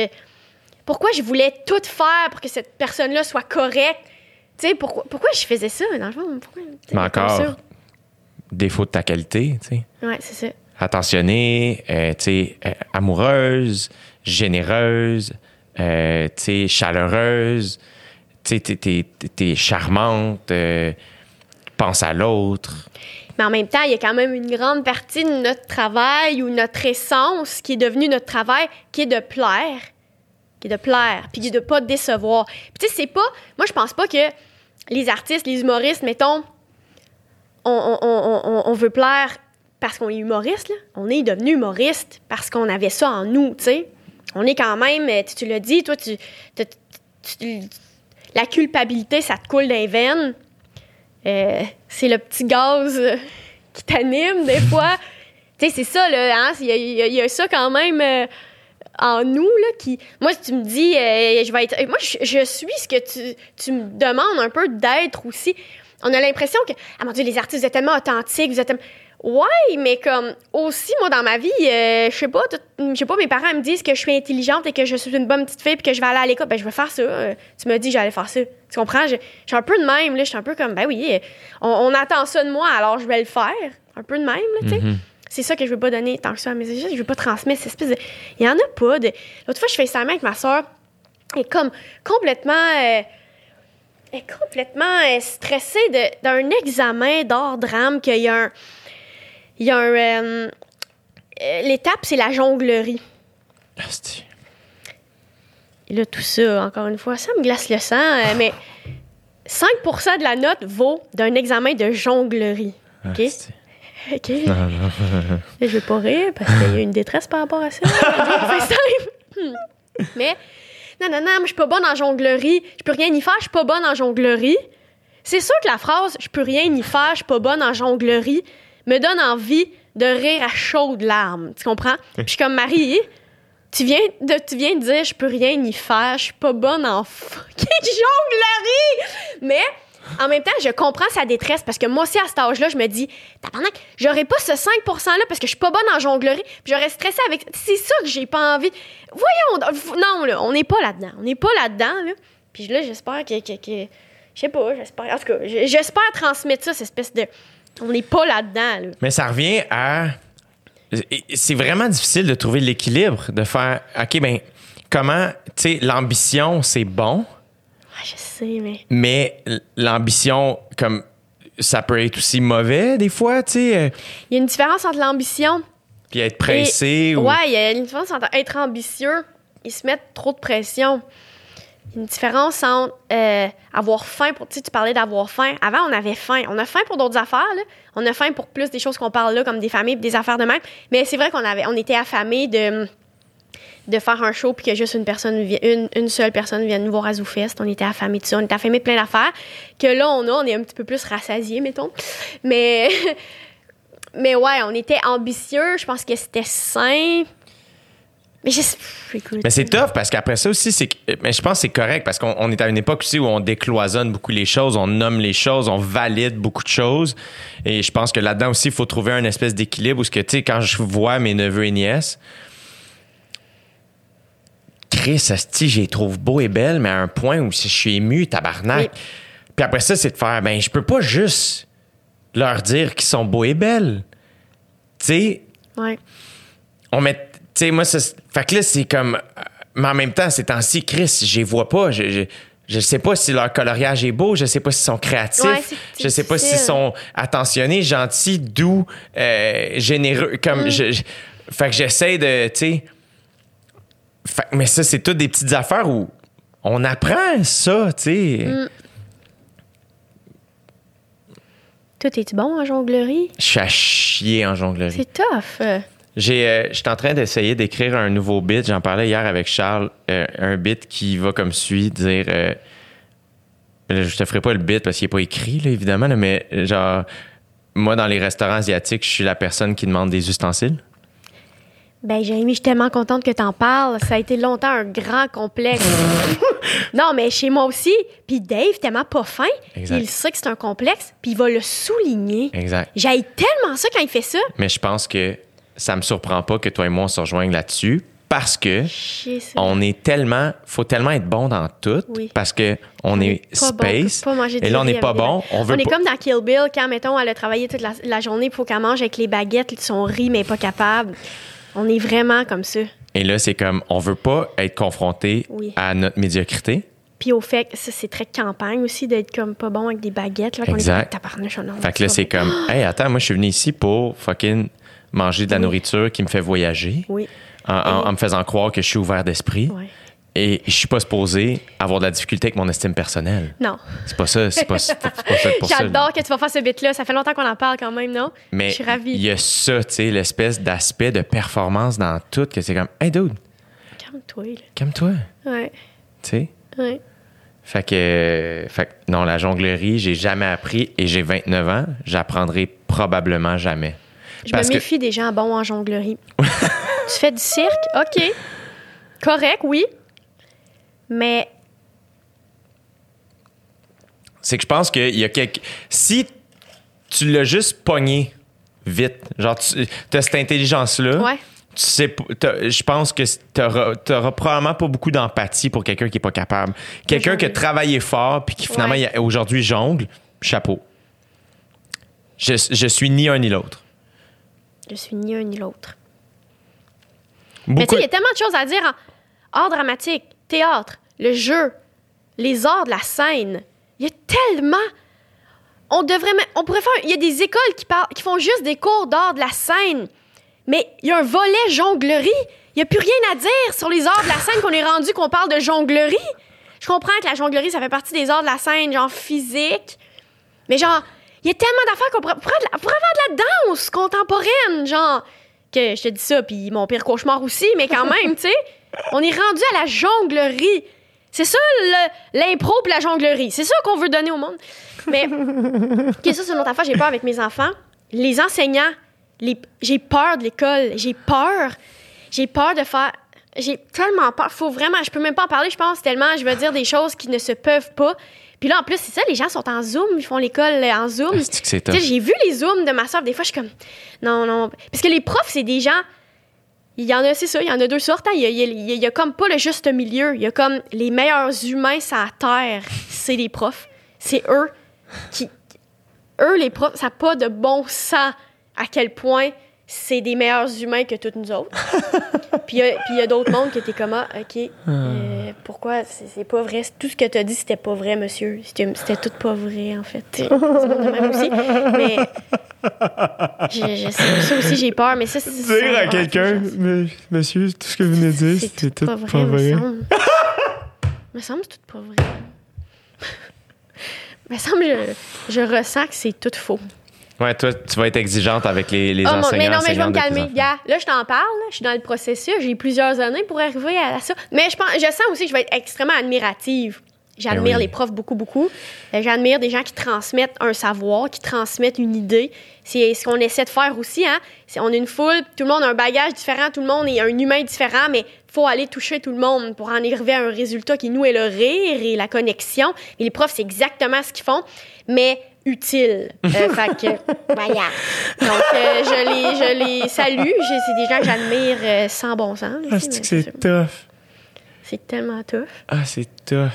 je voulais tout faire pour que cette personne-là soit correcte? Tu sais, pourquoi je faisais ça, dans le fond? Mais encore, défaut de ta qualité, tu sais. Ouais, c'est ça. Attentionnée, tu sais, amoureuse, généreuse, tu sais, chaleureuse, tu sais, t'es charmante, pense à l'autre. Mais en même temps, il y a quand même une grande partie de notre travail ou notre essence qui est devenue notre travail, qui est de plaire. Puis qui est de pas décevoir. Puis tu sais, c'est pas... Moi, je pense pas que les artistes, les humoristes, mettons, on veut plaire parce qu'on est humoriste, là. On est devenu humoriste parce qu'on avait ça en nous, tu sais. On est quand même... Tu l'as dit, toi, la culpabilité, ça te coule dans les veines. C'est le petit gaz qui t'anime, des fois. Tu sais, c'est ça, là, hein? Il y a ça quand même... en nous, là, qui... Moi, si tu me dis, je vais être... Moi, je suis ce que tu me demandes un peu d'être aussi. On a l'impression que, mon Dieu, les artistes, vous êtes tellement authentiques, vous êtes tellement... Ouais, mais comme, aussi, moi, dans ma vie, je sais pas, mes parents me disent que je suis intelligente et que je suis une bonne petite fille puis que je vais aller à l'école. Ben, je vais faire ça. Tu m'as dit que j'allais faire ça. Tu comprends? Je suis un peu de même, là. Je suis un peu comme, ben oui, on attend ça de moi, alors je vais le faire. Un peu de même, là, tu sais. Mm-hmm. C'est ça que je veux pas donner tant que ça à mes étudiants. Je veux pas transmettre cette espèce de... Il y en a pas de... L'autre fois, je fais ça avec ma soeur. Elle est comme complètement... stressée d'un examen d'art-drame qu'il y a un... l'étape, c'est la jonglerie. Asti. Et là, tout ça, encore une fois, ça me glace le sang, mais 5% de la note vaut d'un examen de jonglerie. OK? Asti. OK. Non. Je vais pas rire parce qu'il y a une détresse par rapport à ça. Mais, non, moi, je suis pas bonne en jonglerie. Je peux rien y faire, je suis pas bonne en jonglerie. C'est sûr que la phrase « je peux rien y faire, je suis pas bonne en jonglerie » me donne envie de rire à chaudes larmes. Tu comprends? Puis je suis comme, Marie, tu viens de dire « je peux rien y faire, je suis pas bonne en fucking jonglerie ». Mais... en même temps, je comprends sa détresse parce que moi aussi, à cet âge-là, je me dis, tabarnak, j'aurais pas ce 5%-là parce que je suis pas bonne en jonglerie, puis j'aurais stressé avec... C'est ça que j'ai pas envie. Voyons, non, là, on n'est pas là-dedans. On n'est pas là-dedans, là. Puis là, j'espère que je sais pas, j'espère... En tout cas, j'espère transmettre ça, cette espèce de... On n'est pas là-dedans, là. Mais ça revient à... C'est vraiment difficile de trouver l'équilibre, de faire, OK, ben comment... Tu sais, l'ambition, c'est bon... Je sais, mais l'ambition, comme ça peut être aussi mauvais des fois, tu sais. Il y a une différence entre l'ambition... puis être pressé ou... Ouais, il y a une différence entre être ambitieux et se mettre trop de pression. Il y a une différence entre avoir faim pour... Tu sais, tu parlais d'avoir faim. Avant, on avait faim. On a faim pour d'autres affaires, là. On a faim pour plus des choses qu'on parle là, comme des familles, des affaires de même. Mais c'est vrai qu'on était affamés de faire un show puis que juste une seule personne vienne nous voir à ZooFest. On était affamés de ça, on était affamés de plein d'affaires. Que là, on est un petit peu plus rassasiés, mettons. Mais ouais, on était ambitieux. Je pense que c'était sain. Mais c'est tough parce qu'après ça aussi, mais je pense que c'est correct parce qu'on est à une époque aussi où on décloisonne beaucoup les choses, on nomme les choses, on valide beaucoup de choses. Et je pense que là-dedans aussi, il faut trouver un espèce d'équilibre où, tu sais, quand je vois mes neveux et nièces, Chris, asti, je les trouve beaux et belles, mais à un point où je suis ému, tabarnak. Oui. Puis après ça, c'est de faire, je peux pas juste leur dire qu'ils sont beaux et belles. Tu sais, ouais. On met. Tu sais, moi, fait que là, c'est comme. Mais en même temps, ces temps-ci, Chris, je les vois pas. Je sais pas si leur coloriage est beau, je sais pas s'ils sont créatifs, je sais pas s'ils sont attentionnés, gentils, doux, généreux. Comme fait que j'essaie de. Tu sais. Mais ça, c'est toutes des petites affaires où on apprend ça, tu sais. Toi, t'es-tu bon en jonglerie? Je suis à chier en jonglerie. C'est tough. Je suis en train d'essayer d'écrire un nouveau bit. J'en parlais hier avec Charles. Un bit qui va comme suit, dire... je te ferai pas le bit parce qu'il n'est pas écrit, là, évidemment, là, mais genre, moi, dans les restaurants asiatiques, je suis la personne qui demande des ustensiles. Ben, Jérémy, je suis tellement contente que t'en parles. Ça a été longtemps un grand complexe. Non, mais chez moi aussi. Puis Dave, tellement pas fin. Exact. Il sait que c'est un complexe, puis il va le souligner. Exact. J'haïs tellement ça quand il fait ça. Mais je pense que ça me surprend pas que toi et moi, on se rejoigne là-dessus parce que on est tellement... faut tellement être bon dans tout parce que on est space. Bon, pas manger et là, on n'est pas bon. On est comme dans Kill Bill quand, mettons, elle a travaillé toute la journée, il faut qu'elle mange avec les baguettes, son riz, mais pas capable. On est vraiment comme ça. Et là, c'est comme, on veut pas être confronté à notre médiocrité. Puis au fait, ça, c'est très campagne aussi, d'être comme pas bon avec des baguettes. Là, exact. Fait que là, c'est comme, hey, attends, moi, je suis venu ici pour fucking manger de la nourriture qui me fait voyager. Oui. En me faisant croire que je suis ouvert d'esprit. Oui. Et je suis pas supposé avoir de la difficulté avec mon estime personnelle. Non. C'est pas ça. C'est pas ça pour ça. J'adore que tu vas faire ce bit-là. Ça fait longtemps qu'on en parle quand même, non? Mais je suis ravie. Il y a ça, tu sais, l'espèce d'aspect de performance dans tout, que c'est comme, hey, dude. Calme-toi, là. Calme-toi. Ouais. Tu sais? Ouais. Fait que, non, la jonglerie, j'ai jamais appris et j'ai 29 ans. J'apprendrai probablement jamais. Je me méfie des gens bons en jonglerie. Tu fais du cirque? OK. Correct, oui. Mais... c'est que je pense qu'il y a si tu l'as juste pogné vite, genre tu as cette intelligence-là, tu sais, je pense que t'auras probablement pas beaucoup d'empathie pour quelqu'un qui est pas capable. Quelqu'un qui a travaillé fort puis qui finalement aujourd'hui jongle, chapeau. Je suis ni un ni l'autre. Je suis ni un ni l'autre. Mais tu sais, il y a tellement de choses à dire en art dramatique, théâtre, le jeu, les arts de la scène. Il y a tellement... On pourrait faire... Il y a des écoles qui font juste des cours d'art de la scène. Mais il y a un volet jonglerie. Il n'y a plus rien à dire sur les arts de la scène qu'on est rendu qu'on parle de jonglerie. Je comprends que la jonglerie, ça fait partie des arts de la scène, genre physique. Mais genre, il y a tellement d'affaires qu'on pourrait faire de la danse contemporaine, genre... Que je te dis ça, puis mon pire cauchemar aussi, mais quand même, tu sais, on est rendu à la jonglerie. C'est ça, l'impro puis la jonglerie. C'est ça qu'on veut donner au monde. Mais, OK, ça, c'est une autre affaire. J'ai peur avec mes enfants. Les enseignants, j'ai peur de l'école. J'ai peur de faire... J'ai tellement peur. Faut vraiment... Je peux même pas en parler, je pense, tellement je veux dire des choses qui ne se peuvent pas. Puis là, en plus, c'est ça, les gens sont en Zoom, ils font l'école en Zoom. Ah, c'est top. J'ai vu les Zooms de ma soeur, des fois, je suis comme... Non. Parce que les profs, c'est des gens... Il y en a, c'est ça, il y en a deux sortes. Hein. Il y a comme pas le juste milieu. Il y a comme les meilleurs humains sur la Terre, c'est les profs. C'est eux qui... Eux, les profs, ça n'a pas de bon sens à quel point c'est des meilleurs humains que toutes nous autres. Puis il y a d'autres mondes que t'es comme, OK, pourquoi c'est pas vrai? Tout ce que t'as dit, c'était pas vrai, monsieur. C'était tout pas vrai, en fait. C'est de même aussi. Mais ça aussi, j'ai peur. Mais ça, c'est dire à quelqu'un, monsieur, tout ce que vous venez de dire, c'est tout pas vrai. Me semble que c'est tout pas vrai. Me semble je ressens que c'est tout faux. Ouais, toi, tu vas être exigeante avec les enseignants. Mais non, mais je vais me calmer. Gars, là, je t'en parle. Je suis dans le processus. J'ai plusieurs années pour arriver à ça. Mais je sens aussi que je vais être extrêmement admirative. J'admire les profs beaucoup, beaucoup. J'admire des gens qui transmettent un savoir, qui transmettent une idée. C'est ce qu'on essaie de faire aussi. Hein? On est une foule, tout le monde a un bagage différent, tout le monde est un humain différent, mais il faut aller toucher tout le monde pour en arriver à un résultat qui, nous, est le rire et la connexion. Et les profs, c'est exactement ce qu'ils font, mais utile. Fait que, voilà. Donc, je les salue. C'est des gens que j'admire sans bon sens. C'est tough. C'est tellement tough. Ah, c'est tough.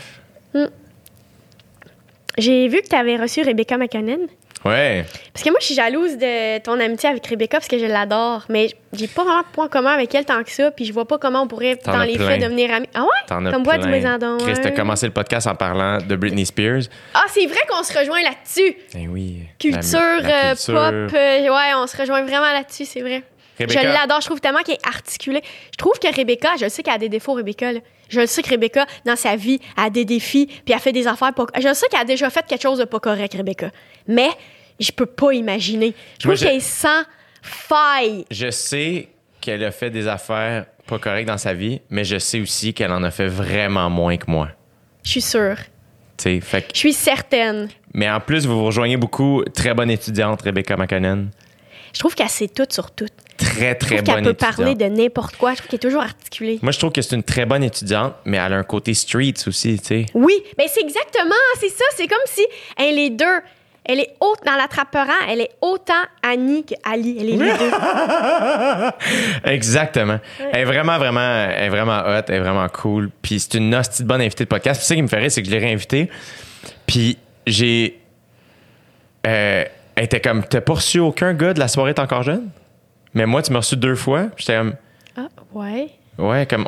J'ai vu que tu avais reçu Rebecca McConnell. Ouais. Parce que moi, je suis jalouse de ton amitié avec Rebecca parce que je l'adore. Mais j'ai pas vraiment de point commun avec elle tant que ça. Puis je vois pas comment on pourrait, dans les faits, devenir amis. Ah ouais? T'en as comme plein. Bois du Maison. Chris, t'as commencé le podcast en parlant de Britney Spears. Ah, c'est vrai qu'on se rejoint là-dessus. Ben oui. Culture, pop. Ouais, on se rejoint vraiment là-dessus, c'est vrai. Rebecca. Je l'adore. Je trouve tellement qu'elle est articulée. Je trouve que Rebecca, je sais qu'elle a des défauts, Rebecca. Là. Je sais que Rebecca, dans sa vie, a des défis, puis elle fait des affaires pas... Je sais qu'elle a déjà fait quelque chose de pas correct, Rebecca. Mais je peux pas imaginer. Je trouve qu'elle est sans faille. Je sais qu'elle a fait des affaires pas correctes dans sa vie, mais je sais aussi qu'elle en a fait vraiment moins que moi. Je suis sûre. Fait que... Je suis certaine. Mais en plus, vous rejoignez beaucoup. Très bonne étudiante, Rebecca McConnell. Je trouve qu'elle sait tout sur tout. Très, très bonne étudiante. Elle peut parler de n'importe quoi. Je trouve qu'elle est toujours articulée. Moi, je trouve que c'est une très bonne étudiante, mais elle a un côté streets aussi, tu sais. Oui, mais c'est exactement, c'est ça. C'est comme si elle est deux. Elle est haute dans l'attraperant. Elle est autant Annie qu'Ali. Elle est les deux. Exactement. Ouais. Elle est vraiment hot. Elle est vraiment cool. Puis c'est une hostie de bonne invitée de podcast. Puis ça qui me fait rire, c'est que je l'ai réinvitée. Puis j'ai... elle était comme, t'as pas reçu aucun gars de la soirée T'es encore jeune? Mais moi, tu m'as reçu 2 fois. J'étais comme... Ah, ouais. Ouais, comme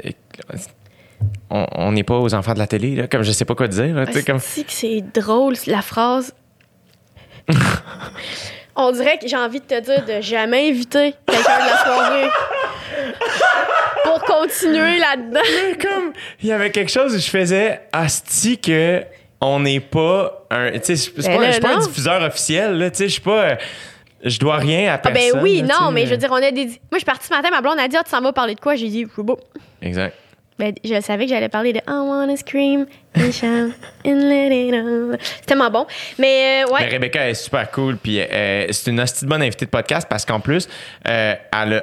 on n'est pas aux enfants de la télé, là. Comme je sais pas quoi dire. Là, comme... C'est drôle, la phrase. On dirait que j'ai envie de te dire de jamais inviter quelqu'un de la soirée. Pour continuer là-dedans. Mais comme, il y avait quelque chose où je faisais asti que on n'est pas un... Tu sais, je suis pas un diffuseur officiel, là. Tu sais, je suis pas... je dois rien à personne. Ben oui, non, mais je veux dire, on a des... Moi, je suis partie ce matin, ma blonde a dit, tu s'en vas parler de quoi? J'ai dit, beau. Exact. Ben, je savais que j'allais parler de I wanna scream and shout and let it out. C'est tellement bon. Mais, ouais. Mais Rebecca est super cool, puis c'est une hostie de bonne invitée de podcast parce qu'en plus, elle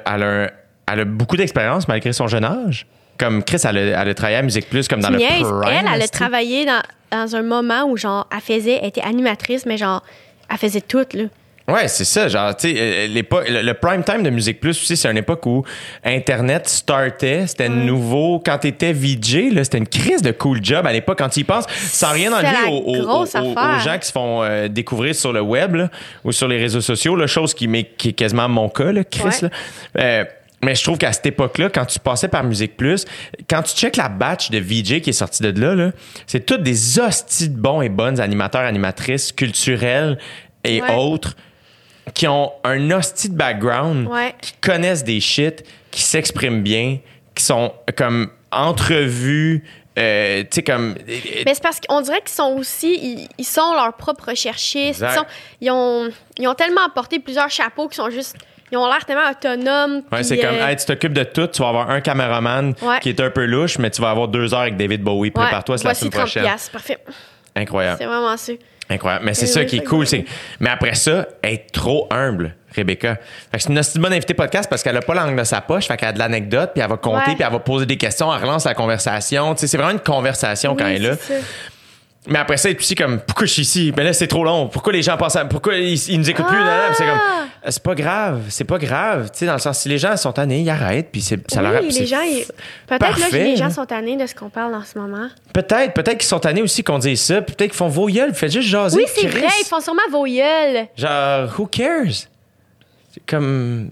a beaucoup d'expérience malgré son jeune âge. Comme Chris, elle a travaillé à Musique Plus, comme dans le prime. Elle a travaillé dans un moment où, genre, elle était animatrice, mais genre, elle faisait tout, là. Ouais, c'est ça. Genre, tu sais, le prime time de Musique Plus aussi, c'est une époque où Internet startait. C'était nouveau. Quand t'étais VJ, là, c'était une crise de cool job à l'époque. Quand tu y penses, sans rien enlever aux gens qui se font découvrir sur le web là, ou sur les réseaux sociaux, là, chose qui est quasiment mon cas, là, Chris. Ouais. Mais je trouve qu'à cette époque-là, quand tu passais par Musique Plus, quand tu checkes la batch de VJ qui est sortie de là, c'est toutes des hosties de bons et bonnes animateurs, animatrices culturels et autres qui ont un hostie de background, qui connaissent des shit, qui s'expriment bien, qui sont comme entrevus, tu sais, comme... Mais c'est parce qu'on dirait qu'ils sont aussi... Ils sont leurs propres recherchistes. Ils ont tellement porté plusieurs chapeaux qui sont juste... Ils ont l'air tellement autonomes. Ouais, c'est comme, hey, tu t'occupes de tout, tu vas avoir un caméraman qui est un peu louche, mais tu vas avoir 2 heures avec David Bowie. Prépare-toi, c'est la semaine prochaine. Parfait. Incroyable. C'est vraiment ça. Incroyable. Mais c'est ça qui est cool. Mais après ça, elle est trop humble, Rebecca. Fait que c'est une assez bonne invitée podcast parce qu'elle a pas l'angle de sa poche. Fait qu'elle a de l'anecdote, puis elle va compter, puis elle va poser des questions, elle relance la conversation. Tu sais, c'est vraiment une conversation quand elle est là. Mais après ça, elle est aussi comme, pourquoi je suis ici? Mais là, c'est trop long. Pourquoi les gens pensent pourquoi ils nous écoutent plus? C'est comme, c'est pas grave. C'est pas grave. Tu sais, dans le sens, si les gens sont tannés, ils arrêtent. Puis ça leur peut-être là, les gens sont tannés de ce qu'on parle en ce moment. Peut-être qu'ils sont tannés aussi qu'on dise ça. Puis peut-être qu'ils font vos gueules. Faites juste jaser. Oui, c'est vrai. Ils font sûrement vos gueules. Genre, who cares? C'est comme.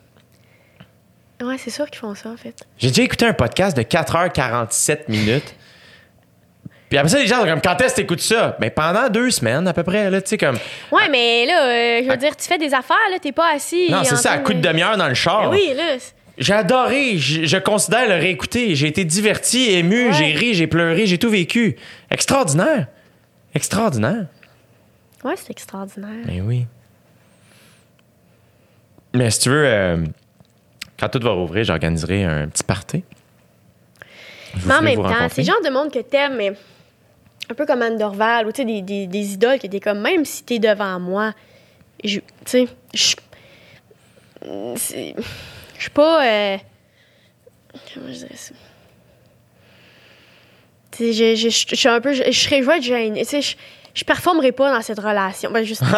Ouais, c'est sûr qu'ils font ça, en fait. J'ai déjà écouté un podcast de 4h47. Puis après ça, les gens sont comme, quand est-ce que t'écoutes ça? Ben, pendant 2 semaines, à peu près, là, tu sais, comme... Ouais, mais là, je veux dire, tu fais des affaires, là, t'es pas assis... Non, c'est ça, à coup de demi-heure dans le char. Ben oui, là... J'ai adoré, je considère le réécouter. J'ai été diverti, ému, j'ai ri, j'ai pleuré, j'ai tout vécu. Extraordinaire. Ouais, c'est extraordinaire. Ben oui. Mais si tu veux, quand tout va rouvrir, j'organiserai un petit party. Mais en même temps, c'est le genre de monde que t'aimes, mais un peu comme Anne Dorval, ou tu sais, des idoles que t'es comme, même si t'es devant moi, tu sais, je suis pas... comment je dirais ça? Tu sais, je suis un peu... Je vais être gênée. Tu sais, je performerai pas dans cette relation. Ben, juste...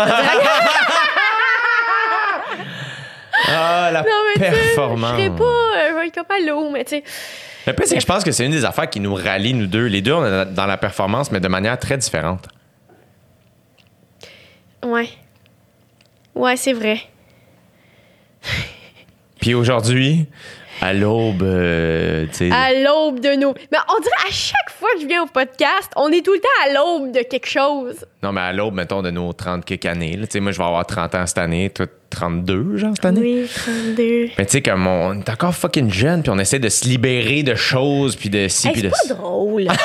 Ah, la performance. Je serais pas... je vais être comme à l'eau, mais tu sais... Le pire, c'est que je pense que c'est une des affaires qui nous rallie, nous deux. Les deux, on est dans la performance, mais de manière très différente. Ouais. Ouais, c'est vrai. Puis aujourd'hui, à l'aube, tu sais... À l'aube de nos... Mais on dirait à chaque fois que je viens au podcast, on est tout le temps à l'aube de quelque chose. Non, mais à l'aube, mettons, de nos 30 quelques années. Tu sais, moi, je vais avoir 30 ans cette année. Toi, 32, genre, cette année? Oui, 32. Mais tu sais, comme on est encore fucking jeune, puis on essaie de se libérer de choses, puis de ci, puis de... C'est pas drôle. On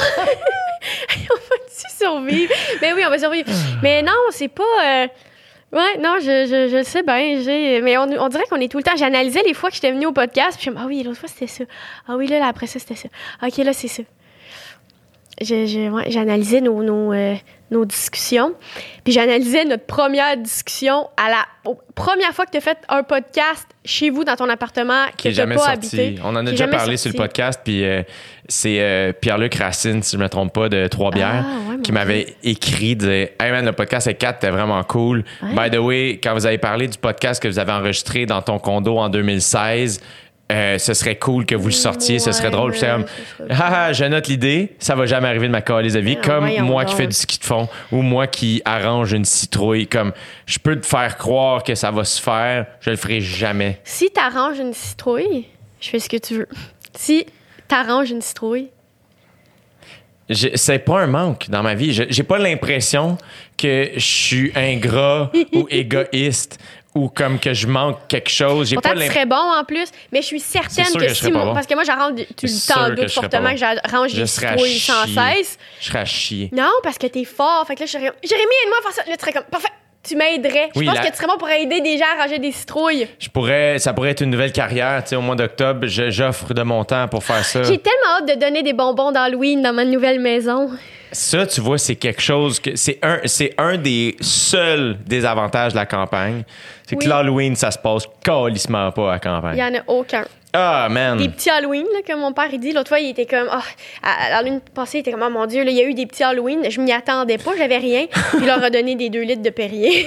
va-tu survivre? Mais oui, on va survivre. Mais non, c'est pas... Ouais, non, je le sais bien. Mais on dirait qu'on est tout le temps... J'analysais les fois que j'étais venue au podcast, puis je me dis, ah oui, l'autre fois, c'était ça. Ah oui, là, après ça, c'était ça. OK, là, c'est ça. J'analysais nos discussions. Puis j'analysais notre première discussion première fois que tu as fait un podcast chez vous, dans ton appartement, que tu n'as pas habité. On en a déjà parlé sur le podcast, puis c'est Pierre-Luc Racine, si je ne me trompe pas, de Trois-Bières, qui m'avait écrit, disait « Hey man, le podcast avec 4, c'était vraiment cool. Ouais. By the way, quand vous avez parlé du podcast que vous avez enregistré dans ton condo en 2016, ce serait cool que vous le sortiez, ce serait drôle. » Puis je note l'idée, ça va jamais arriver de ma calisse de vie, comme moi qui fais du ski de fond ou moi qui arrange une citrouille. Comme je peux te faire croire que ça va se faire, je le ferai jamais. Si t'arranges une citrouille, je fais ce que tu veux. Si t'arranges une citrouille, c'est pas un manque dans ma vie. J'ai pas l'impression que je suis ingrat ou égoïste ou comme que je manque quelque chose. Pourtant, tu serais bon en plus, mais je suis certaine que si... Parce que moi, j'arrange... Tu t'en doutes fortement que j'arrange des citrouilles sans cesse. Je serais à chier. Non, parce que t'es fort. Fait que là, je serais... Jérémy, aide-moi à faire ça. Là, tu serais comme... Parfait. Tu m'aiderais. Je pense que tu serais bon pour aider des gens à ranger des citrouilles. Ça pourrait être une nouvelle carrière. Tu sais, au mois d'octobre, j'offre de mon temps pour faire ça. J'ai tellement hâte de donner des bonbons d'Halloween dans ma nouvelle maison. Ça, tu vois, c'est quelque chose que... C'est un des seuls désavantages de la campagne. C'est que l'Halloween, ça se passe calissement pas à la campagne. Il y en a aucun. Ah, man! Des petits Halloween, là, que mon père, il dit. L'autre fois, il était comme... à l'Halloween passé, il était comme, oh mon Dieu, là, il y a eu des petits Halloween. Je m'y attendais pas, j'avais rien. Puis il leur a donné des 2 litres de Perrier.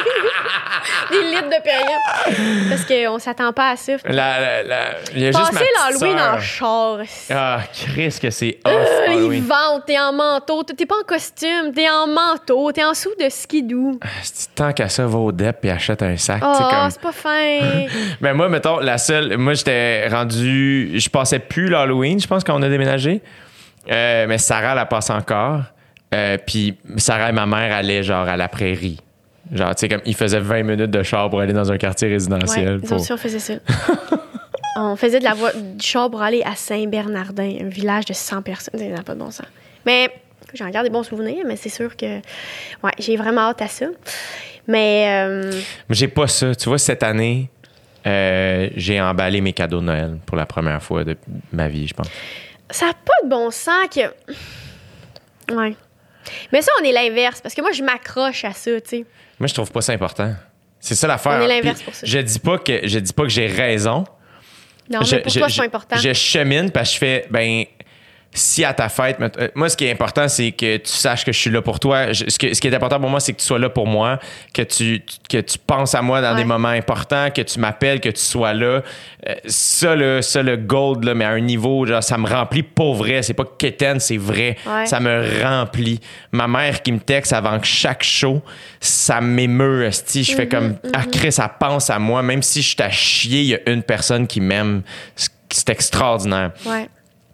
Des litres de Perrier. Parce qu'on s'attend pas à ça. Il y a juste passer l'Halloween en char. Ah, Christ, que c'est off, Halloween. Les ventes, t'es en manteau. T'es pas en costume, t'es en manteau. T'es en sous de skidoo. Tant qu'à ça, va au DEP et achète un sac. C'est pas fin. Mais moi, mettons, moi, j'étais rendu... Je passais plus l'Halloween, je pense, quand on a déménagé. Mais Sarah la passe encore. Puis Sarah et ma mère allaient, genre, à la prairie. Genre, tu sais, comme, ils faisaient 20 minutes de char pour aller dans un quartier résidentiel. Ouais, nous aussi, on faisait ça. On faisait du char pour aller à Saint-Bernardin, un village de 100 personnes. Ça n'a pas de bon sens. Mais j'en garde des bons souvenirs, mais c'est sûr que... Ouais, j'ai vraiment hâte à ça. Mais j'ai pas ça. Tu vois, cette année... j'ai emballé mes cadeaux de Noël pour la première fois de ma vie, je pense. Ça n'a pas de bon sens que... Ouais. Mais ça, on est l'inverse, parce que moi, je m'accroche à ça, tu sais. Moi, je trouve pas ça important. C'est ça l'affaire. On est l'inverse pour ça. Je dis pas que j'ai raison. Non, mais pour toi, c'est pas important. Je chemine parce que je fais, si à ta fête, moi, ce qui est important, c'est que tu saches que je suis là pour toi. Ce qui est important pour moi, c'est que tu sois là pour moi, que tu penses à moi dans des moments importants, que tu m'appelles, que tu sois là. Ça, le gold, là, mais à un niveau, genre, ça me remplit pour vrai. C'est pas quétaine, c'est vrai. Ouais. Ça me remplit. Ma mère qui me texte avant chaque show, ça m'émeut. Je fais comme, Chris, ça pense à moi. Même si je suis à chier, il y a une personne qui m'aime. C'est extraordinaire. Ouais.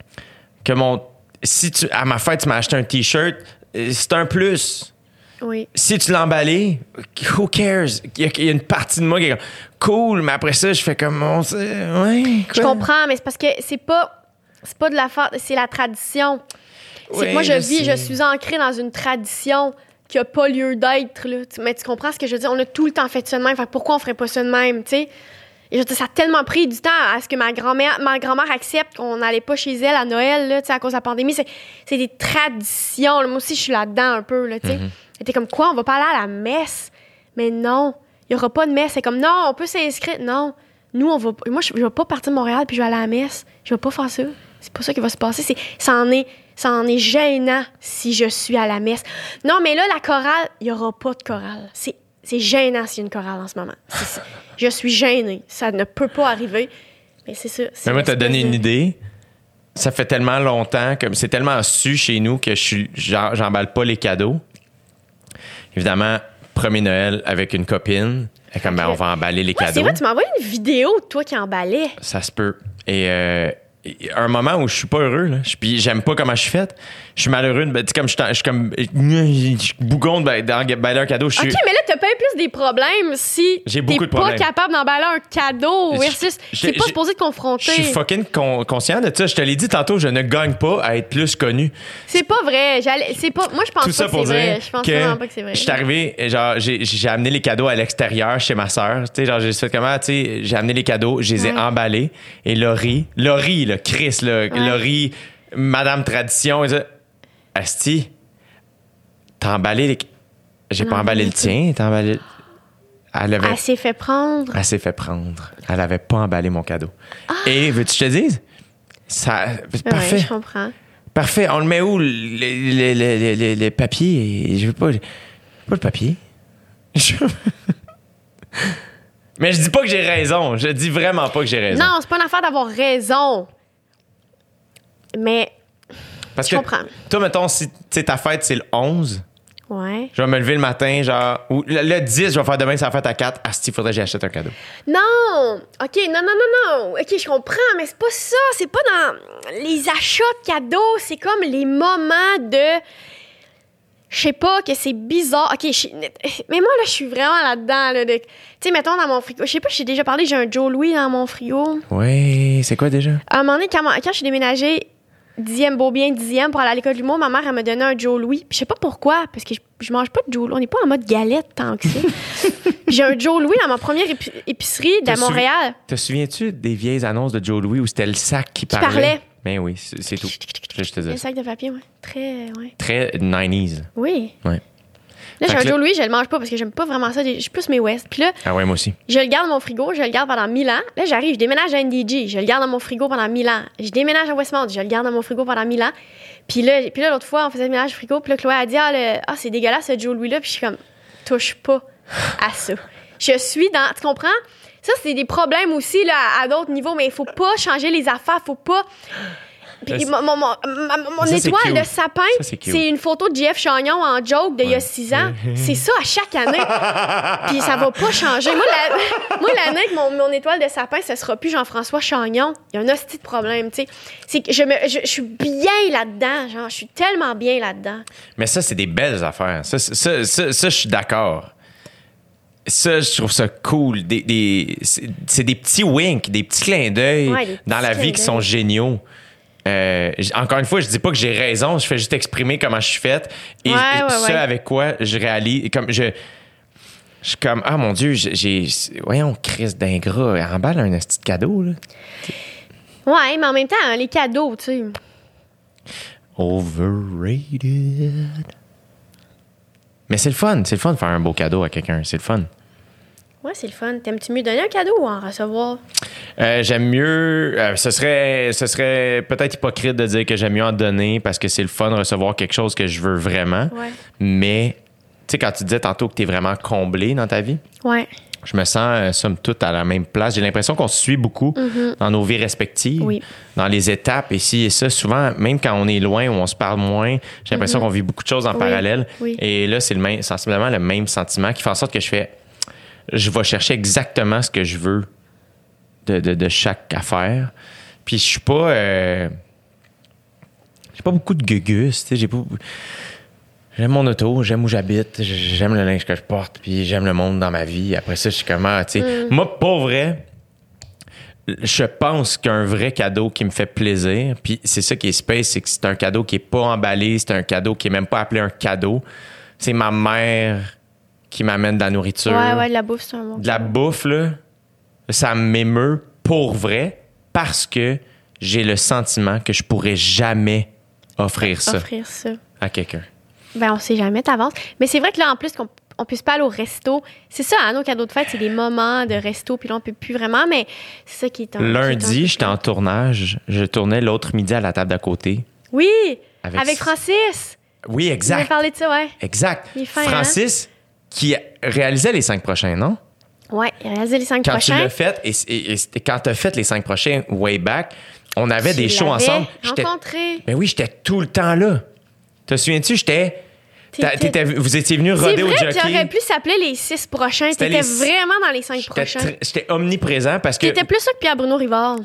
Si à ma fête, tu m'as acheté un T-shirt, c'est un plus. Oui. Si tu l'as emballé, who cares? Il y a une partie de moi qui est comme cool, mais après ça, je fais comme je comprends, mais c'est parce que c'est pas de la faute, c'est la tradition. C'est que moi, je suis ancrée dans une tradition qui a pas lieu d'être, là. Mais tu comprends ce que je veux dire? On a tout le temps fait ça de même. Fait que pourquoi on ferait pas ça de même, tu sais? Et je veux dire, ça a tellement pris du temps à ce que ma grand-mère accepte qu'on n'allait pas chez elle à Noël, là, tu sais, à cause de la pandémie. C'est des traditions, là. Moi aussi, je suis là-dedans un peu, là, tu sais. Elle était comme, quoi, on va pas aller à la messe? Mais non, il y aura pas de messe. C'est comme, non, on peut s'inscrire. Non, nous, on va... Moi, je vais pas partir de Montréal puis je vais aller à la messe. Je vais pas faire ça. C'est pas ça qui va se passer. Ça en est gênant si je suis à la messe. Non, mais là, la chorale, il y aura pas de chorale. C'est gênant s'il y a une chorale en ce moment. Je suis gênée. Ça ne peut pas arriver. Mais c'est ça. Mais moi, t'as donné une idée. Ça fait tellement longtemps, c'est tellement su chez nous que j'emballe pas les cadeaux. Évidemment, premier Noël avec une copine. Et comme, on va emballer les cadeaux. C'est vrai, tu m'as envoyé une vidéo de toi qui emballais. Ça se peut. Et un moment où je suis pas heureux, là. Puis j'aime pas comment je suis faite. Je suis malheureux. Ben, comme je suis comme bougonne d'emballer un cadeau. OK, mais là, t'as pas eu plus des problèmes si t'es pas capable d'emballer un cadeau versus c'est pas supposé te confronter. Je suis fucking conscient de ça. Je te l'ai dit tantôt, je ne gagne pas à être plus connu. C'est pas vrai. Moi, je pense pas que c'est vrai. Je pense vraiment pas que c'est vrai. Je suis arrivé, genre, j'ai amené les cadeaux à l'extérieur chez ma sœur. Tu sais, genre, j'ai fait comment, tu sais, j'ai amené les cadeaux, je les ai emballés. Et Laurie, là, Chris, là, Laurie, Madame Tradition, Asti, t'as emballé les... J'ai pas emballé le tien, t'as emballé... Elle s'est fait prendre. Elle s'est fait prendre. Elle avait pas emballé mon cadeau. Et veux-tu que je te dise? Ça... Parfait. Ouais, je comprends. Parfait. On le met où, les papiers? Je veux pas le papier. Mais je dis pas que j'ai raison. Je dis vraiment pas que j'ai raison. Non, c'est pas une affaire d'avoir raison. Mais... Parce que toi, mettons, si ta fête, c'est le 11, ouais. Je vais me lever le matin, genre... Ou le 10, je vais faire demain, c'est la fête à 4. Asti, il faudrait que j'achète un cadeau. Non! OK, non. OK, je comprends, mais c'est pas ça. C'est pas dans les achats de cadeaux. C'est comme les moments de... Je sais pas, que c'est bizarre. OK, mais moi, là, je suis vraiment là-dedans. Là, tu sais, mettons, dans mon frigo... Je sais pas, j'ai déjà parlé, j'ai un Joe Louis dans mon frigo. Oui, c'est quoi déjà? À un moment donné, quand je suis déménagée... 10e pour aller à l'école de l'humour, ma mère, elle m'a donné un Joe Louis. Puis je sais pas pourquoi, parce que je mange pas de Joe Louis. On n'est pas en mode galette tant que ça. J'ai un Joe Louis dans ma première épicerie de Montréal. Te souviens-tu des vieilles annonces de Joe Louis où c'était le sac qui parlait? Ben oui, c'est tout. Je te dis. Le sac de papier, oui. Très 90s. Oui. Ouais. Là, j'ai un Joe Louis, je le mange pas parce que j'aime pas vraiment ça. Je suis plus mes West. Puis là, ah ouais, moi aussi. Je le garde dans mon frigo, je le garde pendant 1000 ans. Là, j'arrive, je déménage à NDG, je le garde dans mon frigo pendant 1000 ans. Je déménage à Westmount, je le garde dans mon frigo pendant 1000 ans. Puis là, l'autre fois, on faisait le ménage du frigo, puis là, Chloé a dit c'est dégueulasse ce Joe Louis-là. Puis je suis comme, touche pas à ça. Je suis dans. Tu comprends? Ça, c'est des problèmes aussi là, à d'autres niveaux, mais il faut pas changer les affaires, faut pas. Puis mon étoile de sapin, c'est une photo de JF Chagnon en joke d'il y a 6 ans. C'est ça à chaque année. Puis ça va pas changer. Moi, l'année que mon étoile de sapin, ce sera plus Jean-François Chagnon. Il y a un hostie de problème, tu sais. C'est que je suis bien là-dedans. Genre, je suis tellement bien là-dedans. Mais ça, c'est des belles affaires. Ça je suis d'accord. Ça, je trouve ça cool. C'est des petits winks, des petits clins d'œil dans la vie qui sont géniaux. Encore une fois, je dis pas que j'ai raison, je fais juste exprimer comment je suis faite et avec quoi je réalise comme je suis comme ah mon Dieu, voyons Chris d'ingrat, elle emballe un petit cadeau là. Ouais, mais en même temps, les cadeaux, tu sais. Overrated. Mais c'est le fun de faire un beau cadeau à quelqu'un, c'est le fun. Ouais, c'est le fun. T'aimes-tu mieux donner un cadeau ou en recevoir? J'aime mieux... ce serait peut-être hypocrite de dire que j'aime mieux en donner parce que c'est le fun de recevoir quelque chose que je veux vraiment. Ouais. Mais, tu sais, quand tu disais tantôt que t'es vraiment comblé dans ta vie, ouais. Je me sens, somme toute, à la même place. J'ai l'impression qu'on se suit beaucoup dans nos vies respectives, dans les étapes, ici et ça. Souvent, même quand on est loin ou on se parle moins, j'ai l'impression qu'on vit beaucoup de choses en parallèle. Oui. Et là, c'est sensiblement le même sentiment qui fait en sorte que je vais chercher exactement ce que je veux de chaque affaire. Puis je suis pas... j'ai pas beaucoup de gugus, tu sais, j'aime mon auto, j'aime où j'habite, j'aime le linge que je porte, puis j'aime le monde dans ma vie. Après ça, je suis comment, tu sais... Moi, pour vrai, je pense qu'un vrai cadeau qui me fait plaisir, puis c'est ça qui est space, c'est que c'est un cadeau qui est pas emballé, c'est un cadeau qui est même pas appelé un cadeau. c'est ma mère qui m'amène de la nourriture. Ouais, de la bouffe, c'est un bon. De la bouffe, là, ça m'émeut pour vrai parce que j'ai le sentiment que je pourrais jamais offrir ça à quelqu'un. Ben, on sait jamais, t'avances. Mais c'est vrai que là, en plus, qu'on puisse pas aller au resto. C'est ça, nos cadeaux de fête, c'est des moments de resto, puis là, on peut plus vraiment, mais c'est ça qui est Lundi, j'étais en tournage. Je tournais l'autre midi à la table d'à côté. Oui, avec Francis. Oui, exact. On avait parlé de ça, ouais. Exact. Il est fin, Francis, qui réalisait les 5 prochains, non? Ouais, il réalisait les 5 prochains. Quand tu l'as fait, et quand tu as fait les 5 prochains way back, on avait des shows ensemble. Rencontré. Ben oui, j'étais tout le temps là. Te souviens-tu, vous étiez venus roder au jockey. Tu aurais pu s'appeler les 6 prochains. T'étais vraiment dans les 5 prochains. J'étais omniprésent parce que... T'étais plus ça que Pierre-Bruno Rivard.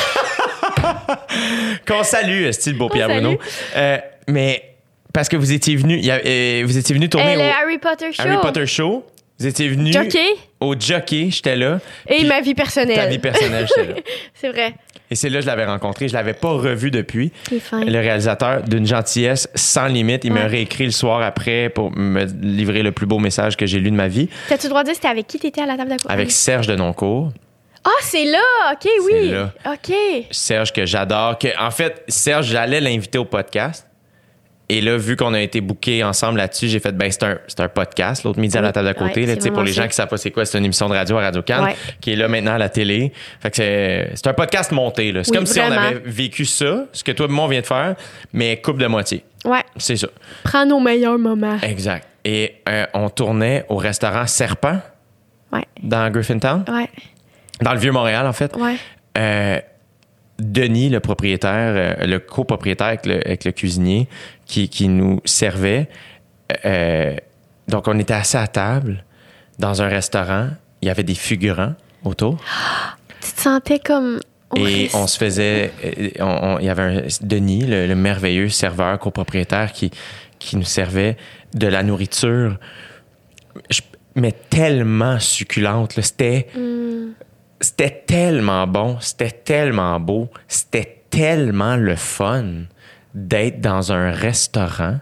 Qu'on salue, style beau Pierre-Bruno. Mais parce que vous étiez venus tourner le Harry Potter Show. Vous étiez venus au jockey, j'étais là. Et ma vie personnelle. Ta vie personnelle, j'étais là. C'est vrai. Et c'est là que je l'avais rencontré. Je l'avais pas revu depuis. Il est fin. Le réalisateur d'une gentillesse sans limite. Il m'a réécrit le soir après pour me livrer le plus beau message que j'ai lu de ma vie. T'as-tu le droit de dire c'était avec qui t'étais à la table d'à côté? Avec Serge Denoncourt. Ah, c'est là! OK, oui. C'est là. OK. Serge que j'adore. En fait, Serge, j'allais l'inviter au podcast. Et là, vu qu'on a été bookés ensemble là-dessus, j'ai fait, c'est un podcast, l'autre midi à la table d'à côté. Là, pour les gens qui savent pas c'est quoi, c'est une émission de radio à Radio-Can qui est là maintenant à la télé. Fait que c'est un podcast monté. Là. C'est comme si on avait vécu ça, ce que toi et moi on vient de faire, mais coupe de moitié. Ouais. C'est ça. Prends nos meilleurs moments. Exact. Et on tournait au restaurant Serpent dans Griffintown. Ouais. Dans le Vieux-Montréal, en fait. Ouais. Denis, le propriétaire, le copropriétaire avec le cuisinier qui nous servait. Donc, on était assis à table dans un restaurant. Il y avait des figurants autour. Tu te sentais comme... Et on se faisait... Il y avait Denis, le merveilleux serveur copropriétaire qui nous servait de la nourriture, mais tellement succulente. Là. C'était tellement bon, c'était tellement beau, c'était tellement le fun d'être dans un restaurant.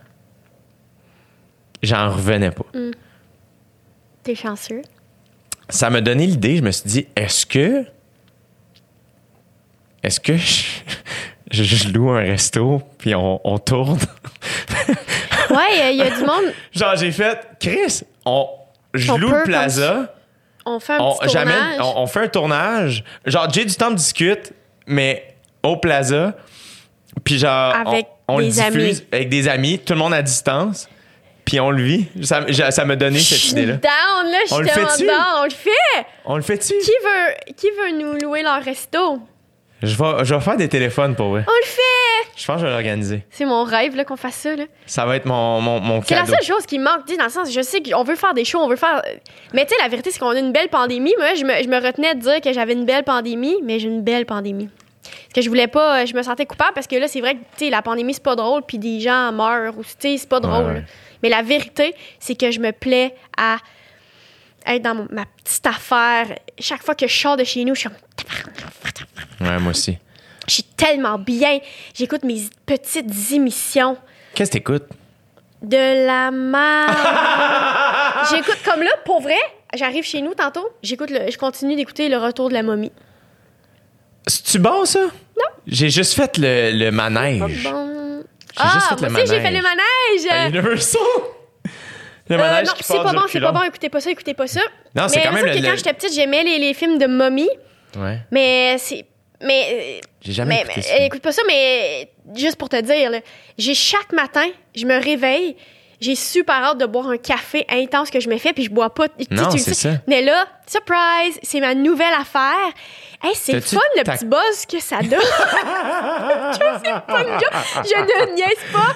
J'en revenais pas. T'es chanceux. Ça m'a donné l'idée, je me suis dit, est-ce que je loue un resto puis on tourne? Ouais, il y a du monde. Genre, j'ai fait, Chris, je loue le plaza. On fait un petit tournage. On fait un tournage. Genre, j'ai du temps de discute, mais au plaza. Puis genre, on le diffuse avec des amis, tout le monde à distance. Puis on le vit. Ça m'a donné cette idée-là. Down, là, je suis tellement down. On le fait. On le fait-tu? Qui veut nous louer leur resto? Je vais faire des téléphones pour vrai. On le fait! Je pense que je vais l'organiser. C'est mon rêve là, qu'on fasse ça. Là. Ça va être mon cadeau. C'est la seule chose qui me manque. Dans le sens, je sais qu'on veut faire des shows, on veut faire... Mais tu sais, la vérité, c'est qu'on a une belle pandémie. Moi, je me retenais de dire que j'avais une belle pandémie, mais j'ai une belle pandémie. Parce que je voulais pas... Je me sentais coupable parce que là, c'est vrai que tu sais, la pandémie, c'est pas drôle, puis des gens meurent, ou tu sais, c'est pas drôle. Ouais. Mais la vérité, c'est que je me plais à être dans ma petite affaire. Chaque fois que je sors de chez nous, je suis comme... Ouais, moi aussi. Je suis tellement bien. J'écoute mes petites émissions. Qu'est-ce que t'écoutes? De la merde. J'écoute comme là, pour vrai, j'arrive chez nous tantôt, je continue d'écouter Le Retour de la momie. C'est-tu bon, ça? Non. J'ai juste fait le manège. Pas bon. Moi aussi, j'ai fait le manège. Universal. Le manège non, qui c'est pas bon, c'est pas bon. Écoutez pas ça. Non, c'est quand même... quand j'étais petite, j'aimais les films de momie. Ouais. Mais j'ai jamais écouté ça. Écoute pas ça, mais juste pour te dire, là, chaque matin, je me réveille, j'ai super hâte de boire un café intense que je me fais, puis je bois pas. Non, c'est ça. Mais là, surprise, c'est ma nouvelle affaire. Hey, c'est le fun, le petit buzz que ça donne. Je sais pas, je ne niaise pas.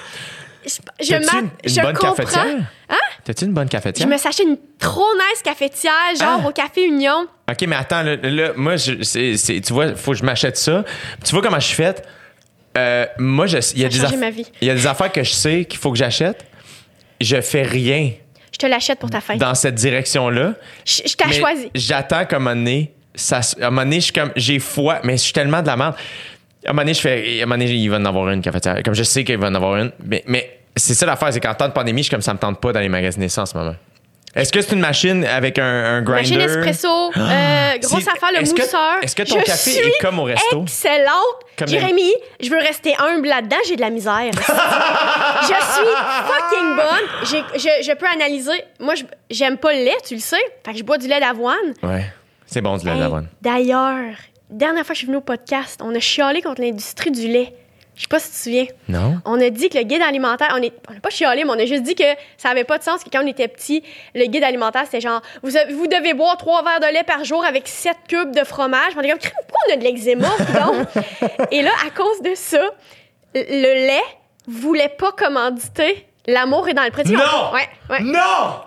Je comprends. Cafetière? Hein? T'as-tu une bonne cafetière? Je me suis acheté une trop nice cafetière, genre au Café Union. OK, mais attends, là moi, tu vois, faut que je m'achète ça. Tu vois comment je suis faite? Moi, il y a des affaires que je sais qu'il faut que j'achète. Je fais rien. Je te l'achète pour ta fête. Dans cette direction-là. Je t'ai choisi. J'attends qu'à un moment donné, je suis comme, j'ai foi, mais je suis tellement de la merde. À un moment donné, il va en avoir une cafetière. Comme je sais qu'il va en avoir une, mais c'est ça l'affaire, c'est qu'en temps de pandémie, je suis comme ça me tente pas d'aller magasiner ça en ce moment. Est-ce que c'est une machine avec un grinder? Machine espresso, grosse affaire, le mousseur. Est-ce que ton café est comme au resto? Excellente. Jérémy, je veux rester humble là-dedans, j'ai de la misère. Je suis fucking bonne. Je peux analyser. Moi, j'aime pas le lait, tu le sais. Fait que je bois du lait d'avoine. Ouais, c'est bon du lait d'avoine. D'ailleurs, dernière fois que je suis venue au podcast, on a chialé contre l'industrie du lait. Je sais pas si tu te souviens. Non. On a dit que le guide alimentaire... On n'a pas chialé, mais on a juste dit que ça avait pas de sens, que quand on était petit, le guide alimentaire, c'était genre... Vous devez boire 3 verres de lait par jour avec 7 cubes de fromage. On est comme, pourquoi on a de l'eczéma, donc? Et là, à cause de ça, le lait voulait pas commanditer L'amour est dans le président. Non! Ouais. Non!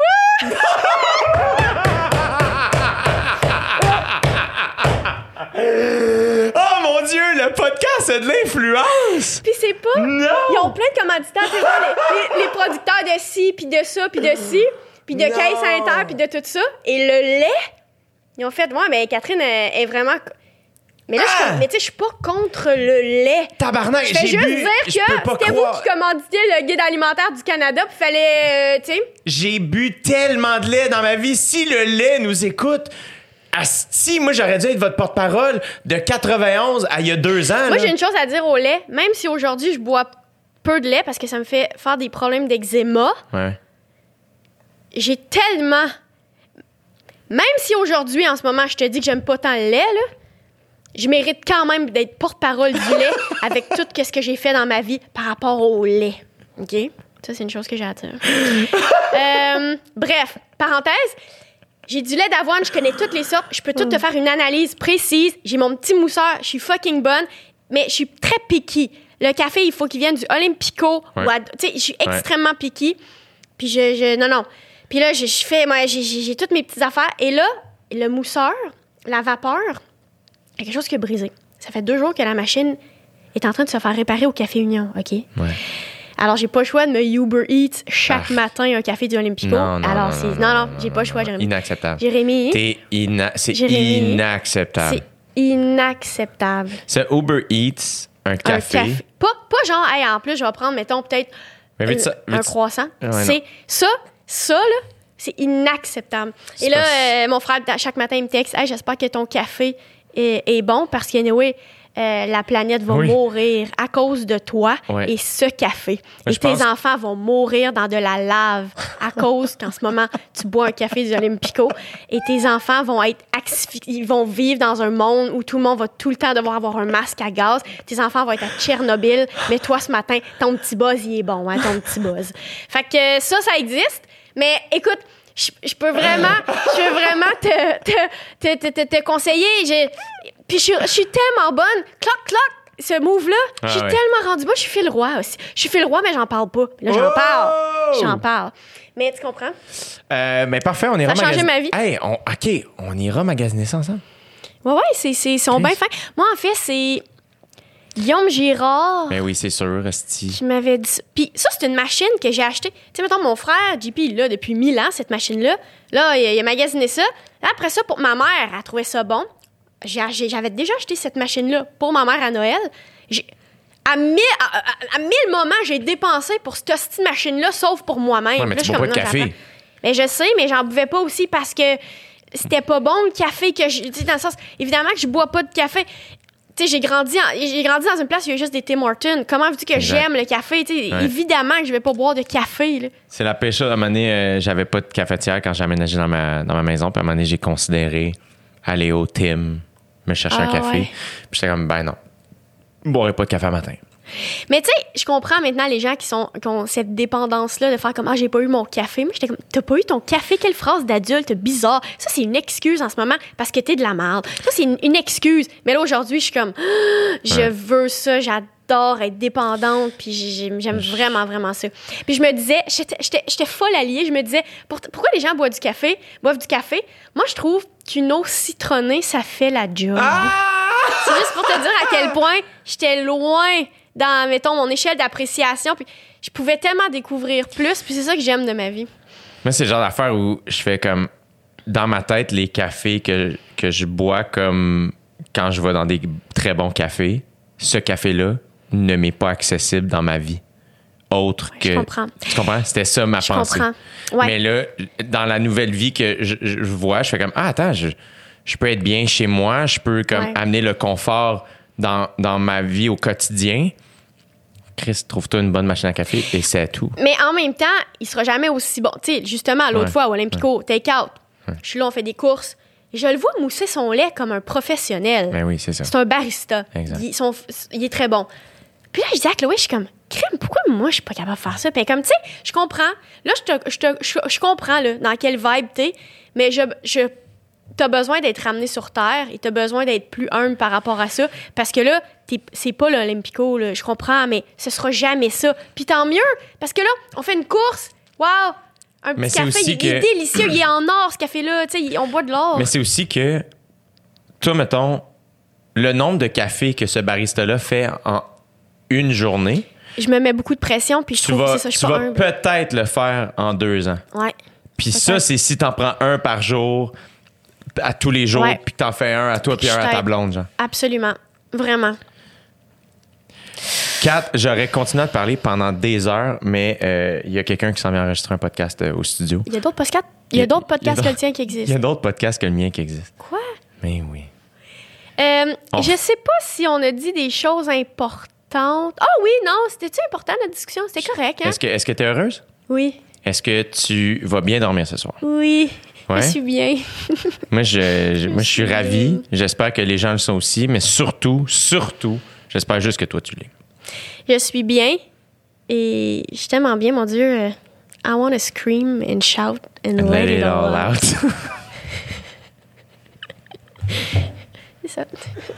Oh mon Dieu, le podcast a de l'influence! Puis c'est pas... Non! Ils ont plein de commanditaires, tu vois, les producteurs de ci, puis de ça, puis de ci, puis de caisse sanitaire, puis de tout ça. Et le lait, ils ont fait... Ouais, mais Catherine est vraiment... Mais là, mais tu sais, je suis pas contre le lait. Tabarnak, j'ai bu... Je fais juste dire que c'était vous qui commanditiez le guide alimentaire du Canada, puis fallait, tu sais... J'ai bu tellement de lait dans ma vie. Si le lait nous écoute... Asti, moi, j'aurais dû être votre porte-parole de 91 à il y a 2 ans. Moi, j'ai une chose à dire au lait. Même si aujourd'hui, je bois peu de lait parce que ça me fait faire des problèmes d'eczéma, j'ai tellement... Même si aujourd'hui, en ce moment, je te dis que j'aime pas tant le lait, là, je mérite quand même d'être porte-parole du lait avec tout ce que j'ai fait dans ma vie par rapport au lait. OK? Ça, c'est une chose que j'ai à dire. Bref, parenthèse... J'ai du lait d'avoine, je connais toutes les sortes. Je peux tout te faire une analyse précise. J'ai mon petit mousseur, je suis fucking bonne. Mais je suis très picky. Le café, il faut qu'il vienne du Olympico. Tu sais, je suis extrêmement picky. Puis non. Puis là, j'ai toutes mes petites affaires. Et là, le mousseur, la vapeur, il y a quelque chose qui a brisé. Ça fait 2 jours que la machine est en train de se faire réparer au Café Union, OK? Ouais. Alors, j'ai pas le choix de me Uber Eats chaque matin un café du Olympico. Non, j'ai pas le choix, Jérémy. Inacceptable. Jérémy. C'est inacceptable. C'est inacceptable. C'est Uber Eats, un café. Pas genre, hey, en plus, je vais prendre, mettons, peut-être un croissant. C'est ça, là, c'est inacceptable. Et là, mon frère, chaque matin, il me texte, hey, j'espère que ton café est bon parce qu'anyway, la planète va mourir à cause de toi et ce café. Et tes enfants vont mourir dans de la lave à cause qu'en ce moment, tu bois un café du Olympico. Et tes enfants vont être ils vont vivre dans un monde où tout le monde va tout le temps devoir avoir un masque à gaz. Tes enfants vont être à Tchernobyl. Mais toi, ce matin, ton petit buzz, il est bon, hein, ton petit buzz. Fait que ça existe. Mais écoute, je peux vraiment te conseiller. Puis je suis tellement bonne. Cloc, ce move-là. Je suis tellement rendue. Moi, je suis Phil Roy aussi. Je suis Phil Roy, mais j'en parle pas. Là, j'en parle. Mais tu comprends? Mais parfait, on ira magasiner. Ça a changé ma vie. Hey, on ira magasiner ça ensemble. Ouais, ils sont bien fins. Moi, en fait, c'est Guillaume Girard. Ben oui, c'est sûr, Asti. Qui m'avait dit... Puis ça, c'est une machine que j'ai achetée. Tu sais, mettons, mon frère, JP, il l'a depuis 1000 ans, cette machine-là. Là, il a magasiné ça. Après ça, pour ma mère, elle trouvait ça bon. J'avais déjà acheté cette machine-là pour ma mère à Noël. À 1000 moments, j'ai dépensé pour cette petite machine-là, sauf pour moi-même. Ouais, mais tu bois pas de café. Mais je sais, mais j'en buvais pas aussi parce que c'était pas bon, le café. Tu sais, dans le sens, évidemment que je bois pas de café. Tu sais, j'ai grandi dans une place où il y a juste des Tim Hortons. Comment veux-tu que j'aime le café? Évidemment que je vais pas boire de café. Là. C'est la pêche. À un moment donné, j'avais pas de cafetière quand j'ai aménagé dans ma maison. Puis à un moment donné, j'ai considéré aller au Tim, me chercher un café. Puis j'étais comme, ben non, je boirais pas de café à matin. Mais tu sais, je comprends maintenant les gens qui ont cette dépendance-là de faire comme, j'ai pas eu mon café. Moi, j'étais comme, t'as pas eu ton café? Quelle phrase d'adulte bizarre. Ça, c'est une excuse en ce moment parce que t'es de la merde. Ça, c'est une excuse. Mais là, aujourd'hui, je suis comme, je veux ça, j'adore être dépendante, puis j'aime vraiment, vraiment ça. Puis je me disais, j'étais folle alliée, je me disais, pourquoi les gens boivent du café? Moi, je trouve qu'une eau citronnée, ça fait la job. C'est juste pour te dire à quel point j'étais loin dans, mettons, mon échelle d'appréciation, puis je pouvais tellement découvrir plus, puis c'est ça que j'aime de ma vie. Moi, c'est le genre d'affaire où je fais comme, dans ma tête, les cafés que je bois comme quand je vais dans des très bons cafés, ce café-là ne m'est pas accessible dans ma vie. autre que... Je comprends. Tu comprends? C'était ça ma pensée. Je comprends. Ouais. Mais là, dans la nouvelle vie que je vois, je fais comme, ah, attends, je peux être bien chez moi, je peux comme amener le confort dans ma vie au quotidien. Chris, trouve-toi une bonne machine à café et c'est tout. Mais en même temps, il sera jamais aussi bon. Tu sais, justement, l'autre fois, au Olympico, take-out, je suis là, on fait des courses. Je le vois mousser son lait comme un professionnel. Ben oui, c'est ça. C'est un barista. Exact. Il est très bon. Puis là, je dis à Chloé, je suis comme, crème, pourquoi moi, je suis pas capable de faire ça? Puis comme, tu sais, je comprends. Là, je comprends là, dans quelle vibe t'es, mais t'as besoin d'être ramené sur terre et t'as besoin d'être plus humble par rapport à ça. Parce que là, c'est pas l'Olympico, là, je comprends, mais ce sera jamais ça. Puis tant mieux, parce que là, on fait une course. Wow! Un petit café, il est délicieux. Il est en or, ce café-là. Tu sais, on boit de l'or. Mais c'est aussi que, toi, mettons, le nombre de cafés que ce barista-là fait en une journée... Je me mets beaucoup de pression, puis je trouve que c'est ça, je suis pas humble. Tu vas peut-être le faire en 2 ans. Ouais. Puis ça, c'est si t'en prends un par jour, à tous les jours, puis que t'en fais un à toi puis un à ta blonde, genre. Absolument. Vraiment. Kat, j'aurais continué à te parler pendant des heures, mais il y a quelqu'un qui s'en vient enregistrer un podcast au studio. Il y a d'autres podcasts? Il y a d'autres podcasts que le tien qui existent. Il y a d'autres podcasts que le mien qui existent. Quoi? Mais oui. Je sais pas si on a dit des choses importantes. Ah oui, non, c'était-tu important notre discussion? C'était correct, hein? Est-ce que t'es heureuse? Oui. Est-ce que tu vas bien dormir ce soir? Oui. Ouais? Je suis bien. Moi, je suis ravi. J'espère que les gens le sont aussi, mais surtout, j'espère juste que toi, tu l'es. Je suis bien et je suis tellement bien, mon Dieu. I want to scream and shout and let it all out. C'est ça.